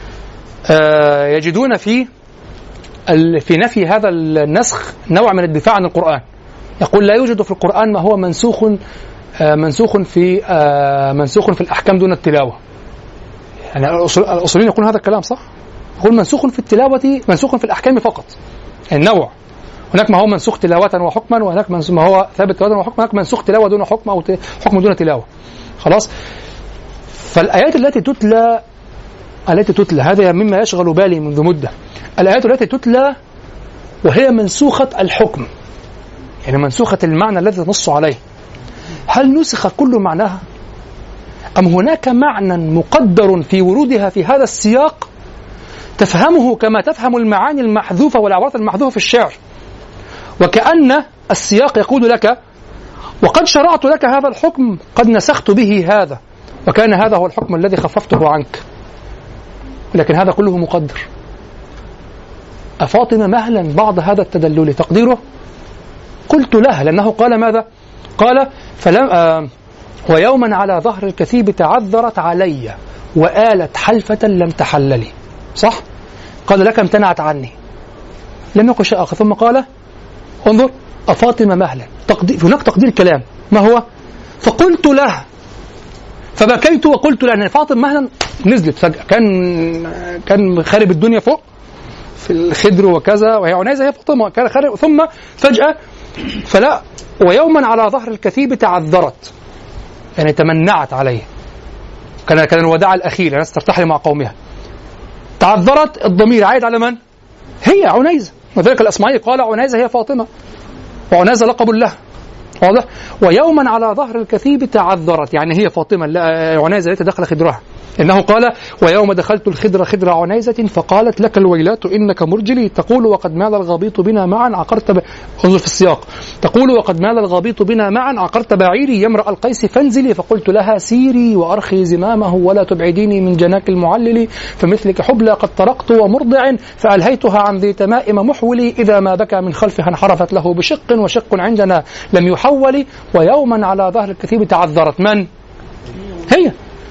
يجدون في نفي هذا النسخ نوع من الدفاع عن القرآن. يقول لا يوجد في القرآن ما هو منسوخ في الأحكام دون التلاوة. يعني الأصوليين يقولون هذا الكلام صح؟ يقول منسوخ في التلاوة، منسوخ في الأحكام فقط. النوع هناك ما هو منسوخ تلاوة وحكما، وهناك ما هو ثابت تلاوة وحكما، هناك منسوخ تلاوة دون حكم أو حكم دون تلاوة. خلاص. فالآيات التي تتلى هذا مما يشغل بالي منذ مدة. الآيات التي تتلى وهي منسوخة الحكم، يعني منسوخة المعنى الذي تنص عليه، هل نسخ كل معناها؟ أم هناك معنى مقدر في ورودها في هذا السياق تفهمه كما تفهم المعاني المحذوفة والعبارات المحذوفة في الشعر، وكأن السياق يقول لك وقد شرعت لك هذا الحكم قد نسخت به هذا، وكان هذا هو الحكم الذي خففته عنك، لكن هذا كله مقدر. أفاطمة مهلا بعض هذا التدلل تقديره قلت لها، لأنه قال ماذا؟ قال ويوما على ظهر الكثيب تعذرت علي وآلت حلفة لم تحللي. صح؟ قال لك امتنعت عني، لم يقل شيء آخر. ثم قال انظر أفاطمة مهلا، هناك تقدير كلام ما هو؟ فقلت لها، فبكيت وقلت لها أن فاطمة مهلا نزلت فجأة، كان خارب الدنيا فوق في الخدر وكذا، وهي عنيزة هي فاطمة كان خارب، ثم فجأة فلا ويوما على ظهر الكثيب تعذرت، يعني تمنعت عليه، كان الوداع الأخير، الناس ترتحل مع قومها. تعذرت الضمير عائد على من؟ هي عنيزة، وذلك الأصمعي قال عنيزة هي فاطمة، وعنيزة لقب لها، واضح؟ ويوما على ظهر الكثيب تعذرت، يعني هي فاطمة عنيزة التي دخل خدرها، إنه قال ويوم دخلت الخدر خدر عنيزة فقالت لك الويلات إنك مرجلي، تقول وقد مال الغبيط بنا معا عقرت انظر في السياق، تقول وقد مال الغبيط بنا معا عقرت بعيري يا امرأ القيس فانزلي، فقلت لها سيري وأرخي زمامه ولا تبعديني من جناك المعلل، فمثلك حبلى قد طرقت ومرضع فألهيتها عن ذي تمائم محولي، إذا ما بكى من خلفها انحرفت له بشق وشق عندنا لم يحول، ويوما على ظهر الكثيب تعذرت من؟ هي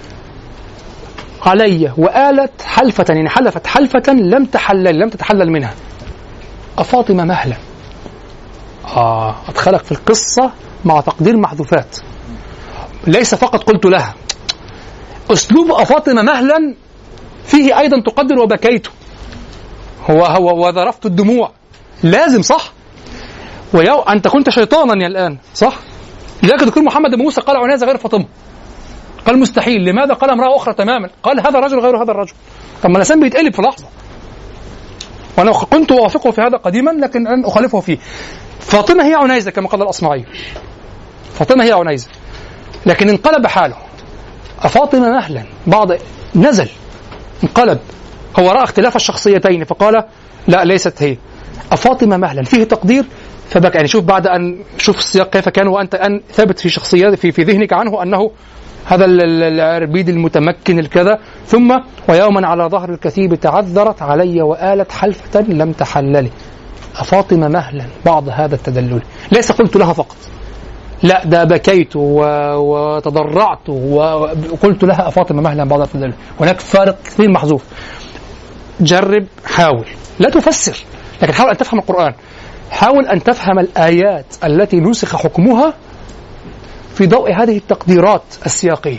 علي وآلت حلفة، يعني حلفت حلفة لم تتحلل منها. أفاطمة مهلا أدخلك في القصة مع تقدير محذوفات، ليس فقط قلت لها. أسلوب أفاطمة مهلا فيه أيضا تقدر وبكيت هو وذرفت الدموع، لازم صح؟ أنت كنت شيطانا يا الآن صح؟ لذلك دكتور محمد بن موسى قال عنيزة غير فاطمة، قال مستحيل. لماذا؟ قال امرأة أخرى تماما، قال هذا الرجل غير هذا الرجل. طب ما الإنسان بيتقلب في لحظة، وأنا كنت أوافقه في هذا قديما لكن لن أخالفه فيه. فاطمة هي عنيزة كما قال الأصمعي، فاطمة هي عنيزة، لكن انقلب حاله. أفاطمة مهلا بعض نزل انقلب، هو رأى اختلاف الشخصيتين فقال لا ليست هي. أفاطمة مهلا فيه تقدير فبكى، يعني شوف بعد أن شوف السياق كيف كان، وأنت أن ثابت في شخصيات في ذهنك عنه أنه هذا العربيد المتمكن الكذا. ثم ويوما على ظهر الكثيب تعذرت علي وآلت حلفة لم تحللي. فاطمة مهلا بعض هذا التدلل. ليس قلت لها فقط، لا، ده بكيت وتضرعت وقلت لها فاطمة مهلا بعض هذا التدلل. هناك فارق كثير محذوف. جرب، حاول، لا تفسر، لكن حاول أن تفهم القرآن. حاول أن تفهم الآيات التي نسخ حكمها في ضوء هذه التقديرات السياقية.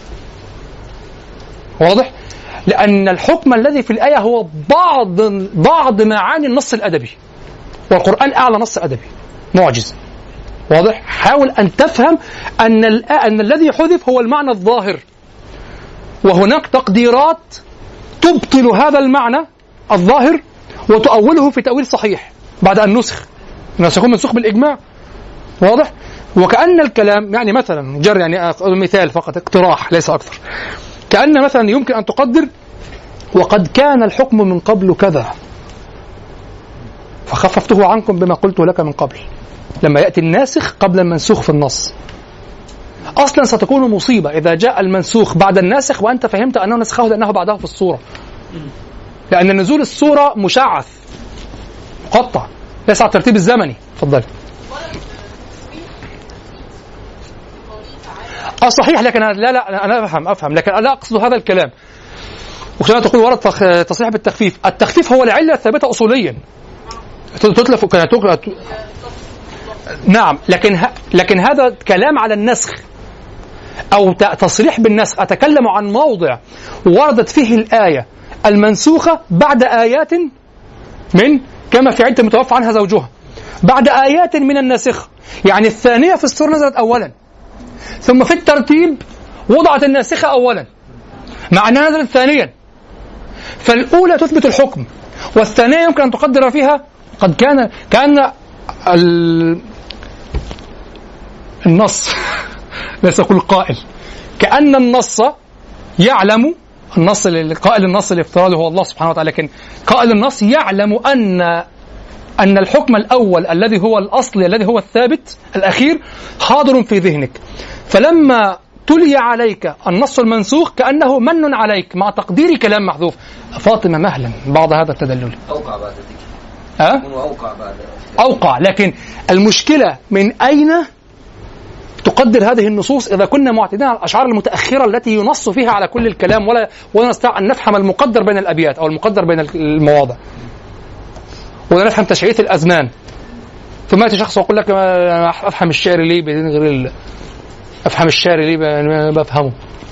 واضح؟ لأن الحكم الذي في الآية هو بعض معاني النص الأدبي، والقرآن أعلى نص أدبي معجز. واضح؟ حاول أن تفهم أن الذي حذف هو المعنى الظاهر، وهناك تقديرات تبطل هذا المعنى الظاهر وتؤوله في تأويل صحيح بعد أن نسخ، سيكون منسوخ بالإجماع. واضح؟ وكأن الكلام يعني مثلا يعني مثال فقط، اقتراح ليس أكثر، كأن مثلا يمكن أن تقدر وقد كان الحكم من قبل كذا فخففته عنكم بما قلت لك من قبل. لما يأتي الناسخ قبل المنسوخ في النص، أصلا ستكون مصيبة إذا جاء المنسوخ بعد الناسخ وأنت فهمت أنه نسخه لأنه بعده في الصورة، لأن نزول الصورة مشعث مقطع ليس على الترتيب الزمني. تفضل. صحيح، لكن أنا أفهم، لكن لا أقصد هذا الكلام. وكما تقول ورد تصريح بالتخفيف، التخفيف هو العلة الثابتة أصوليا تتلف. نعم، لكن هذا كلام على النسخ أو تصريح بالنسخ. أتكلم عن موضع وردت فيه الآية المنسوخة بعد آيات من كما في عدة متوفى عنها زوجها، بعد آيات من الناسخة. يعني الثانية في السورة نزلت أولا، ثم في الترتيب وضعت الناسخة أولا، مع أنها نزلت ثانيا. فالأولى تثبت الحكم، والثانية يمكن أن تقدر فيها قد كان النص ليس كل قائل، كأن النص يعلم، النص قائل النص الافتراضي هو الله سبحانه وتعالى، لكن قائل النص يعلم أن الحكم الأول الذي هو الأصل الذي هو الثابت الأخير حاضر في ذهنك، فلما تلي عليك النص المنسوخ كأنه من عليك مع تقدير كلام محذوف. فاطمة مهلا بعض هذا التدلل أوقع بعد ذلك. أوقع، لكن المشكلة من أين تقدر هذه النصوص إذا كنا معتدين على الأشعار المتأخرة التي ينص فيها على كل الكلام ولا نستطيع أن نفهم المقدر بين الأبيات أو المقدر بين المواضع، ولا نفهم تشعيث الأزمان. ثم يأتي شخص ويقول لك أفهم الشعر ليه غير أفهم الشعر ليه بفهمه،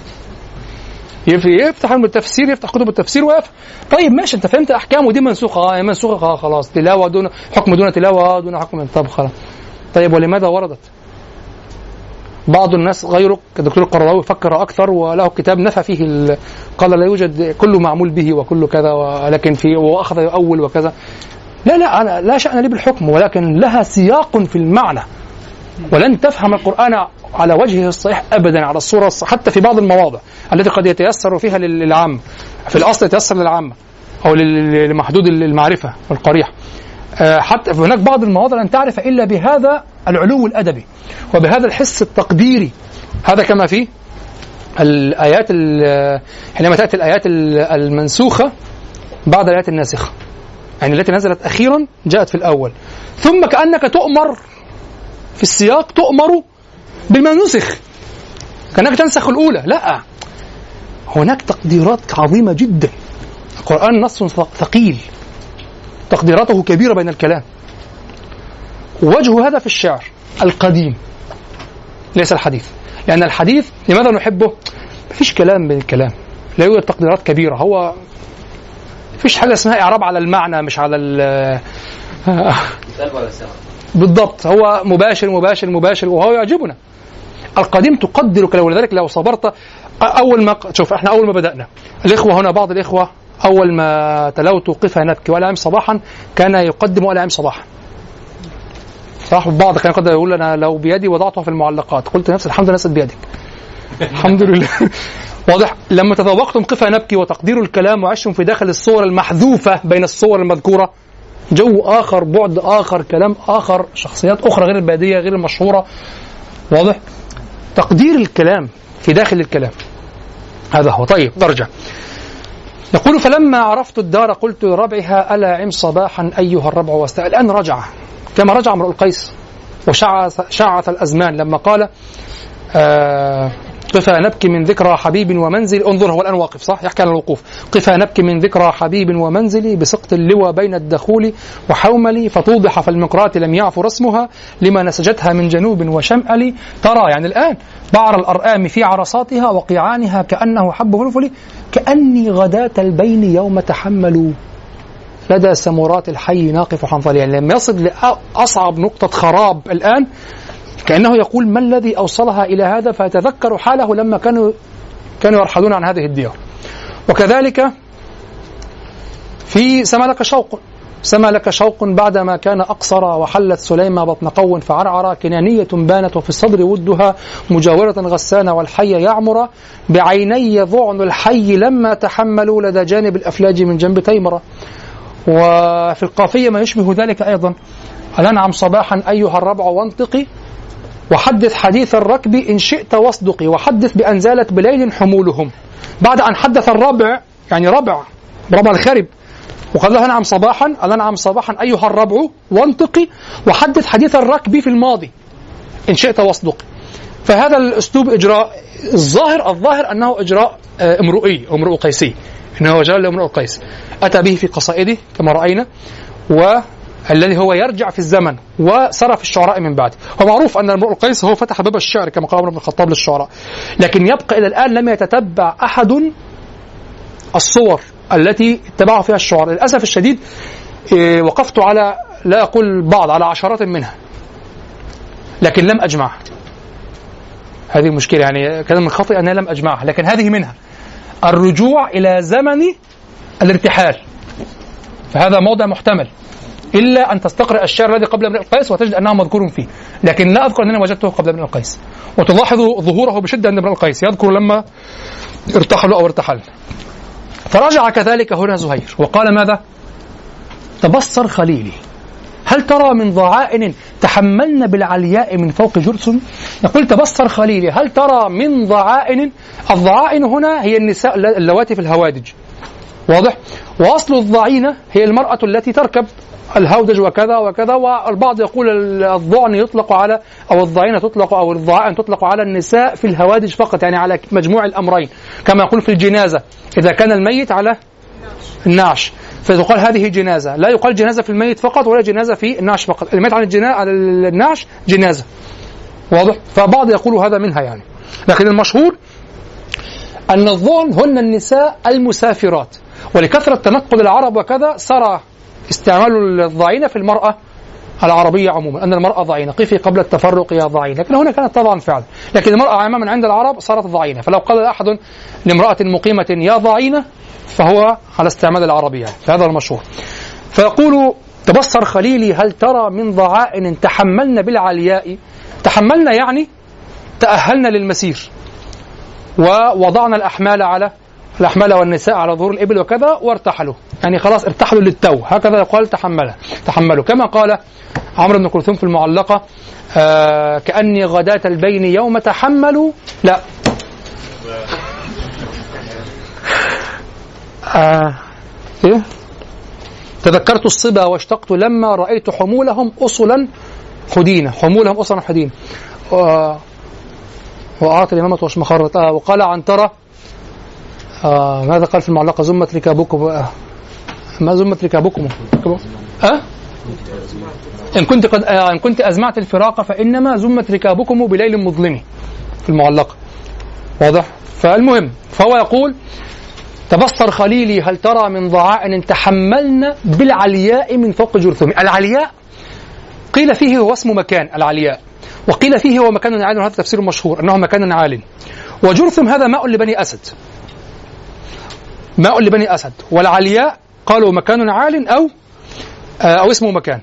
يفتح التفسير، يفتح كتب التفسير ويفهم. طيب ماشي، أنت فهمت أحكام ودي منسوخة، منسوخة خلاص، تلاوة دون حكم دون تلاوة دون حكم، طب خلاص. طيب ولماذا وردت؟ بعض الناس غيرك الدكتور القرضاوي فكر أكثر وله كتاب نفى فيه قال لا يوجد كله معمول به وكله كذا، ولكن في وأخذ يؤول وكذا. لا أنا لا شأن لي بالحكم، ولكن لها سياق في المعنى، ولن تفهم القرآن على وجهه الصحيح أبدا على الصورة حتى في بعض المواضع التي قد يتيسر فيها للعام، في الأصل يتيسر للعامة أو لمحدود المعرفة والقريح. حتى هناك بعض المواضع لن تعرف إلا بهذا العلو الأدبي وبهذا الحس التقديري. هذا كما في الآيات حينما تأتي الآيات المنسوخة بعد الآيات الناسخة، يعني التي نزلت أخيرا جاءت في الأول، ثم كأنك تؤمر في السياق، تؤمر بما نسخ، كأنك تنسخ الأولى. لا، هناك تقديرات عظيمة جدا. القرآن نص ثقيل، تقديراته كبيرة بين الكلام. ووجه هذا في الشعر القديم ليس الحديث، لأن الحديث لماذا نحبه؟ مفيش كلام بين الكلام، لا يوجد تقديرات كبيرة، هو مفيش حاجة اسمها إعراب على المعنى مش على بالضبط، هو مباشر مباشر مباشر، وهو يعجبنا. القديم تقدر كلام، ولذلك لو صبرت أول ما شوف إحنا أول ما بدأنا الإخوة هنا، بعض الإخوة أول ما تلوت قفا نبكي ولا أعلم صباحا كان يقدم ولا أعلم صباحا، صح؟ بعض كان يقدر يقول أنا لو بيدي وضعته في المعلقات، قلت نفس الحمد لله نست بيدك الحمد لله. واضح؟ لما تذوقتم قفا نبكي وتقدير الكلام وعشتم في داخل الصور المحذوفة بين الصور المذكورة، جو آخر، بعد آخر، كلام آخر، شخصيات أخرى غير البادية غير المشهورة. واضح؟ تقدير الكلام في داخل الكلام هذا هو. طيب نرجع. يقول فلما عرفت الدار قلت لربعها ألا عم صباحا أيها الربع واستاء. الآن رجع كما رجع امرؤ القيس وشعث الأزمان لما قال قفا نبكي من ذكرى حبيب ومنزل. انظر هو الآن واقف صح يحكي عن الوقوف. قفا نبكي من ذكرى حبيب ومنزلي بسقط اللوى بين الدخول وحوملي فتوضح فالمقرات لم يعف رسمها لما نسجتها من جنوب وشمأل. ترى يعني الآن بعر الأرآم في عرصاتها وقيعانها كأنه حب فلفل كأني غداة البين يوم تحملوا لدى سمرات الحي ناقف حنظلي. يعني لما يصل لأصعب نقطة خراب الآن كأنه يقول ما الذي أوصلها إلى هذا فيتذكر حاله لما كانوا يرحلون عن هذه الديار. وكذلك في سما لك شوق بعدما كان أقصر وحلت سليمة بطن قو فعرعر كنانية بانت وفي الصدر ودها مجاورة غسان والحي يعمر بعيني ضعن الحي لما تحملوا لدى جانب الأفلاج من جنب تيمرة. وفي القافية ما يشبه ذلك أيضا ألنعم صباحا أيها الربع وانطقي وحدث حديث الركب إن شئت واصدقي وحدث بأن زالت بليل حمولهم. بعد أن حدث الربع يعني ربع الخرب وقال له أنعم صباحا ألنعم صباحا أيها الربع وانطقي وحدث حديث الركب في الماضي إن شئت واصدقي. فهذا الأسلوب إجراء الظاهر أنه إجراء امرؤي أو امرؤ قيسي، إنه إجراء لامرؤ القيس أتى به في قصائده كما رأينا، والذي هو يرجع في الزمن وسرى في الشعراء من بعد. ومعروف أن امرؤ القيس هو فتح باب الشعر كما قال عمر بن الخطاب للشعراء، لكن يبقى إلى الآن لم يتتبع أحد الصور التي اتبعها فيها الشعراء. للأسف الشديد وقفت على لا أقول بعض على عشرات منها لكن لم أجمعها. هذه مشكلة، يعني كان من خطئ أنها لم أجمعها، لكن هذه منها الرجوع إلى زمن الارتحال، فهذا موضع محتمل إلا أن تستقرأ الشعر الذي قبل امرئ القيس وتجد أنه مذكور فيه، لكن لا أذكر أنني وجدته قبل امرئ القيس. وتلاحظ ظهوره بشدة عند امرئ القيس، يذكر لما ارتحلوا أو ارتحل. فرجع كذلك هنا زهير وقال ماذا؟ تبصر خليلي هل ترى من ضعائن تحملن بالعلياء من فوق جرثم. يقول تبصر خليلي هل ترى من ضعائن. الضعائن هنا هي النساء اللواتي في الهوادج، واضح؟ وأصل الضعينة هي المرأة التي تركب الهودج وكذا وكذا. والبعض يقول الضعن يطلق على أو الضعينة تطلق أو الضعائن تطلق على النساء في الهوادج فقط، يعني على مجموع الأمرين، كما يقول في الجنازة إذا كان الميت على النعش فتقال هذه جنازة، لا يقال جنازة في الميت فقط ولا جنازة في النعش فقط، الميت على النعش جنازة، واضح؟ فبعض يقول هذا منها يعني، لكن المشهور أن الضعن هن النساء المسافرات، ولكثرة تنقل العرب وكذا صار استعمال الضعينة في المرأة العربية عموما، أن المرأة ضعينة قفي قبل التفرق يا ضعينة، لكن هنا كانت طبعا فعلا، لكن المرأة عامة من عند العرب صارت ضعينة. فلو قال أحد لامرأة مقيمة يا ضعينة فهو على استعمال العربية، فهذا المشهور. فيقول تبصر خليلي هل ترى من ضعائن تحملن بالعلياء. تحملنا يعني تأهلنا للمسير ووضعنا الأحمال والنساء على ظهور الإبل وكذا وارتحلوا، يعني خلاص ارتحلوا للتو، هكذا يقال تحملوا، كما قال عمرو بن كلثوم في المعلقة كأني غداة البين يوم تحملوا. لا إيه؟ تذكرت الصبا واشتقت لما رأيت حمولهم أصلا حدينة، وأعطى الإمامة وشمخرت. وقال عنترة ماذا قال في المعلقة؟ زمت ركابكم ما زمت ركابكم إن كنت أزمعت الفراق فإنما زمت ركابكم بليل مظلم في المعلقة، واضح؟ فالمهم فهو يقول تبصر خليلي هل ترى من ضعائن تحملن بالعلياء من فوق جرثم. العلياء قيل فيه هو اسم مكان العلياء، وقيل فيه هو مكان عال، وهذا تفسير مشهور أنه مكان عال. وجرثم هذا ماء لبني أسد، والعلياء قالوا مكان عال أو اسمه مكان،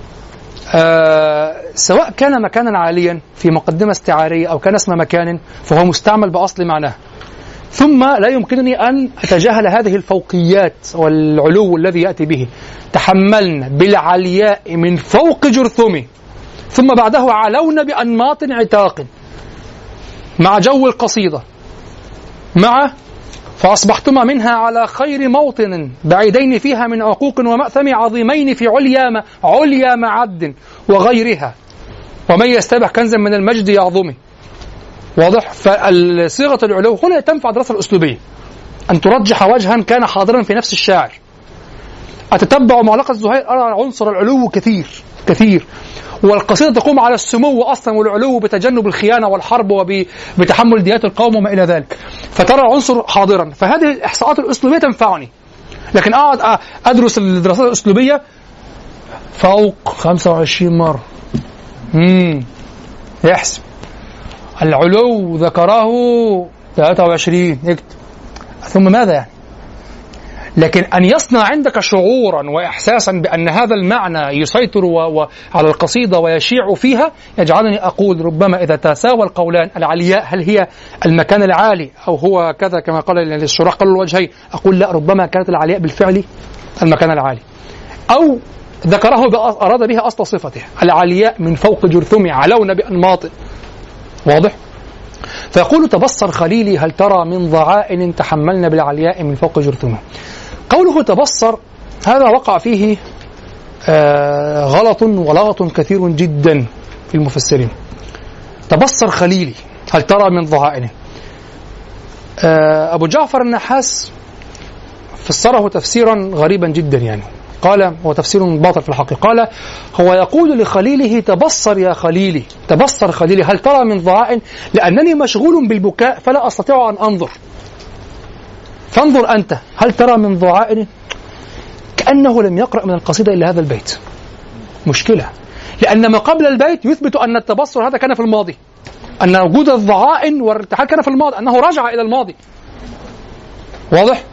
سواء كان مكانا عاليا في مقدمة استعارية أو كان اسم مكان فهو مستعمل بأصل معناه. ثم لا يمكنني أن أتجاهل هذه الفوقيات والعلو الذي يأتي به. تحملن بالعلياء من فوق جرثم ثم بعده علون بأنماط عتاق مع جو القصيدة مع فأصبحتما منها على خير موطن بعيدين فيها من عقوق ومأثم عظيمين في عليا معد وغيرها ومن يستبح كنزا من المجد يعظمه. واضح؟ فالصيغة العلو هنا تنفع دراسة الأسلوبية، أن ترجح وجها كان حاضرا في نفس الشاعر. أتتبع معلقة زهير أرى عنصر العلو كثير، والقصيدة تقوم على السمو أصلا والعلو بتجنب الخيانة والحرب وبتحمل ديات القوم وما إلى ذلك، فترى العنصر حاضرا. فهذه الإحصاءات الأسلوبية تنفعني، لكن أقعد أدرس الدراسات الأسلوبية فوق 25 مرة يحسب العلو ذكره 23 اكتب، ثم ماذا يعني؟ لكن أن يصنع عندك شعورا وإحساسا بأن هذا المعنى يسيطر على القصيدة ويشيع فيها، يجعلني أقول ربما إذا تساوى القولان العلياء هل هي المكان العالي أو هو كذا كما قال الشراح قالوا الوجهين، أقول لا، ربما كانت العلياء بالفعل المكان العالي، أو ذكره أراد بها أصل صفته العلياء من فوق جرثوم علون بأنماط. واضح؟ فيقول تبصر خليلي هل ترى من ضعائن تحملنا بالعلياء من فوق جرثومه. قوله تبصر هذا وقع فيه غلط ولغط كثير جدا في المفسرين. تبصر خليلي هل ترى من ضعائنه. أبو جعفر النحاس فسره تفسيرا غريبا جدا، يعني قال هو تفسير باطل في الحقيقة. قال هو يقول لخليله تبصر يا خليلي، تبصر خليلي هل ترى من ضعائن، لأنني مشغول بالبكاء فلا أستطيع أن أنظر، فانظر أنت هل ترى من ضعائن. كأنه لم يقرأ من القصيدة إلا هذا البيت. مشكلة، لأن ما قبل البيت يثبت أن التبصر هذا كان في الماضي، أن وجود الضعائن والارتحال كان في الماضي، أنه رجع إلى الماضي. واضح؟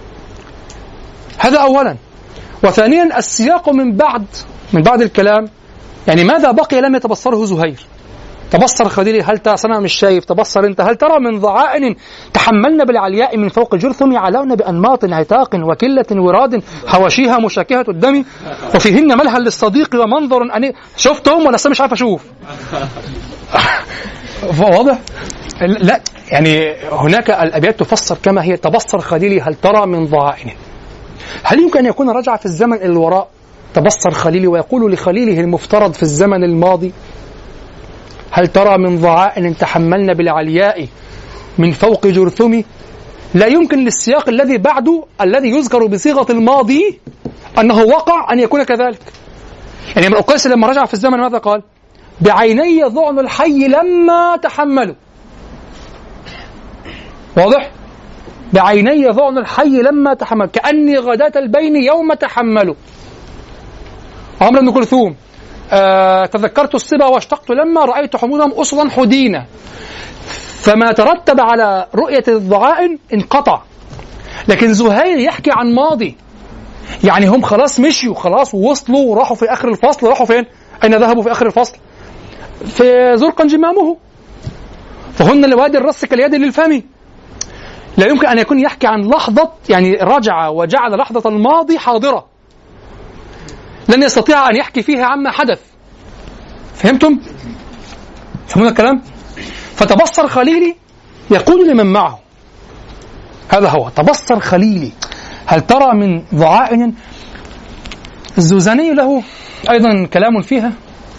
هذا أولا. وثانيا السياق من بعد الكلام، يعني ماذا بقي لم يتبصره زهير؟ تبصر خليلي هل ترى، أنا مش شايف، تبصر أنت هل ترى من ضعائن تحملنا بالعلياء من فوق جرثم علون بأنماط عتاق وكلة وراد حواشيها مشاكهة الدم وفيهن ملهى للصديق ومنظر أني شفتهم ولا مش عارف أشوف. واضح؟ لا، يعني هناك الأبيات تفسر كما هي. تبصر خليلي هل ترى من ضعائن، هل يمكن أن يكون رجع في الزمن إلى الوراء تبصر خليلي ويقول لخليله المفترض في الزمن الماضي هل ترى من ضعائن تحملنا بالعلياء من فوق جرثوم؟ لا يمكن للسياق الذي بعده الذي يذكر بصيغة الماضي أنه وقع أن يكون كذلك. يعني ابن القيس لما رجع في الزمن ماذا قال؟ بعيني ضعن الحي لما تحملوا. واضح؟ بعيني ضعن الحي لما تحملوا كأني غداة البين يوم تحملوا. عمرو بن كلثوم تذكرت الصبا واشتقت لما رأيت حمودهم أصلا حدينا. فما ترتب على رؤية الضعائن انقطع. لكن زهير يحكي عن ماضي، يعني هم خلاص مشيوا، خلاص ووصلوا وراحوا في آخر الفصل. راحوا فين؟ أين ذهبوا في آخر الفصل؟ في زرقا جمامه فهن لوادي الرس كاليد للفم. لا يمكن أن يكون يحكي عن لحظة، يعني رجع وجعل لحظة الماضي حاضرة، لن يستطيع أن يحكي فيها عما حدث. فهمتم؟ فهمون الكلام؟ فتبصر خليلي يقول لمن معه، هذا هو تبصر خليلي هل ترى من ضعائن. الزوزاني له أيضا كلام فيها،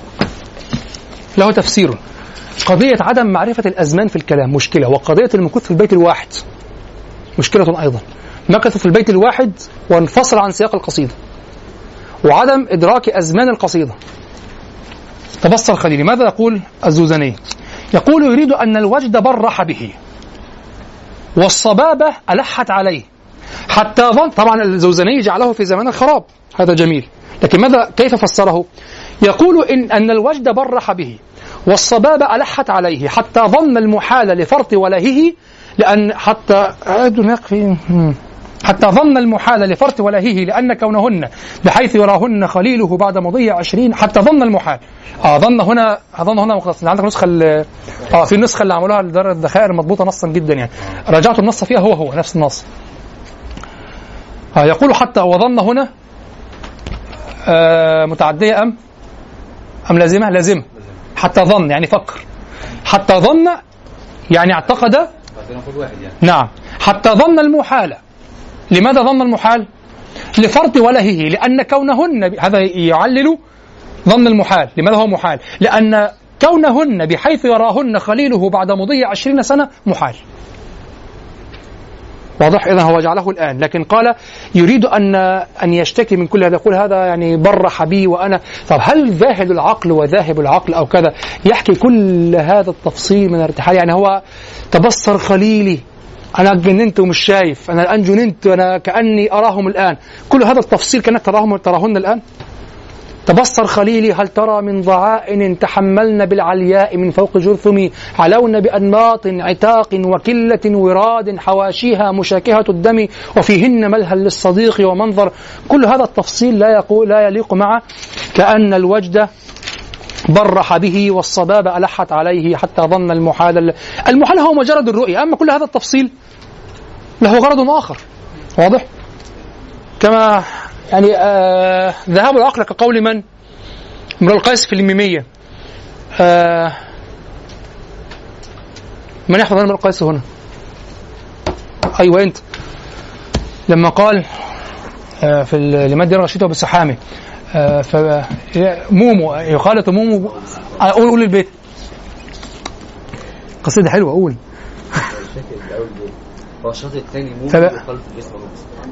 له تفسير. قضية عدم معرفة الأزمان في الكلام مشكلة، وقضية المكث في البيت الواحد مشكلة أيضا. مكث في البيت الواحد وانفصل عن سياق القصيدة، وعدم إدراك أزمان القصيدة. تبصر خليلي ماذا يقول الزوزاني؟ يقول يريد أن الوجد برح به والصبابة ألحت عليه حتى ظن. طبعا الزوزاني جعله في زمان الخراب، هذا جميل، لكن ماذا كيف فسره؟ يقول أن الوجد برح به والصبابة ألحت عليه حتى ظن المحال لفرط ولهه، لأن حتى ظن المحال لفرط ولهه لأن كونهن بحيث يراهن خليله بعد مضي 20. حتى ظن المحال. ظن هنا مختص. عندك نسخة في النسخة اللي عملوها لدار الذخائر مضبوطة نصا جدا، يعني رجعت النص فيها هو نفس النص. يقول حتى وظن هنا متعدية أم لازمة؟ لازمة. حتى ظن يعني فكر، حتى ظن يعني اعتقد نعم، حتى ظن المحال. لماذا ظن المحال؟ لفرط ولهه، لأن كونهن هذا يعلل ظن المحال. لماذا هو محال؟ لأن كونهن بحيث يراهن خليله بعد مضي 20 سنة محال. واضح؟ إذن هو جعله الآن، لكن قال يريد أن يشتكي من كل هذا، يقول هذا يعني برح بي وأنا. طب هل ذاهب العقل وذاهب العقل أو كذا يحكي كل هذا التفصيل من الارتحال؟ يعني هو تبصر خليلي، أنا جننت ومش شايف، أنا الآن جننت، أنا كأني أراهم الآن، كل هذا التفصيل كأنك تراهن الآن. تبصر خليلي هل ترى من ضعائن تحملن بالعلياء من فوق جرثم، علون بأنماط عتاق وكلة وراد حواشيها مشاكهة الدم، وفيهن ملهى للصديق ومنظر. كل هذا التفصيل لا يليق مع كأن الوجد برح به والصباب ألحت عليه حتى ظن المحال. المحال هو مجرد الرؤية، أما كل هذا التفصيل له غرض آخر. واضح؟ كما يعني ذهاب العقل كقول من؟ امرؤ القيس في الميمية. من يحفظ امرؤ القيس هنا؟ أيوة أنت. لما قال في لمد رشيده بالسحامة مومو يخالط مومو، قول البيت. قصيدة حلوة، قول. والشاطئ الثاني مومو يخالط جسمه.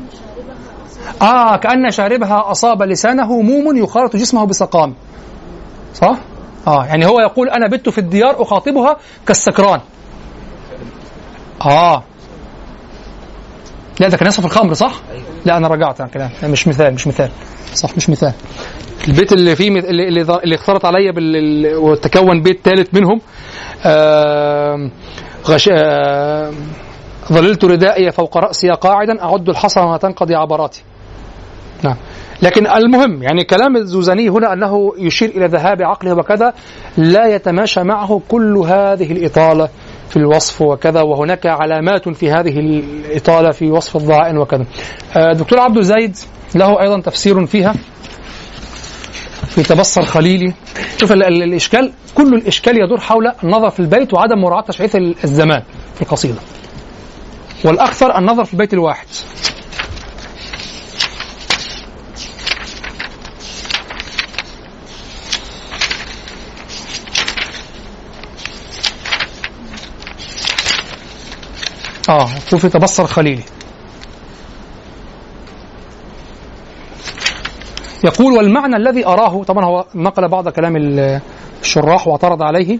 كأن شاربها أصاب لسانه موم يخالط جسمه بسقام. صح؟ يعني هو يقول أنا بت في الديار أخاطبها كالسكران. لا ده كان يصف الخمر، صح؟ لا أنا رجعت عن كلام، مش مثال صح، مش مثال. البيت اللي فيه اللي اختلط عليا وتكون بيت ثالث منهم. ظللت ردائي فوق رأسي قاعدا أعد الحصى وما تنقضي عبراتي. نعم. لكن المهم يعني كلام الزوزني هنا أنه يشير إلى ذهاب عقله وكذا، لا يتماشى معه كل هذه الإطالة في الوصف وكذا، وهناك علامات في هذه الإطالة في وصف الضعائن وكذا. الدكتور عبد زيد له أيضا تفسير فيها في تبصر خليلي. شوف الإشكال، كل الإشكال يدور حول النظر في البيت وعدم مراعاة تشعيث الزمان في القصيدة، والأكثر النظر في البيت الواحد. شوف تبصر خليلي. يقول والمعنى الذي أراه، طبعا هو نقل بعض كلام الشراح واعترض عليه.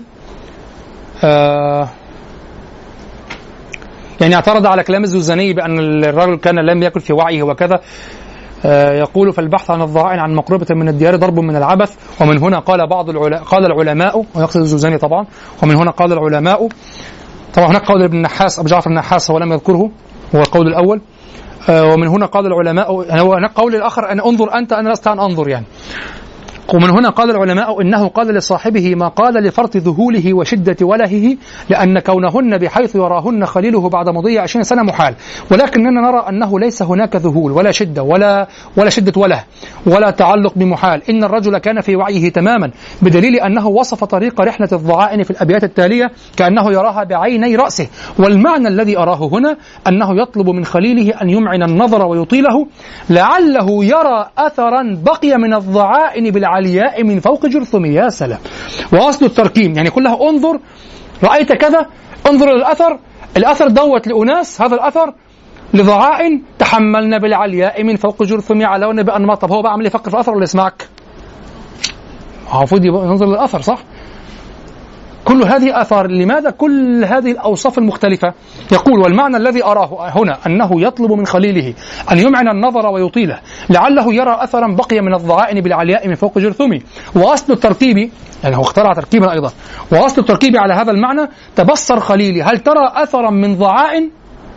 يعني اعترض على كلام الزوزني بأن الرجل كان لم يكن في وعيه وكذا. يقول فالبحث عن الضعائن عن مقربة من الديار ضرب من العبث، ومن هنا قال قال العلماء، ويقصد الزوزني طبعا، ومن هنا قال العلماء. طبعا هناك قول ابن النحاس، أبو جعفر النحاس هو لم يذكره، هو القول الأول. ومن هنا قال العلماء، يعني هو هناك قول الآخر أن انظر أنت أنا لست أن أنظر يعني. ومن هنا قال العلماء إنه قال لصاحبه ما قال لفرط ذهوله وشدة ولهه، لأن كونهن بحيث يراهن خليله بعد مضي 20 سنة محال، ولكننا نرى أنه ليس هناك ذهول ولا شدة ولا شدة وله ولا تعلق بمحال، إن الرجل كان في وعيه تماما، بدليل أنه وصف طريق رحلة الضعائن في الأبيات التالية كأنه يراها بعيني رأسه. والمعنى الذي أراه هنا أنه يطلب من خليله أن يمعن النظر ويطيله، لعله يرى أثرا بقي من الضعائن بالعالياء من فوق جرثم. يا سلام. وأصل التركيم يعني كلها انظر رأيت كذا، انظر الأثر دوت لأناس، هذا الأثر لضعائن تحملنا بالعلياء من فوق جرثم علون بأن. طب هو بقى عمل يفكر في الأثر ولا يسمعك؟ المفروض ينظر للأثر، صح؟ كل هذه آثار. لماذا كل هذه الأوصاف المختلفة؟ يقول والمعنى الذي أراه هنا أنه يطلب من خليله أن يمعن النظر ويطيله، لعله يرى أثرا بقي من الضعائن بالعلياء من فوق جرثومه. وأصل التركيب، يعني هو اخترع تركيبا أيضا، وأصل التركيب على هذا المعنى تبصر خليلي هل ترى أثرا من ضعائن،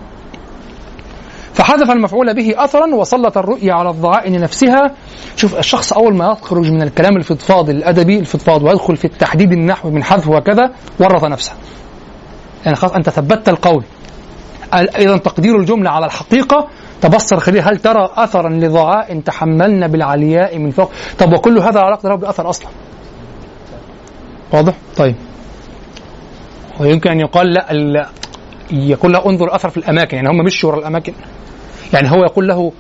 فحذف المفعول به أثرا وسلط الرؤية على الضعائن نفسها. شوف الشخص أول ما يخرج من الكلام الفضفاض الأدبي الفضفاض ويدخل في التحديد النحوي من حذف وكذا ورط نفسه، يعني خلاص أنت ثبتت القول. أيضا تقدير الجملة على الحقيقة تبصر خليل هل ترى أثرا لضعائن تحملنا بالعلياء من فوق. طب وكل هذا علاقة له بأثر أصلا، واضح؟ طيب ويمكن أن يقال لا يقول له انظر أثر في الأماكن، يعني هم مشوا وراء الأماكن، يعني هو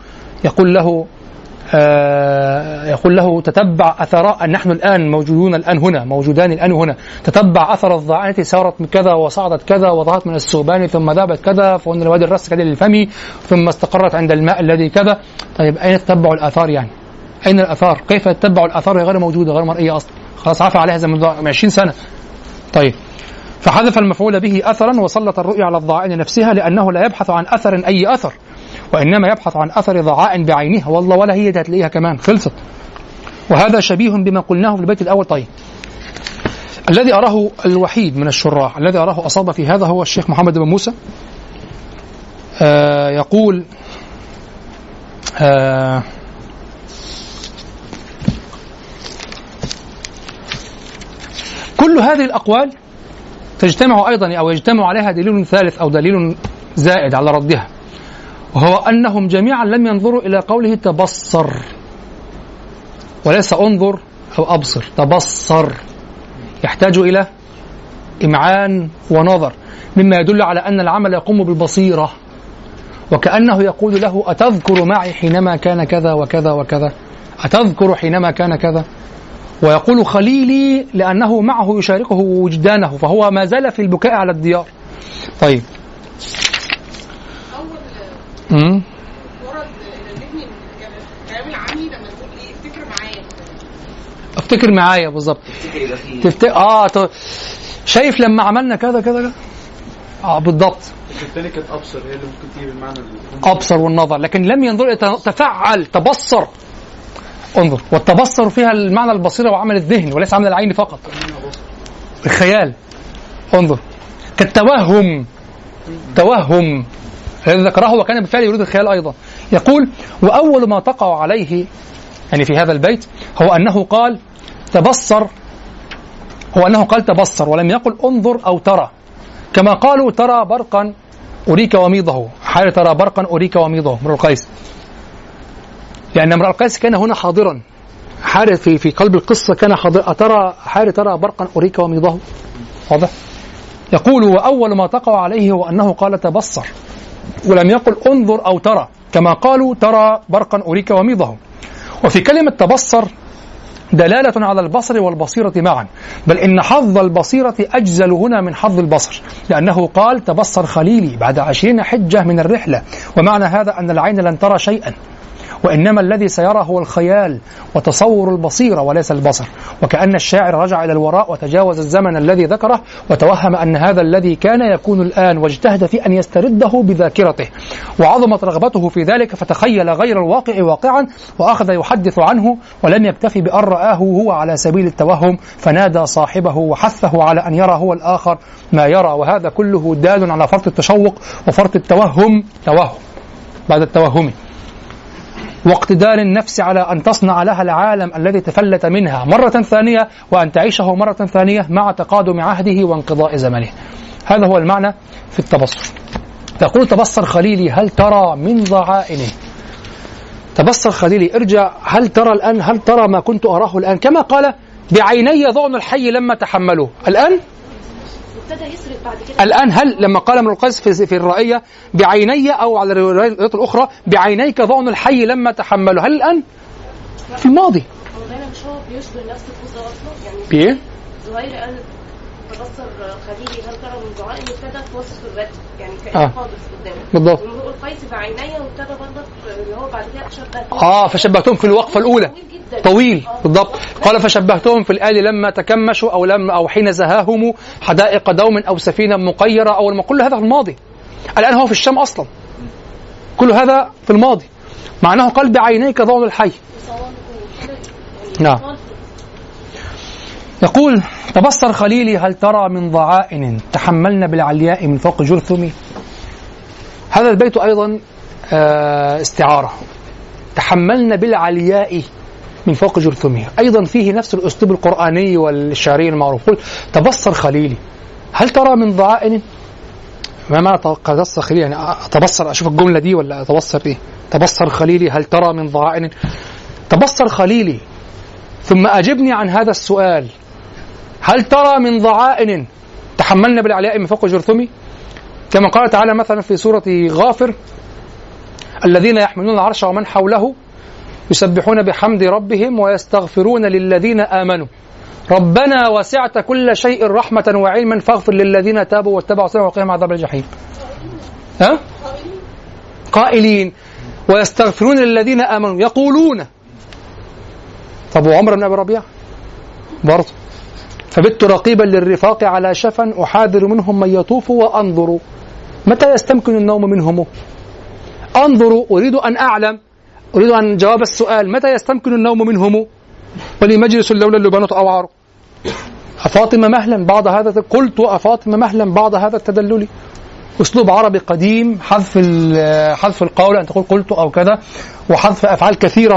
يقول له تتبع أثر، نحن الآن موجودان الآن هنا، تتبع أثر الضاعن التي سارت من كذا وصعدت كذا وظهرت من الثوبان ثم ذهبت كذا فإن الوادي الرأس كذا للفم ثم استقرت عند الماء الذي كذا. طيب أين تتبع الآثار؟ يعني أين الآثار؟ كيف تتبع الآثار غير موجودة غير مرئية أصلا، خلاص عفى عليها زمن 20 سنة. طيب فحذف المفعول به أثرا وسلط الرؤيا على الضعائن نفسها، لأنه لا يبحث عن أثر أي أثر، وإنما يبحث عن أثر ضعائن بعينها، والله ولا هي هتلاقيها كمان، خلصت. وهذا شبيه بما قلناه في البيت الأول. طيب الذي أراه الوحيد من الشراح الذي أراه أصاب في هذا هو الشيخ محمد بن موسى، يقول كل هذه الأقوال تجتمع أيضا أو يجتمع عليها دليل ثالث أو دليل زائد على ردها، وهو أنهم جميعا لم ينظروا إلى قوله تبصر، وليس انظر أو أبصر، تبصر يحتاج إلى إمعان ونظر، مما يدل على أن العمل يقوم بالبصيرة، وكأنه يقول له أتذكر معي حينما كان كذا وكذا وكذا، أتذكر حينما كان كذا، ويقول خليلي لأنه معه يشاركه وجدانه، فهو ما زال في البكاء على الديار. طيب ورد ذهني الكلام العامي لما تقول ايه افتكر معايا بالظبط، شايف لما عملنا كذا كذا بالضبط. الثاني كانت ابصر، هي اللي ممكن تجيب المعنى ابصر والنظر، لكن لم ينظر تفعل تبصر، انظر، والتبصر فيها المعنى البصيرة وعمل الذهن وليس عمل العين فقط، الخيال. انظر كالتوهم، توهم الذي ذكره وكان بالفعل يريد الخيال أيضا. يقول وأول ما تقع عليه يعني في هذا البيت هو أنه قال تبصر، هو أنه قال تبصر ولم يقل انظر أو ترى، كما قالوا ترى برقا أريك وميضه، حال ترى برقا أريك وميضه امرؤ القيس، لأن امرؤ القيس كان هنا حاضرا، حال في قلب القصة كان حاضر، أترى حال ترى برقا أريك وميضه، واضح؟ يقول وأول ما تقع عليه هو أنه قال تبصر ولم يقل انظر أو ترى، كما قالوا ترى برقا أريك وميضه. وفي كلمة تبصر دلالة على البصر والبصيرة معا، بل إن حظ البصيرة أجزل هنا من حظ البصر، لأنه قال تبصر خليلي بعد 20 حجة من الرحلة، ومعنى هذا أن العين لن ترى شيئا، وإنما الذي سيرى هو الخيال وتصور البصيرة وليس البصر. وكأن الشاعر رجع إلى الوراء وتجاوز الزمن الذي ذكره وتوهم أن هذا الذي كان يكون الآن، واجتهد في أن يسترده بذاكرته، وعظمت رغبته في ذلك فتخيل غير الواقع واقعا وأخذ يحدث عنه، ولم يكتفي بأن رآه هو على سبيل التوهم، فنادى صاحبه وحثه على أن يرى هو الآخر ما يرى. وهذا كله دال على فرط التشوق وفرط التوهم، توهم بعد التوهم، واقتدار النفس على أن تصنع لها العالم الذي تفلت منها مرة ثانية، وأن تعيشه مرة ثانية مع تقادم عهده وانقضاء زمنه. هذا هو المعنى في التبصر. تقول تبصر خليلي هل ترى من ضعائنه، تبصر خليلي ارجع، هل ترى الآن، هل ترى ما كنت أراه الآن، كما قال بعيني ضعن الحي لما تحملوه. الآن هل لما قال امرؤ القيس في الرائية بعيني، أو على الروايات الأخرى بعينيك ضعن الحي لما تحمله، هل الآن في الماضي؟ بإيه؟ زهير قال تبصر خليلي هل ترى من ضعائن، ابتدى في وصف الرد يعني كأنه قابض قدامه بالضبط. امرؤ القيس بعينيه وابتدى برضه اللي هو بعد كده شبهتهم فشبهتهم في الوقفة الأولى طويل بالضبط. قال فشبهتهم في الآل لما تكمشوا أو حين زهاهم حدائق دوم أو سفينة مقيرة، أو ما كل هذا في الماضي. الآن هو في الشام أصلا، كل هذا في الماضي، مع أنه قال بعينيك ضعن الحي. نعم. يقول تبصر خليلي هل ترى من ضعائن تحملنا بالعلياء من فوق جرثم. هذا البيت أيضا استعارة، تحملنا بالعلياء من فوق جرثمه، أيضا فيه نفس الأسلوب القرآني والشعري المعروف. قل تبصر خليلي هل ترى من ضعائن، ما معنى تبصر خليلي؟ يعني أتبصر أشوف الجملة دي ولا أتبصر إيه؟ تبصر خليلي هل ترى من ضعائن، تبصر خليلي ثم أجبني عن هذا السؤال، هل ترى من ضعائن تحملنا بالعلياء من فوق جرثمي؟ كما قال تعالى مثلا في سورة غافر: الذين يحملون العرش ومن حوله يسبحون بحمد ربهم ويستغفرون للذين آمنوا ربنا وسعت كل شيء رحمة وعلما فاغفر للذين تابوا واتبعوا سبيلك وقهم عذاب الجحيم. قائلين ويستغفرون للذين آمنوا يقولون. طب وعمر بن أبي ربيعة برضه: فبت رقيبا للرفاق على شفا أحاذر منهم من يطوف وأنظر متى يستمكن النوم منهم. أنظر أريد أن أعلم، أريد أن جواب السؤال متى يستمكن النوم منهم ولي مجلس لولا اللبانة أوعر. أفاطمة مهلا بعض هذا، قلت أفاطمة مهلا بعض هذا التدلل. أسلوب عربي قديم، حذف القول أن تقول قلت أو كذا، وحذف أفعال كثيرة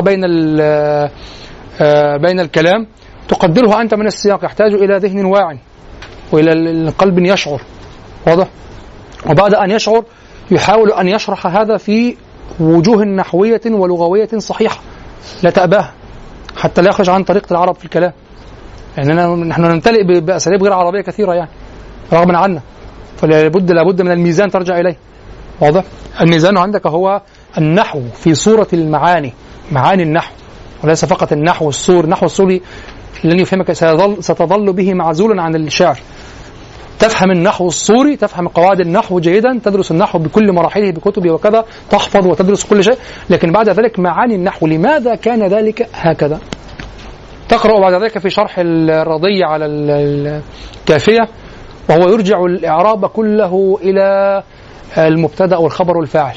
بين الكلام تقدرها أنت من السياق، يحتاج إلى ذهن واع وإلى قلب يشعر. واضح؟ وبعد أن يشعر يحاول أن يشرح هذا في وجوه نحوية ولغوية صحيحة لا تأباها حتى لا يخرج عن طريقة العرب في الكلام. يعني نحن نمتلئ بأساليب غير عربية كثيرة يعني رغم عنا، فلابد من الميزان ترجع إليه. واضح؟ الميزان عندك هو النحو في صورة المعاني، معاني النحو، وليس فقط النحو الصور. النحو الصوري لن يفهمك، ستظل به معزولا عن الشعر. تفهم النحو الصوري، تفهم قواعد النحو جيدا، تدرس النحو بكل مراحله بكتبه وكذا، تحفظ وتدرس كل شيء، لكن بعد ذلك معاني النحو لماذا كان ذلك هكذا. تقرأ بعد ذلك في شرح الرضي على الكافية وهو يرجع الإعراب كله إلى المبتدأ والخبر والفاعل،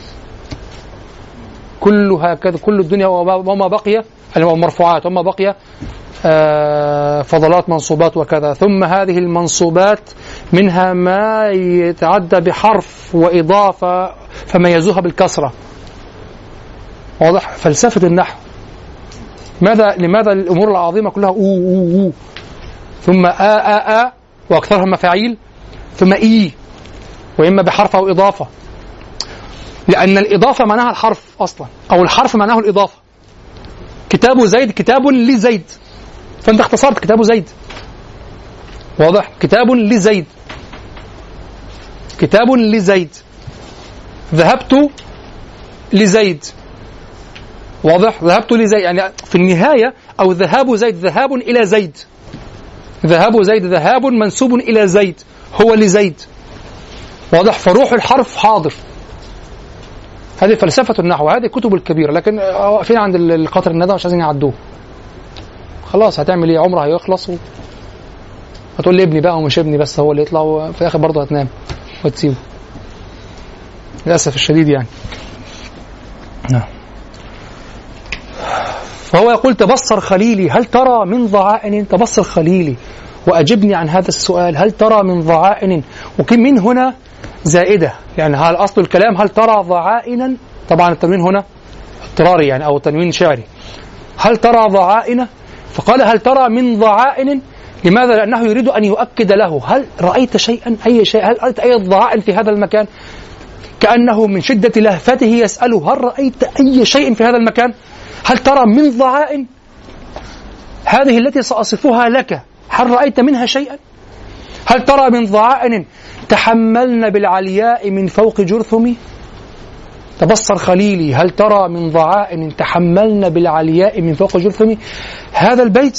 كل هكذا، كل الدنيا وما بقي المرفوعات وما بقي فضلات منصوبات وكذا. ثم هذه المنصوبات منها ما يتعدى بحرف وإضافة فميزوها بالكسرة. واضح؟ فلسفة النحو لماذا الأمور العظيمة كلها أو ثم آ وأكثرها مفاعيل ثم إي وإما بحرف أو إضافة؟ لأن الإضافة معناها الحرف أصلا، أو الحرف معناه الإضافة. كتاب زيد كتاب لزيد، فأنت اختصرت كتاب زيد. واضح؟ كتاب لزيد، كتاب لزيد. ذهبت لزيد. واضح؟ ذهبت لزيد، يعني في النهاية أو ذهاب زيد ذهاب إلى زيد، ذهاب زيد ذهاب منسوب إلى زيد، هو لزيد. واضح؟ فروح الحرف حاضر. هذه فلسفة النحو، هذه كتب الكبيرة، لكن واقفين عند القطر الندى مش عايزين يعدوه. خلاص هتعمل ايه؟ عمره هيخلص هتقول لي ابني بقى ومش ابني بس هو اللي يطلع، وفي الاخر برضه هتنام وتسيبه للاسف الشديد يعني. فهو يقول: تبصر خليلي هل ترى من ضعائن، تبصر خليلي واجبني عن هذا السؤال، هل ترى من ضعائن؟ وكم من هنا زائدة، يعني هل أصل الكلام هل ترى ضعائنا؟ طبعا التنوين هنا اضطراري يعني أو تنوين شعري. هل ترى ضعائن؟ فقال هل ترى من ضعائن. لماذا؟ لأنه يريد أن يؤكد له هل رأيت شيئا، أي شيء، هل رأيت أي ضعائن في هذا المكان؟ كأنه من شدة لهفته يسأله هل رأيت أي شيء في هذا المكان؟ هل ترى من ضعائن هذه التي سأصفها لك، هل رأيت منها شيئا؟ هل ترى من ضعائن تحملن بالعلياء من فوق جرثمي. تبصر خليلي هل ترى من ضعائن تحملن بالعلياء من فوق جرثمي. هذا البيت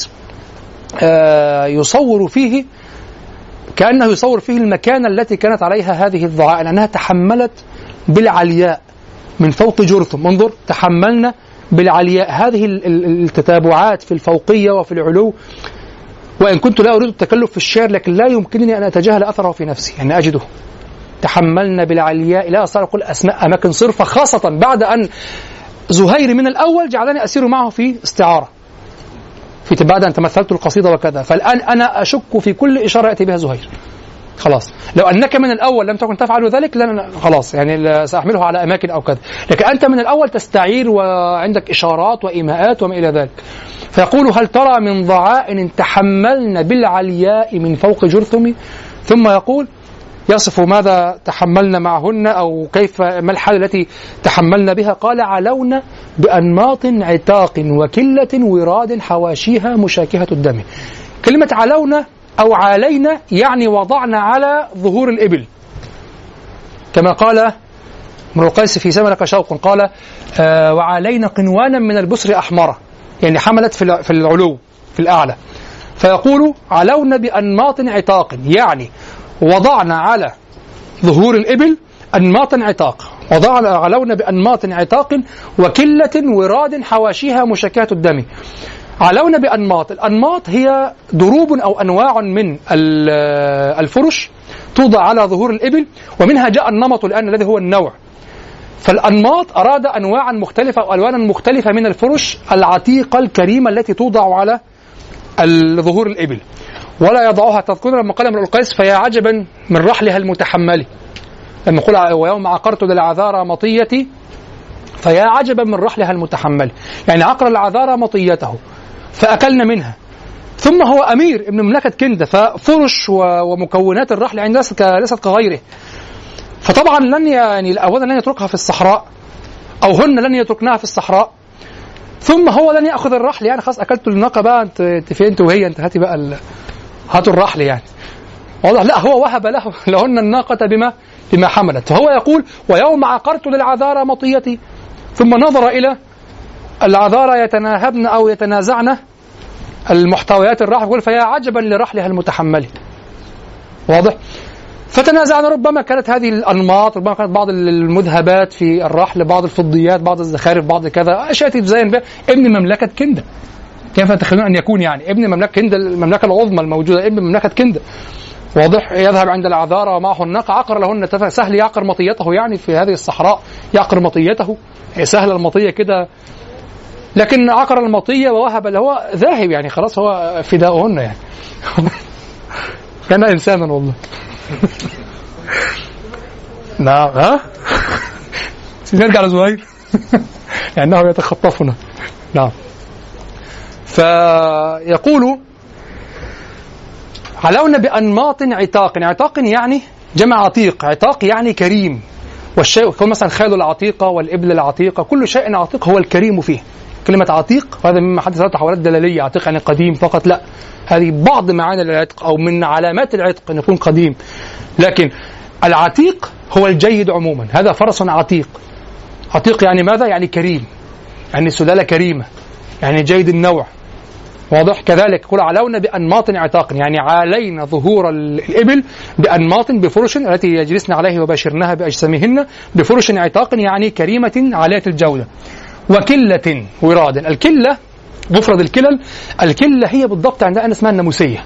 يصور فيه كأنه يصور فيه المكانة التي كانت عليها هذه الضعائن، أنها تحملت بالعلياء من فوق جرثم. انظر، تحملن بالعلياء، هذه التتابعات في الفوقية وفي العلو. وإن كنت لا أريد التكلف في الشعر لكن لا يمكنني أن أتجاهل أثره في نفسي، يعني أجده. تحملنا بالعلياء، لا أصار أقول أسماء أماكن صرفة، خاصة بعد أن زهير من الأول جعلني أسير معه في استعارة بعد أن تمثلت القصيدة وكذا. فالآن أنا أشك في كل إشارة يأتي بها زهير. خلاص، لو أنك من الأول لم تكن تفعل ذلك لن خلاص يعني سأحمله على أماكن أو كذا، لكن أنت من الأول تستعير وعندك إشارات وإيماءات وما إلى ذلك. فيقول هل ترى من ضعائن تحملن بالعلياء من فوق جرثم. ثم يقول يصف ماذا تحملن معهن أو كيف ما الحال التي تحملن بها. قال علون بأنماط عتاق وكلة وراد حواشيها مشاكهة الدم. كلمة علون أو علينا يعني وضعنا على ظهور الإبل، كما قال امرؤ القيس في سملك شوق، قال وعلينا قنوانا من البسر أحمرة، يعني حملت في العلو في الأعلى. فيقول علونا بأنماط عتاق، يعني وضعنا على ظهور الإبل أنماط عتاق، علونا بأنماط عتاق وكلة وراد حواشيها مشكاة الدم. علونا بأنماط، الأنماط هي ضروب أو أنواع من الفرش توضع على ظهور الإبل، ومنها جاء النمط الآن الذي هو النوع. فالأنماط أراد أنواعا مختلفة أو ألوانا مختلفة من الفرش العتيقة الكريمة التي توضع على ظهور الإبل، ولا يضعها. تذكرون لما قال امرؤ القيس فيا عجبا من رحلها المتحمل، لما يقول ويوم عقرت للعذارى مطيتي فيا عجبا من رحلها المتحمل، يعني عقر العذارى مطيته فأكلنا منها. ثم هو أمير ابن مملكة كندة، ففرش ومكونات الرحل عند ليست كغيره، فطبعا أولا لن يتركها في الصحراء، أو هن لن يتركناها في الصحراء، ثم هو لن يأخذ الرحل، يعني خلاص أكلت الناقة بقى، أنت فين أنت وهي، أنت هاتي بقى هاتوا الرحل يعني. والله لا، هو وهب لهن الناقة بما حملت. فهو يقول ويوم عقرت للعذارى مطيتي، ثم نظر إلى العذارى يتناهبن أو يتنازعن المحتويات الرحل، يقول فيا عجبا لرحلها المتحمل. واضح؟ فتنازعنا، ربما كانت هذه الأنماط، ربما كانت بعض المذهبات في الرحل، بعض الفضيات، بعض الزخارف، بعض كذا، أشياء تتزين بها ابن مملكة كندة. كيف تتخيلون أن يكون يعني ابن مملكة كندة، المملكة العظمى الموجودة، ابن مملكة كندة. واضح؟ يذهب عند العذارى ومعه الناقة، عقر لهن، سهل يعقر مطيته يعني في هذه الصحراء، يعقر مطيته، سهل المطية كده، لكن عقر المطية ووهب له، ذاهب يعني خلاص، هو فداؤهن يعني. كان إنسانا والله. نعم. ها نرجع لزهير لأنه يتخطفنا. نعم. فيقول علونا بأنماط عتاق، عتاق يعني جمع عتيق، عتاق يعني كريم، والشيء يكون مثلا خيل العتيقة والإبل العتيقة، كل شيء عتيق هو الكريم فيه. كلمة عتيق هذا مما حدث له تحولات دلالية، عتيق يعني قديم فقط، لا، هذه بعض معاني العتق أو من علامات العتق أن يكون قديم. لكن العتيق هو الجيد عموما، هذا فرس عتيق. عتيق يعني ماذا؟ يعني كريم، يعني سلالة كريمة، يعني جيد النوع. واضح؟ كذلك يقول علونا بأنماط عتاق، يعني علينا ظهور الإبل بأنماط، بفرش التي يجلسن عليه وباشرناها بأجسامهن، بفرش عتاق يعني كريمة عالية الجودة. وكلة وراد، الكلة مفرد الكلل، الكلة هي بالضبط عندنا اسمها الناموسية،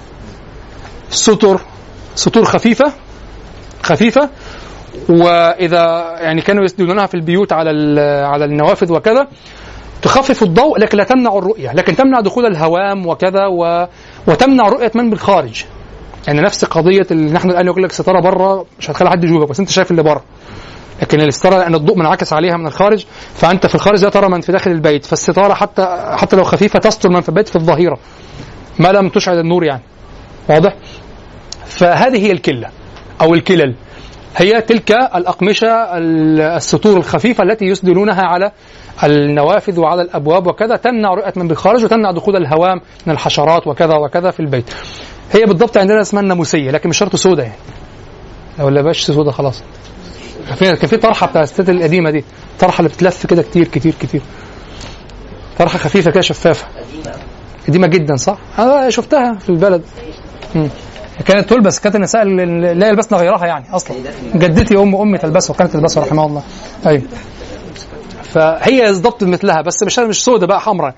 سطور خفيفة، وإذا يعني كانوا يسدونها في البيوت على النوافذ وكذا، تخفف الضوء لكن لا تمنع الرؤية، لكن تمنع دخول الهوام وكذا، وتمنع رؤية من بالخارج. يعني نفس قضية اللي نحن الآن يقول لك ستارة برا مش هتخلي حد يشوفك، بس أنت شايف اللي برا، لكن الستارة أن الضوء منعكس عليها من الخارج، فأنت في الخارج لا ترى من في داخل البيت، فالستارة حتى لو خفيفة تستر من في البيت في الظهيرة ما لم تشعل النور يعني. واضح؟ فهذه هي الكلة أو الكلل، هي تلك الأقمشة السطور الخفيفة التي يسدلونها على النوافذ وعلى الأبواب وكذا، تمنع رؤية من بالخارج وتمنع دخول الهوام من الحشرات وكذا وكذا في البيت. هي بالضبط عندنا اسمها الناموسية، لكن مش شرط سودة يعني، لو لا باش سودة خلاص. كان في طرحة بتاع الستات القديمة دي، طرحة اللي بتلف كده كتير، طرحة خفيفة كده شفافة، قديمة جدا صح؟ أنا شفتها في البلد. كانت تلبس، كانت النساء لا يلبسن غيرها يعني، أصلا جدتي أمي تلبسها وكانت تلبسها رحمها الله. أيوة. فهي بالضبط مثلها، بس مش سودة بقى، حمراء.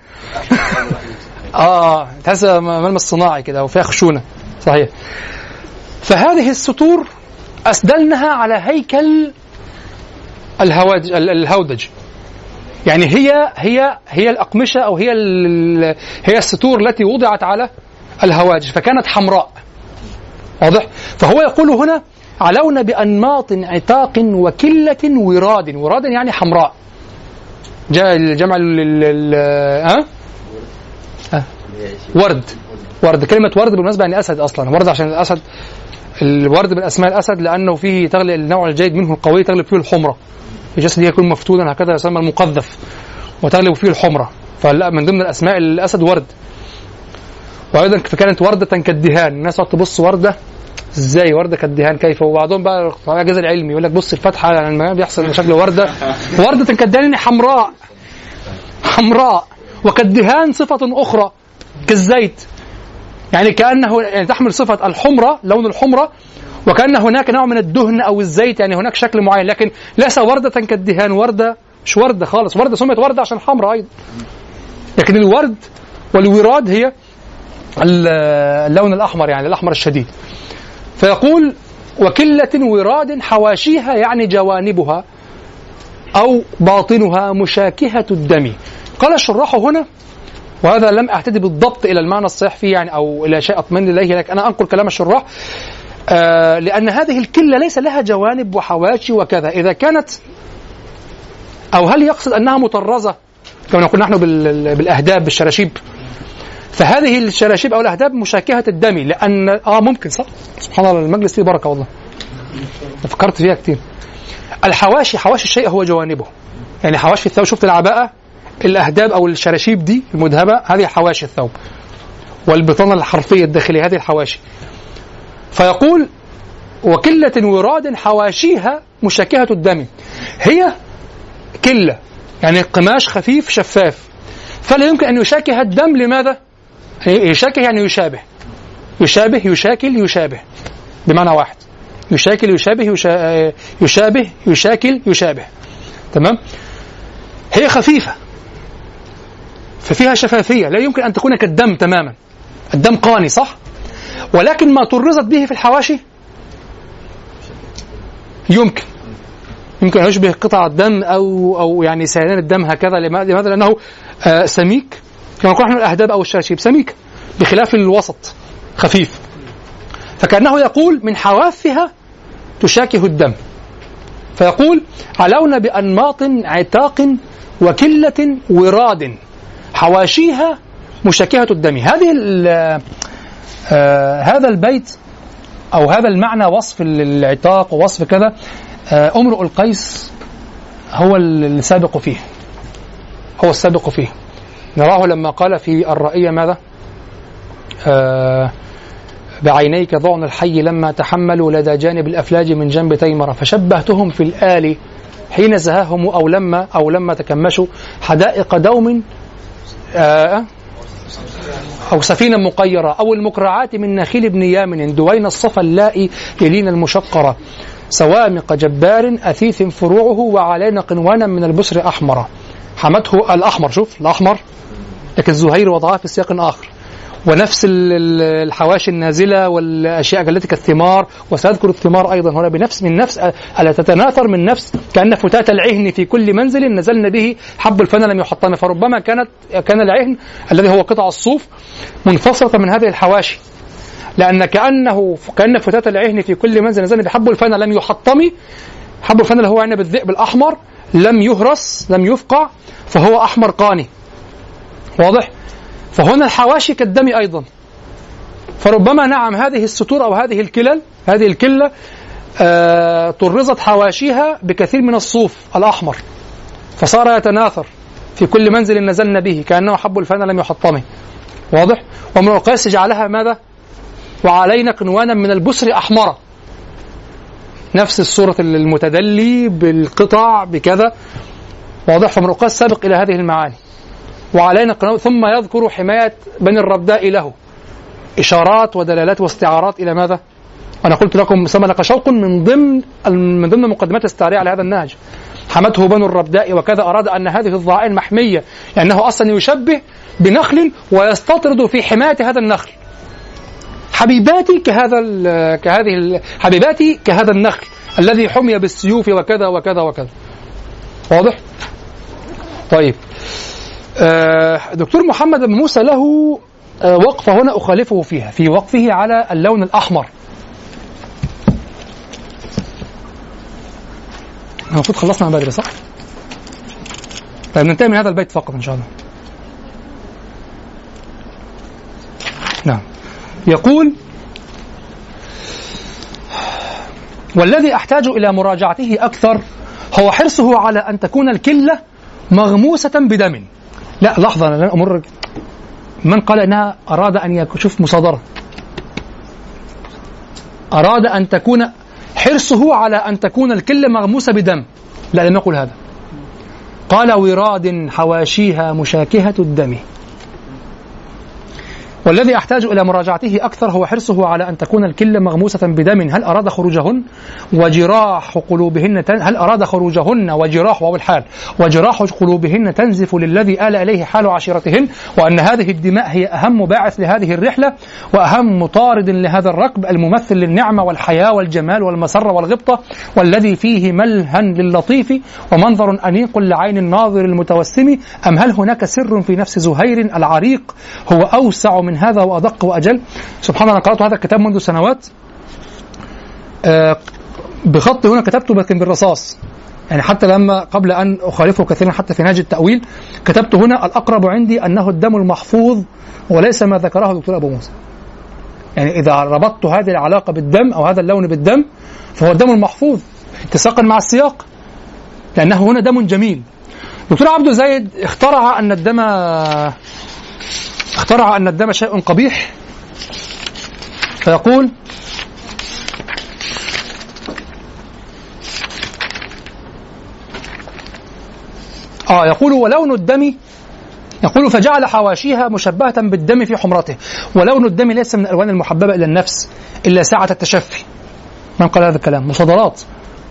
تحس ملمس صناعي كده وفيها خشونة. صحيح. فهذه السطور أسدلنها على هيكل الهودج، يعني هي الأقمشة أو هي السطور التي وضعت على الهواجج، فكانت حمراء. واضح؟ فهو يقول هنا علونا بأنماط عتاق وكلة وراد يعني حمراء، جاء الجمع ورد. كلمة ورد بالمناسبة يعني أسد أصلا، ورد عشان الأسد، الورد من أسماء الأسد لأنه فيه تغلب النوع الجيد منه القوي، تغلب فيه الحمرة، الجسد يكون مفتولا هكذا يسمى المقذف، وتغلب فيه الحمرة، فلا من ضمن الأسماء الأسد ورد. وأيضا فكانت وردة كالدهان، الناس تبص وردة ازاي وردة كالدهان كيف؟ وبعضهم بقى الإعجاز العلمي يقول لك بص الفتحة يعني ما بيحصل شكل وردة كالدهان حمراء وكالدهان صفة أخرى كالزيت، يعني كأنه يعني تحمل صفة الحمرة، لون الحمرة، وكأن هناك نوع من الدهن أو الزيت، يعني هناك شكل معين، لكن ليس وردة كالدهان، وردة مش وردة خالص، وردة سميت وردة عشان حمراء أيضا، لكن الورد والوراد هي اللون الأحمر، يعني الأحمر الشديد. فيقول وكلة وراد حواشيها يعني جوانبها أو باطنها مشاكهة الدم. قال الشراح هنا، وهذا لم أعتدي بالضبط إلى المعنى الصحيح فيه يعني أو إلى شيء أطمئن إليه، لكن أنا أنقل كلام الشراح لأن هذه الكلة ليس لها جوانب وحواشي وكذا. إذا كانت أو هل يقصد أنها مطرزة كما نقول نحن بالأهداب بالشراشيب، فهذه الشراشيب أو الأهداب مشاكهة الدم، لأن ممكن صح، سبحان الله المجلس فيه بركة والله، فكرت فيها كتير. الحواشي، حواشي الشيء هو جوانبه، يعني حواشي الثوب، شفت العباءة، الأهداب أو الشراشيب دي المذهبة هذه حواشي الثوب، والبطانة الحرفية الداخلية هذه الحواشي. فيقول وكلة وراد حواشيها مشاكهة الدم، هي كلة يعني قماش خفيف شفاف، فلا يمكن أن يشاكه الدم. لماذا؟ يشاكه يعني يشابه، يشاكل بمعنى واحد، يشاكل يشابه، تمام. هي خفيفة ففيها شفافية، لا يمكن أن تكون كالدم تماما، الدم قاني صح، ولكن ما طرزت به في الحواشي يمكن أن يشبه قطع الدم أو يعني سيلان الدم هكذا. لماذا؟ لأنه سميك، كما نقول نحن الأهداب أو الشراشيب سميك بخلاف الوسط خفيف، فكأنه يقول من حوافها تشاكه الدم. فيقول علون بأنماط عتاق وكلة وراد حواشيها مشاكهة الدم. هذا البيت أو هذا المعنى وصف العتاق ووصف كذا، امرؤ القيس هو السابق فيه، نراه لما قال في الرائية ماذا؟ بعينيك ضعن الحي لما تحملوا لدى جانب الأفلاج من جنب تيمرة، فشبهتهم في الآل حين زهاهم أو لما تكمشوا حدائق دوم أو سفينة مقيرة أو المقرعات من نخيل ابن يامن دوين الصفا اللائي يلين المشقرة سوامق جبار أثيث فروعه وعلينا قنوانا من البسر أحمر. حمته الأحمر، شوف الأحمر، لكن الزهير وضعها في سياق آخر، ونفس الحواشي النازلة والأشياء التي كالثمار، وسأذكر الثمار أيضا هنا من نفس ألا تتناثر من نفس، كأن فتاة العهن في كل منزل نزلن به حب الفنا لم يحطم، فربما كان العهن الذي هو قطع الصوف منفصلة من هذه الحواشي، لأن كأن فتاة العهن في كل منزل نزلن بحب الفنا لم يحطم، حب الفنا اللي هو عنب الذئب الأحمر لم يهرس لم يفقع، فهو أحمر قاني، واضح؟ فهنا الحواشي كالدم أيضا، فربما نعم هذه السطور أو هذه الكلة طرزت حواشيها بكثير من الصوف الأحمر، فصار يتناثر في كل منزل نزلنا به كأنه حب الفنا لم يحطمه، واضح؟ وامرؤ القيس جعلها ماذا؟ وعلينا قنوانا من البسر أحمر، نفس الصورة المتدلي بالقطع بكذا، واضح؟ فامرؤ القيس سابق إلى هذه المعاني. وعلينا قناة، ثم يذكر حماية بني الربداء له، إشارات ودلالات واستعارات إلى ماذا؟ أنا قلت لكم سملك شوق من ضمن مقدمات الاستعارية على هذا النهج، حمته بنو الربداء وكذا، أراد أن هذه الضائن محمية لأنه أصلا يشبه بنخل ويستطرد في حماية هذا النخل، حبيباتي حبيباتي كهذا النخل الذي حمي بالسيوف وكذا وكذا وكذا، واضح؟ طيب، دكتور محمد بن موسى له وقفة هنا أخالفه فيها، في وقفه على اللون الأحمر. المفروض خلصنا من بدري صح؟ طيب ننتهي من هذا البيت فقط إن شاء الله. نعم، يقول والذي أحتاج إلى مراجعته أكثر هو حرصه على أن تكون الكلة مغموسة بدم. لا لحظة، أنا لن أمر، من قال أنها أراد أن يشوف مصادرة؟ أراد أن تكون حرصه على أن تكون الكلة مغموسة بدم. لا، لم يقل هذا. قال وراد حواشيها مشاكهة الدم. والذي أحتاج إلى مراجعته أكثر هو حرصه على أن تكون الكلة مغموسة بدم. هل أراد خروجهن وجراح قلوبهن هل أراد خروجهن وجراح والحال وجراح قلوبهن تنزف للذي آل إليه حال عشيرتهن، وأن هذه الدماء هي أهم باعث لهذه الرحلة وأهم مطارد لهذا الركب الممثل للنعمة والحياة والجمال والمسرة والغبطة، والذي فيه ملهى للطيف ومنظر أنيق لعين الناظر المتوسم. أم هل هناك سر في نفس زهير العريق هو أوسع من هذا وأدق وأجل؟ سبحان الله، أنا قرأت هذا الكتاب منذ سنوات بخط هنا كتبته لكن بالرصاص، يعني حتى لما قبل أن أخالفه كثيرا حتى في نهج التأويل كتبت هنا الأقرب عندي أنه الدم المحفوظ وليس ما ذكره الدكتور أبو موسى. يعني إذا ربطت هذه العلاقة بالدم أو هذا اللون بالدم فهو الدم المحفوظ اتساقا مع السياق، لأنه هنا دم جميل. دكتور عبد زايد اخترع أن الدم شيء قبيح، فيقول يقول ولون الدم، يقول فجعل حواشيها مشبهة بالدم في حمرته، ولون الدم ليس من الألوان المحببة إلى النفس إلا ساعة التشفي. من قال هذا الكلام؟ مصادرات،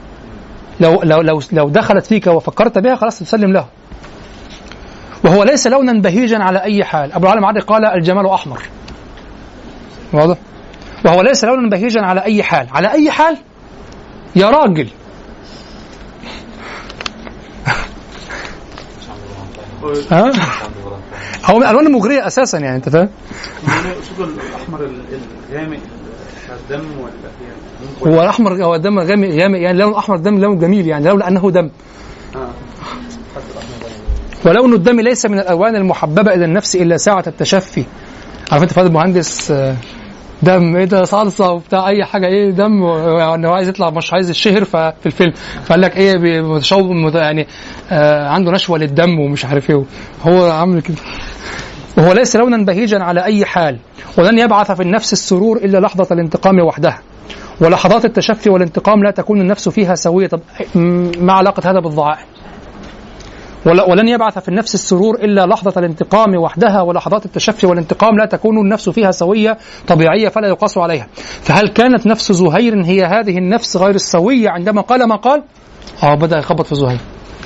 لو دخلت فيك وفكرت بها خلاص تسلم له. وهو ليس لونا بهيجا على أي حال. أبو العالم عادي قال الجمال أحمر، واضح؟ وهو ليس لونا بهيجا على أي حال. على أي حال يا راجل؟ هو من الألوان المغرية أساسا، يعني أنت فاهم؟ الأحمر الغامق الدم هو الأحمر هو الدم غامق، يعني لون أحمر دم لون جميل، يعني لولا أنه دم. ولون الدم ليس من الألوان المحببة إلى النفس إلا ساعة التشفي. عارف أنت فاضل مهندس دم إيه ده صلصة وبتاع أي حاجة إيه دم، يعني هو عايز يطلع مش عايز الشهر في الفيلم، فقال لك إيه متشوق يعني عنده نشوة للدم ومش عارف إيه، هو عامل كده. وهو ليس لونا بهيجا على أي حال، ولن يبعث في النفس السرور إلا لحظة الانتقام وحدها، ولحظات التشفي والانتقام لا تكون النفس فيها سوية. طب ما علاقة هذا بالضعائف؟ ولن يبعث في النفس السرور إلا لحظة الانتقام وحدها، ولحظات التشفي والانتقام لا تكون النفس فيها سوية طبيعية فلا يقاس عليها. فهل كانت نفس زهير هي هذه النفس غير السوية عندما قال ما قال؟ بدأ يخبط في زهير،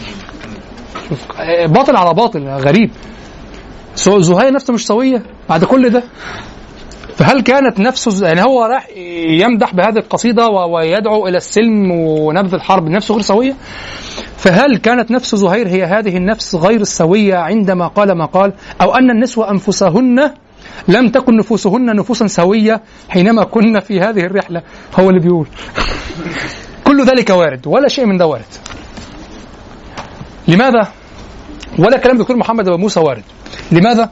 باطل على باطل غريب. زهير نفسه مش سوية بعد كل ده؟ فهل كانت نفسه، يعني هو راح يمدح بهذه القصيدة ويدعو إلى السلم ونبذ الحرب، نفسه غير سوية؟ فهل كانت نفس زهير هي هذه النفس غير السوية عندما قال ما قال؟ أو أن النسوة أنفسهن لم تكن نفوسهن نفوسا سوية حينما كنا في هذه الرحلة؟ هو اللي بيقول كل ذلك وارد، ولا شيء من ده وارد. لماذا؟ ولا كلام دكتور محمد أبو موسى وارد. لماذا؟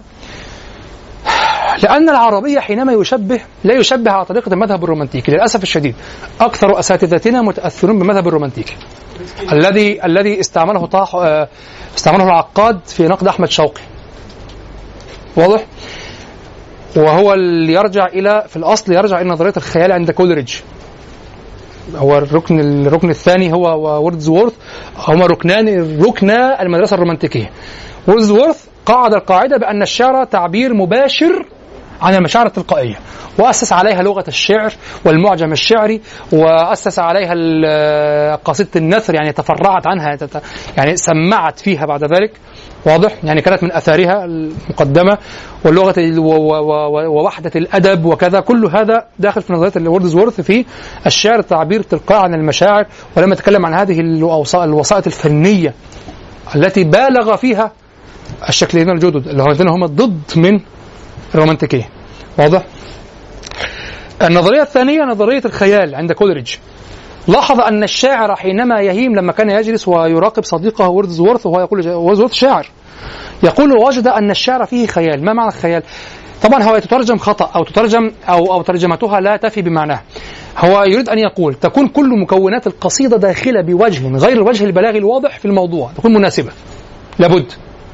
لأن العربية حينما يشبه لا يشبه على طريقة المذهب الرومانتيكي. للأسف الشديد أكثر أساتذتنا متأثرون بالمذهب الرومانتيكي الذي استعمله العقاد في نقد أحمد شوقي، واضح؟ وهو اللي يرجع إلى في الأصل يرجع إلى نظرية الخيال عند كولريدج. هو الركن الثاني هو ووردزورث، هما ركنا المدرسة الرومانتيكية. ووردزورث قاعد القاعدة بأن الشعر تعبير مباشر عن المشاعر التلقائية، وأسس عليها لغة الشعر والمعجم الشعري، وأسس عليها قصيدة النثر، يعني تفرعت عنها، يعني سمعت فيها بعد ذلك، واضح؟ يعني كانت من أثارها المقدمة، واللغة ووحدة الأدب وكذا، كل هذا داخل في نظرية ووردزورث في الشعر تعبير تلقائي عن المشاعر. ولما تكلم عن هذه الوسائط الفنية التي بالغ فيها الشكلين الجدد اللي هم الضد من الرومانتيكية، واضح؟ النظرية الثانية نظرية الخيال عند كولريدج. لاحظ أن الشاعر حينما يهيم، لما كان يجلس ويراقب صديقه ووردزورث وهو يقول ووردزورث شاعر، يقول وجد أن الشعر فيه خيال. ما معنى الخيال؟ طبعا هو يترجم خطأ أو تترجم أو ترجمتها لا تفي بمعناه. هو يريد أن يقول تكون كل مكونات القصيدة داخلة بوجه غير الوجه البلاغي الواضح في الموضوع، تكون مناسبة لابد.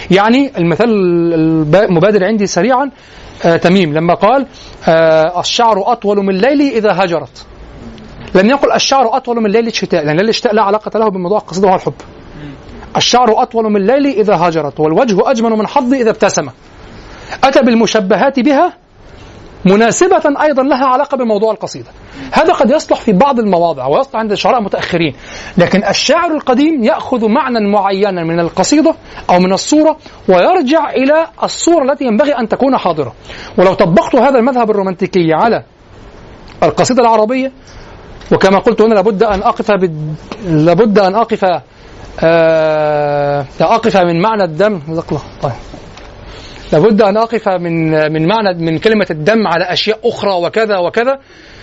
يعني المثال المبادر عندي سريعا تميم لما قال الشعر أطول من الليل إذا هجرت، لم يقل الشعر أطول من ليلة الشتاء، لأن ليلة الشتاء لا علاقة له بموضوع القصيدة وهو الحب. الشعر أطول من الليل إذا هجرت، والوجه أجمل من حظ إذا ابتسم. أتى بالمشبهات بها مناسبة أيضا لها علاقة بموضوع القصيدة. هذا قد يصلح في بعض المواضع ويصلح عند الشعراء متأخرين، لكن الشاعر القديم يأخذ معنى معينا من القصيدة أو من الصورة ويرجع إلى الصورة التي ينبغي أن تكون حاضرة. ولو طبقت هذا المذهب الرومانتيكي على القصيدة العربية، وكما قلت هنا لابد أن أقف من معنى الدم، طيب لابد أن أقف من كلمة الدم على أشياء أخرى وكذا وكذا.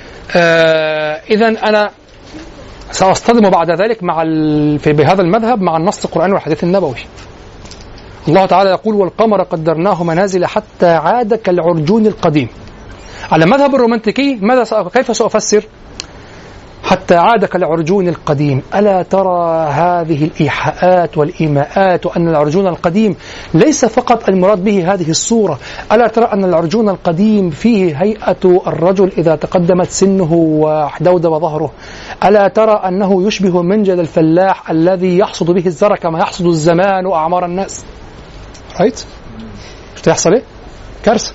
إذن أنا سأصطدم بعد ذلك بهذا المذهب مع النص القرآني والحديث النبوي. الله تعالى يقول والقمر قدرناه منازل حتى عاد كالعرجون القديم. على مذهب الرومانتيكي كيف سأفسر حتى عاد كالعرجون القديم؟ ألا ترى هذه الإيحاءات والإيماءات وأن العرجون القديم ليس فقط المراد به هذه الصورة. ألا ترى أن العرجون القديم فيه هيئة الرجل إذا تقدمت سنه وحدودب ظهره. ألا ترى أنه يشبه منجل الفلاح الذي يحصد به الزرع كما يحصد الزمان وأعمار الناس. رأيت؟ مش تحصل إيه؟ كارثة.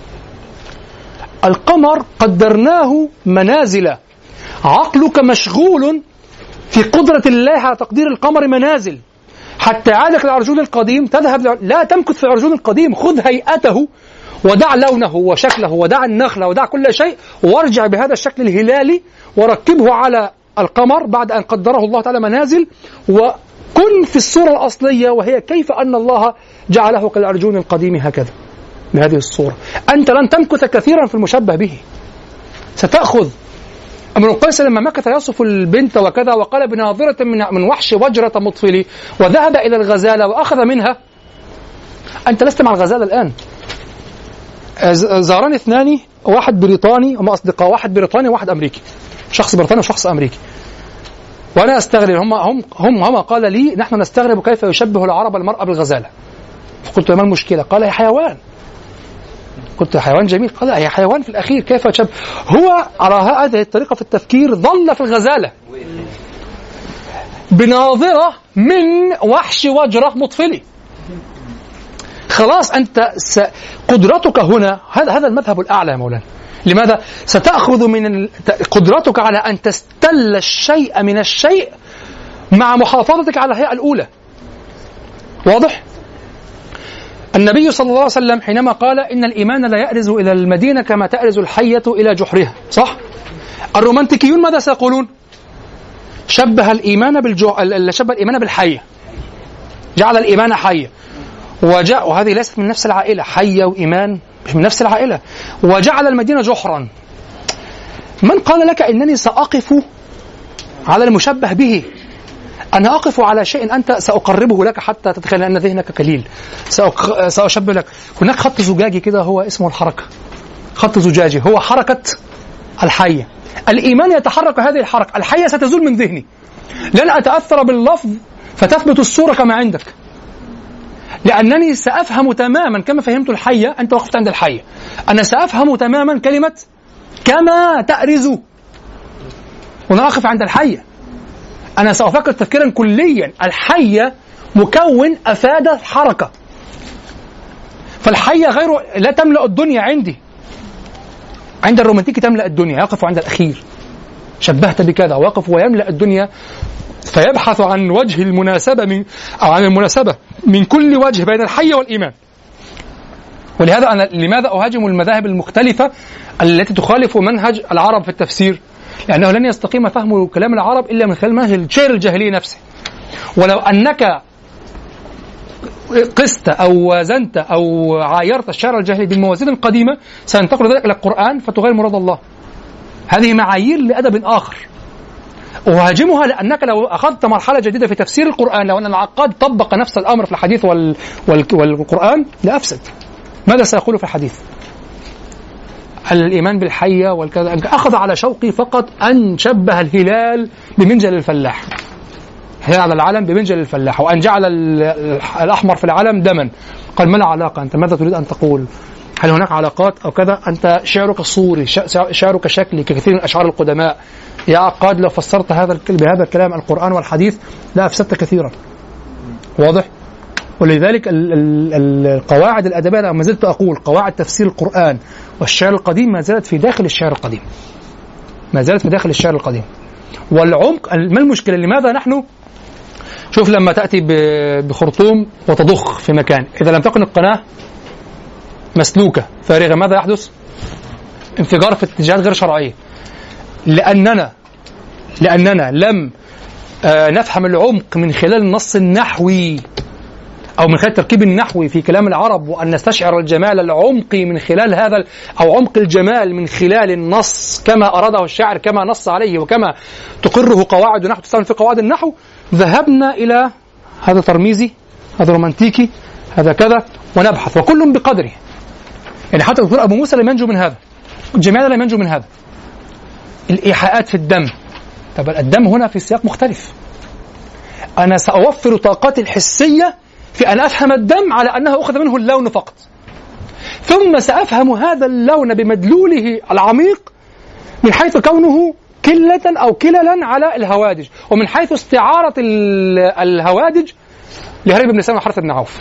القمر قدرناه منازل، عقلك مشغول في قدرة الله على تقدير القمر منازل حتى عادك العرجون القديم تذهب لا تمكث في العرجون القديم، خذ هيئته ودع لونه وشكله ودع النخلة ودع كل شيء وارجع بهذا الشكل الهلالي وركبه على القمر بعد أن قدره الله تعالى منازل، وكن في الصورة الأصلية وهي كيف أن الله جعله كالعرجون القديم هكذا بهذه الصورة. أنت لن تمكث كثيرا في المشبه به. ستأخذ امرؤ القيس لما مكث يصف البنت وكذا وقال بناظرة من وحش وجرة مطفلي وذهب إلى الغزالة وأخذ منها. أنت لست مع الغزالة الآن. زارني اثنان، واحد بريطاني، هم أصدقاء، واحد بريطاني وواحد أمريكي، شخص بريطاني وشخص أمريكي، وأنا أستغرب. هم قال لي نحن نستغرب كيف يشبه العرب المرأة بالغزالة. فقلت ما المشكلة؟ قال هي حيوان. قلت حيوان جميل. قال هي حيوان في الأخير كيف يشبه؟ هو على هذه الطريقة في التفكير ظل في الغزالة بناظرة من وحش وجرة مطفلي. خلاص أنت قدرتك هنا هذا المذهب الأعلى يا مولانا. لماذا؟ ستأخذ من قدرتك على أن تستل الشيء من الشيء مع محافظتك على الهيئة الأولى. واضح؟ النبي صلى الله عليه وسلم حينما قال إن الإيمان لا يأرز إلى المدينة كما تأرز الحية إلى جحرها، صح؟ الرومانتيكيون ماذا سيقولون؟ شبه الإيمان بالحية، جعل الإيمان حية، وهذه ليست من نفس العائلة، حية وإيمان مش من نفس العائلة، وجعل المدينة جحرا. من قال لك إنني سأقف على المشبه به؟ أنا أقف على شيء أنت سأقربه لك حتى تتخيل أن ذهنك قليل. سأشبه لك. هناك خط زجاجي كده هو اسمه الحركة، خط زجاجي هو حركة الحية. الإيمان يتحرك هذه الحركة، الحية ستزول من ذهني، لن أتأثر باللفظ فتثبت الصورة كما عندك، لأنني سأفهم تماما كما فهمت الحية. أنت وقفت عند الحية، أنا سأفهم تماما كلمة كما تأرز، وأنا أقف عند الحية. أنا سأفكر تفكيرا كليا. الحية مكون أفاد حركة، فالحية غير لا تملأ الدنيا عندي. عند الرومانتيكي تملأ الدنيا، يقف عند الأخير. شبهت بكذا، ويقف ويملأ الدنيا فيبحث عن وجه المناسبة أو عن المناسبة من كل وجه بين الحية والإيمان. ولهذا أنا لماذا أهاجم المذاهب المختلفة التي تخالف منهج العرب في التفسير؟ لأنه لن يستقيم فهم كلام العرب إلا من خلال منهج الشعر الجاهلي نفسه. ولو أنك قست أو وازنت أو عايرت الشعر الجاهلي بالموازين القديمة سينتقل ذلك إلى القرآن فتغير مراد الله. هذه معايير لأدب آخر أهاجمها، لأنك لو أخذت مرحلة جديدة في تفسير القرآن، لو أن العقاد طبق نفس الأمر في الحديث والقرآن لأفسد. ماذا سيقول في الحديث؟ الإيمان بالحية والكذا. أخذ على شوقي فقط أن شبه الهلال بمنجل الفلاح. على العلم بمنجل الفلاح، وأن جعل الأحمر في العلم دما. قال ما العلاقة؟ أنت ماذا تريد أن تقول؟ هل هناك علاقات أو كذا؟ أنت شعرك صوري، شعرك شكلي ككثير من أشعار القدماء. يا عقاد لو فسرت بهذا الكلام القرآن والحديث لا أفسدت كثيرا. واضح؟ ولذلك القواعد الأدبية ما زلت أقول قواعد تفسير القرآن والشعر القديم ما زالت في داخل الشعر القديم، ما زالت في داخل الشعر القديم. والعمق ما المشكلة؟ لماذا نحن شوف لما تأتي بخرطوم وتضخ في مكان، إذا لم تكن القناة مسلوكة فارغة ماذا يحدث؟ انفجار في اتجاهات غير شرعية. لأننا لم نفهم العمق من خلال النص النحوي أو من خلال التركيب النحوي في كلام العرب، وأن نستشعر الجمال العمقي من خلال هذا أو عمق الجمال من خلال النص كما أراده الشاعر كما نص عليه وكما تقره قواعد النحو تستعمل في قواعد النحو، ذهبنا إلى هذا ترميزي، هذا رومانتيكي، هذا كذا، ونبحث وكل بقدره. يعني حتى الدكتور أبو موسى لم ينجو من هذا، الجمال لم ينجو من هذا. الإيحاءات في الدم، طب الدم هنا في سياق مختلف. أنا سأوفر طاقاتي الحسية في أن أفهم الدم على أنه أخذ منه اللون فقط، ثم سأفهم هذا اللون بمدلوله العميق من حيث كونه كلة أو كللا على الهوادج، ومن حيث استعارة الهوادج لهرب بن سلمة وحارثة بن عوف.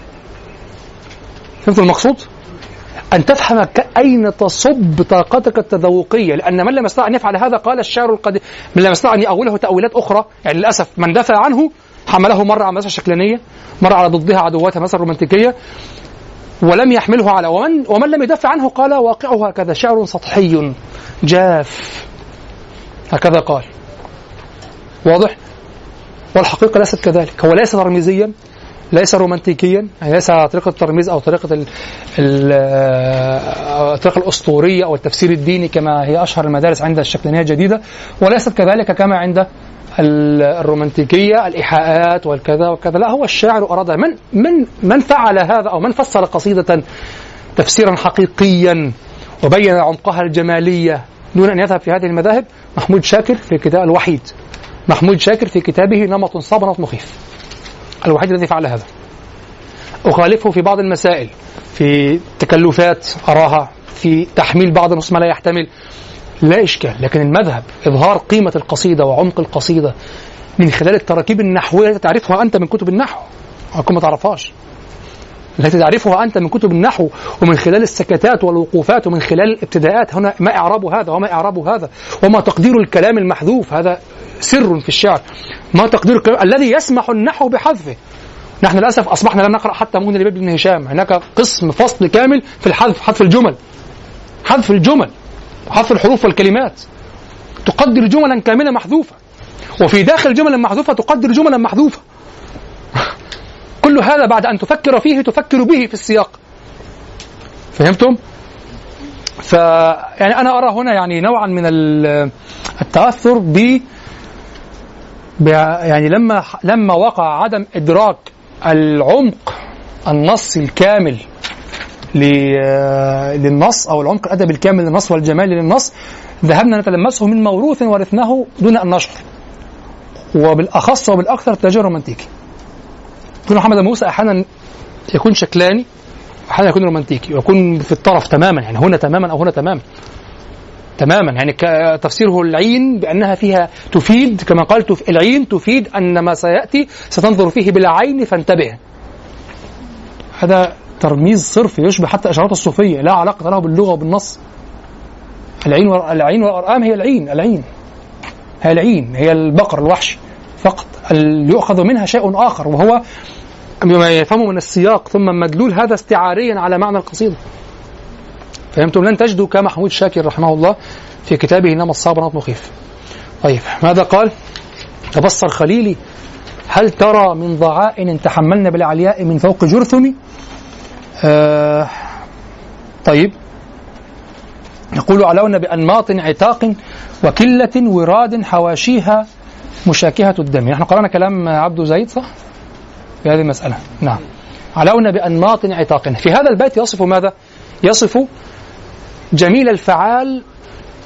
فهمت المقصود؟ أن تفهم أين تصب طاقتك التذوقية، لأن من لم يستطع أن يفعل هذا قال الشاعر القديم من لم يستطع أن يأوله تأويلات أخرى. يعني للأسف من دافع عنه حمله مرة على المدرسة الشكلانية، مرة على ضدها عدواتها مثلا الرومانتيكية، ولم يحمله على ومن لم يدافع عنه قال واقعه هكذا، شعر سطحي جاف، هكذا قال. واضح؟ والحقيقة ليست كذلك. هو ليس ترميزيا، ليس رومانتيكيا، يعني ليس طريقة الترميز أو طريقة الطريقة الأسطورية أو التفسير الديني كما هي أشهر المدارس عند الشكلانية الجديدة، وليست كذلك كما عند الرومانتيكية الإيحاءات والكذا وكذا. لا، هو الشاعر أراد من فعل هذا أو من فسر قصيدة تفسيرا حقيقيا وبين عمقها الجمالية دون أن يذهب في هذه المذاهب. محمود شاكر في كتاب الوحيد، محمود شاكر في كتابه نمط صعب نمط مخيف، الوحيد الذي فعل هذا. أخالفه في بعض المسائل، في تكلفات أراها، في تحميل بعض النصوص ما لا يحتمل، لا إشكال. لكن المذهب إظهار قيمة القصيدة وعمق القصيدة من خلال التراكيب النحوية التي تعرفها أنت من كتب النحو، أكون ما تعرفهاش، التي تعرفها أنت من كتب النحو، ومن خلال السكتات والوقوفات، ومن خلال الابتداءات. هنا ما إعراب هذا وما إعراب هذا، وما تقدير الكلام المحذوف، هذا سر في الشعر. ما تقدير الكلام الذي يسمح النحو بحذفه. نحن للأسف أصبحنا لا نقرأ حتى مغني لبيب بن هشام، هناك قسم فصل كامل في الحذف، حذف الجمل، حذف الجمل، حذف الحروف والكلمات. تقدر جملا كاملة محذوفة، وفي داخل جملا محذوفة تقدر جملا محذوفة. كل هذا بعد أن تفكر فيه تفكر به في السياق. فهمتم؟ يعني أنا أرى هنا يعني نوعا من التأثر يعني لما وقع عدم إدراك العمق النص الكامل للنص أو العمق الأدبي الكامل للنص والجمال للنص، ذهبنا نتلمسه من موروث ورثناه دون أن نشعر، وبالأخص وبالأكثر التوجه الرومانتيكي. يكون محمد موسى أحيانا يكون شكلاني، أحيانا يكون رومانتيكي، ويكون في الطرف تماما، يعني هنا تماما أو هنا تماما. يعني تفسيره العين بأنها فيها تفيد، كما قلت العين تفيد أن ما سيأتي ستنظر فيه بالعين فانتبه. هذا ترميز صرف يشبه حتى إشارات الصوفية، لا علاقة له باللغة وبالنص. العين والأرآم هي العين هي البقر الوحشي فقط، يؤخذ منها شيء آخر وهو ما يفهمه من السياق، ثم مدلول هذا استعاريا على معنى القصيدة. فهمتم؟ لن تجدوا كمحمود شاكر رحمه الله في كتابه نمط صعب نمط مخيف. طيب ماذا قال؟ تبصر خليلي هل ترى من ضعائن تحملنا بالعلياء من فوق جرثم. طيب يقول علونا بأنماط عتاق وكلة وراد حواشيها مشاكهة الدم. نحن قرأنا كلام عبد زيد صح في هذه المسألة. نعم. علونا بأنماط عتاق، في هذا البيت يصف ماذا؟ يصف جميل الفعال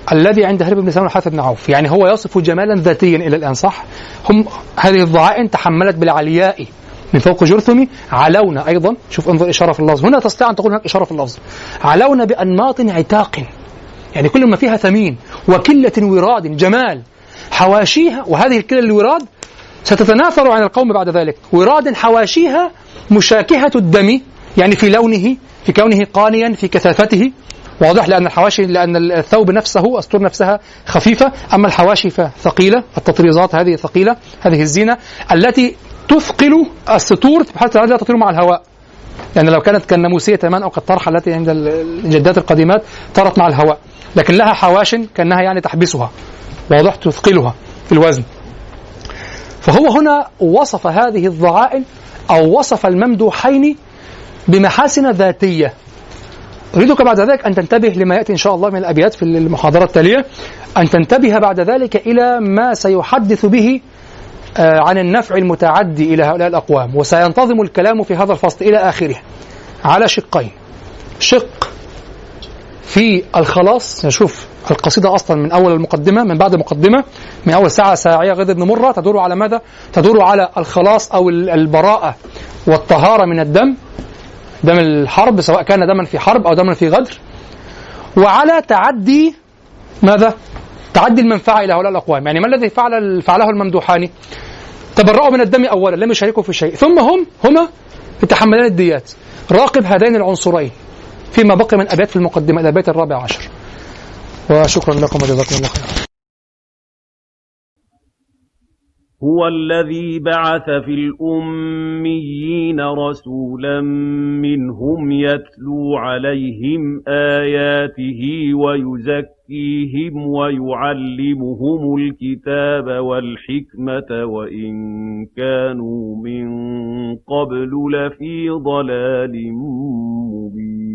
الذي عند هرب بن سلمة والحارث بن عوف، يعني هو يصف جمالا ذاتيا إلى الآن، صح؟ هذه الضعائن تحملت بالعلياء من فوق جرثم، علون أيضا، شوف انظر إشارة في اللفظ، هنا تستطيع أن تقول هناك إشارة في اللفظ، علون بأنماط عتاق، يعني كل ما فيها ثمين، وكلة وراد جمال، حواشيها، وهذه الكلة الوراد ستتناثر عن القوم بعد ذلك، وراد حواشيها مشاكهة الدم، يعني في لونه، في كونه قانيا، في كثافته، واضح، لأن الحواشي، لأن الثوب نفسه، السطور نفسها خفيفة، أما الحواشي فثقيلة، التطريزات هذه ثقيلة، هذه الزينة التي تثقل السطور بحيث لا تطير مع الهواء، لأن لو كانت كالناموسية تماما أو كالطرحة التي عند الجدات القديمات طارت مع الهواء، لكن لها حواش كأنها يعني تحبسها، واضح، تثقلها في الوزن. فهو هنا وصف هذه الضعائن أو وصف الممدوحين بمحاسن ذاتية. أريدك بعد ذلك أن تنتبه لما يأتي إن شاء الله من الأبيات في المحاضرة التالية، أن تنتبه بعد ذلك إلى ما سيحدث به عن النفع المتعدي إلى هؤلاء الأقوام، وسينتظم الكلام في هذا الفصل إلى آخره على شقين: شق في الخلاص، نشوف القصيدة أصلا من أول المقدمة، من بعد المقدمة، من أول ساعة ساعية غيظ بن مرة، تدور على ماذا؟ تدور على الخلاص أو البراءة والطهارة من الدم، دم الحرب، سواء كان دما في حرب أو دما في غدر، وعلى تعدي ماذا؟ تعدي المنفعة إلى هؤلاء الأقوام. يعني ما الذي فعله الممدوحان؟ تبرأوا من الدم أولا، لم يشاركوا في شيء، ثم هما يتحملان الديات. راقب هذين العنصرين فيما بقي من أبيات في المقدمة إلى البيت 14. وشكرا لكم وجزاكم الله خيرا. هو الذي بعث في الأميين رسولا منهم يتلو عليهم آياته ويزكيهم ويعلمهم الكتاب والحكمة وإن كانوا من قبل لفي ضلال مبين.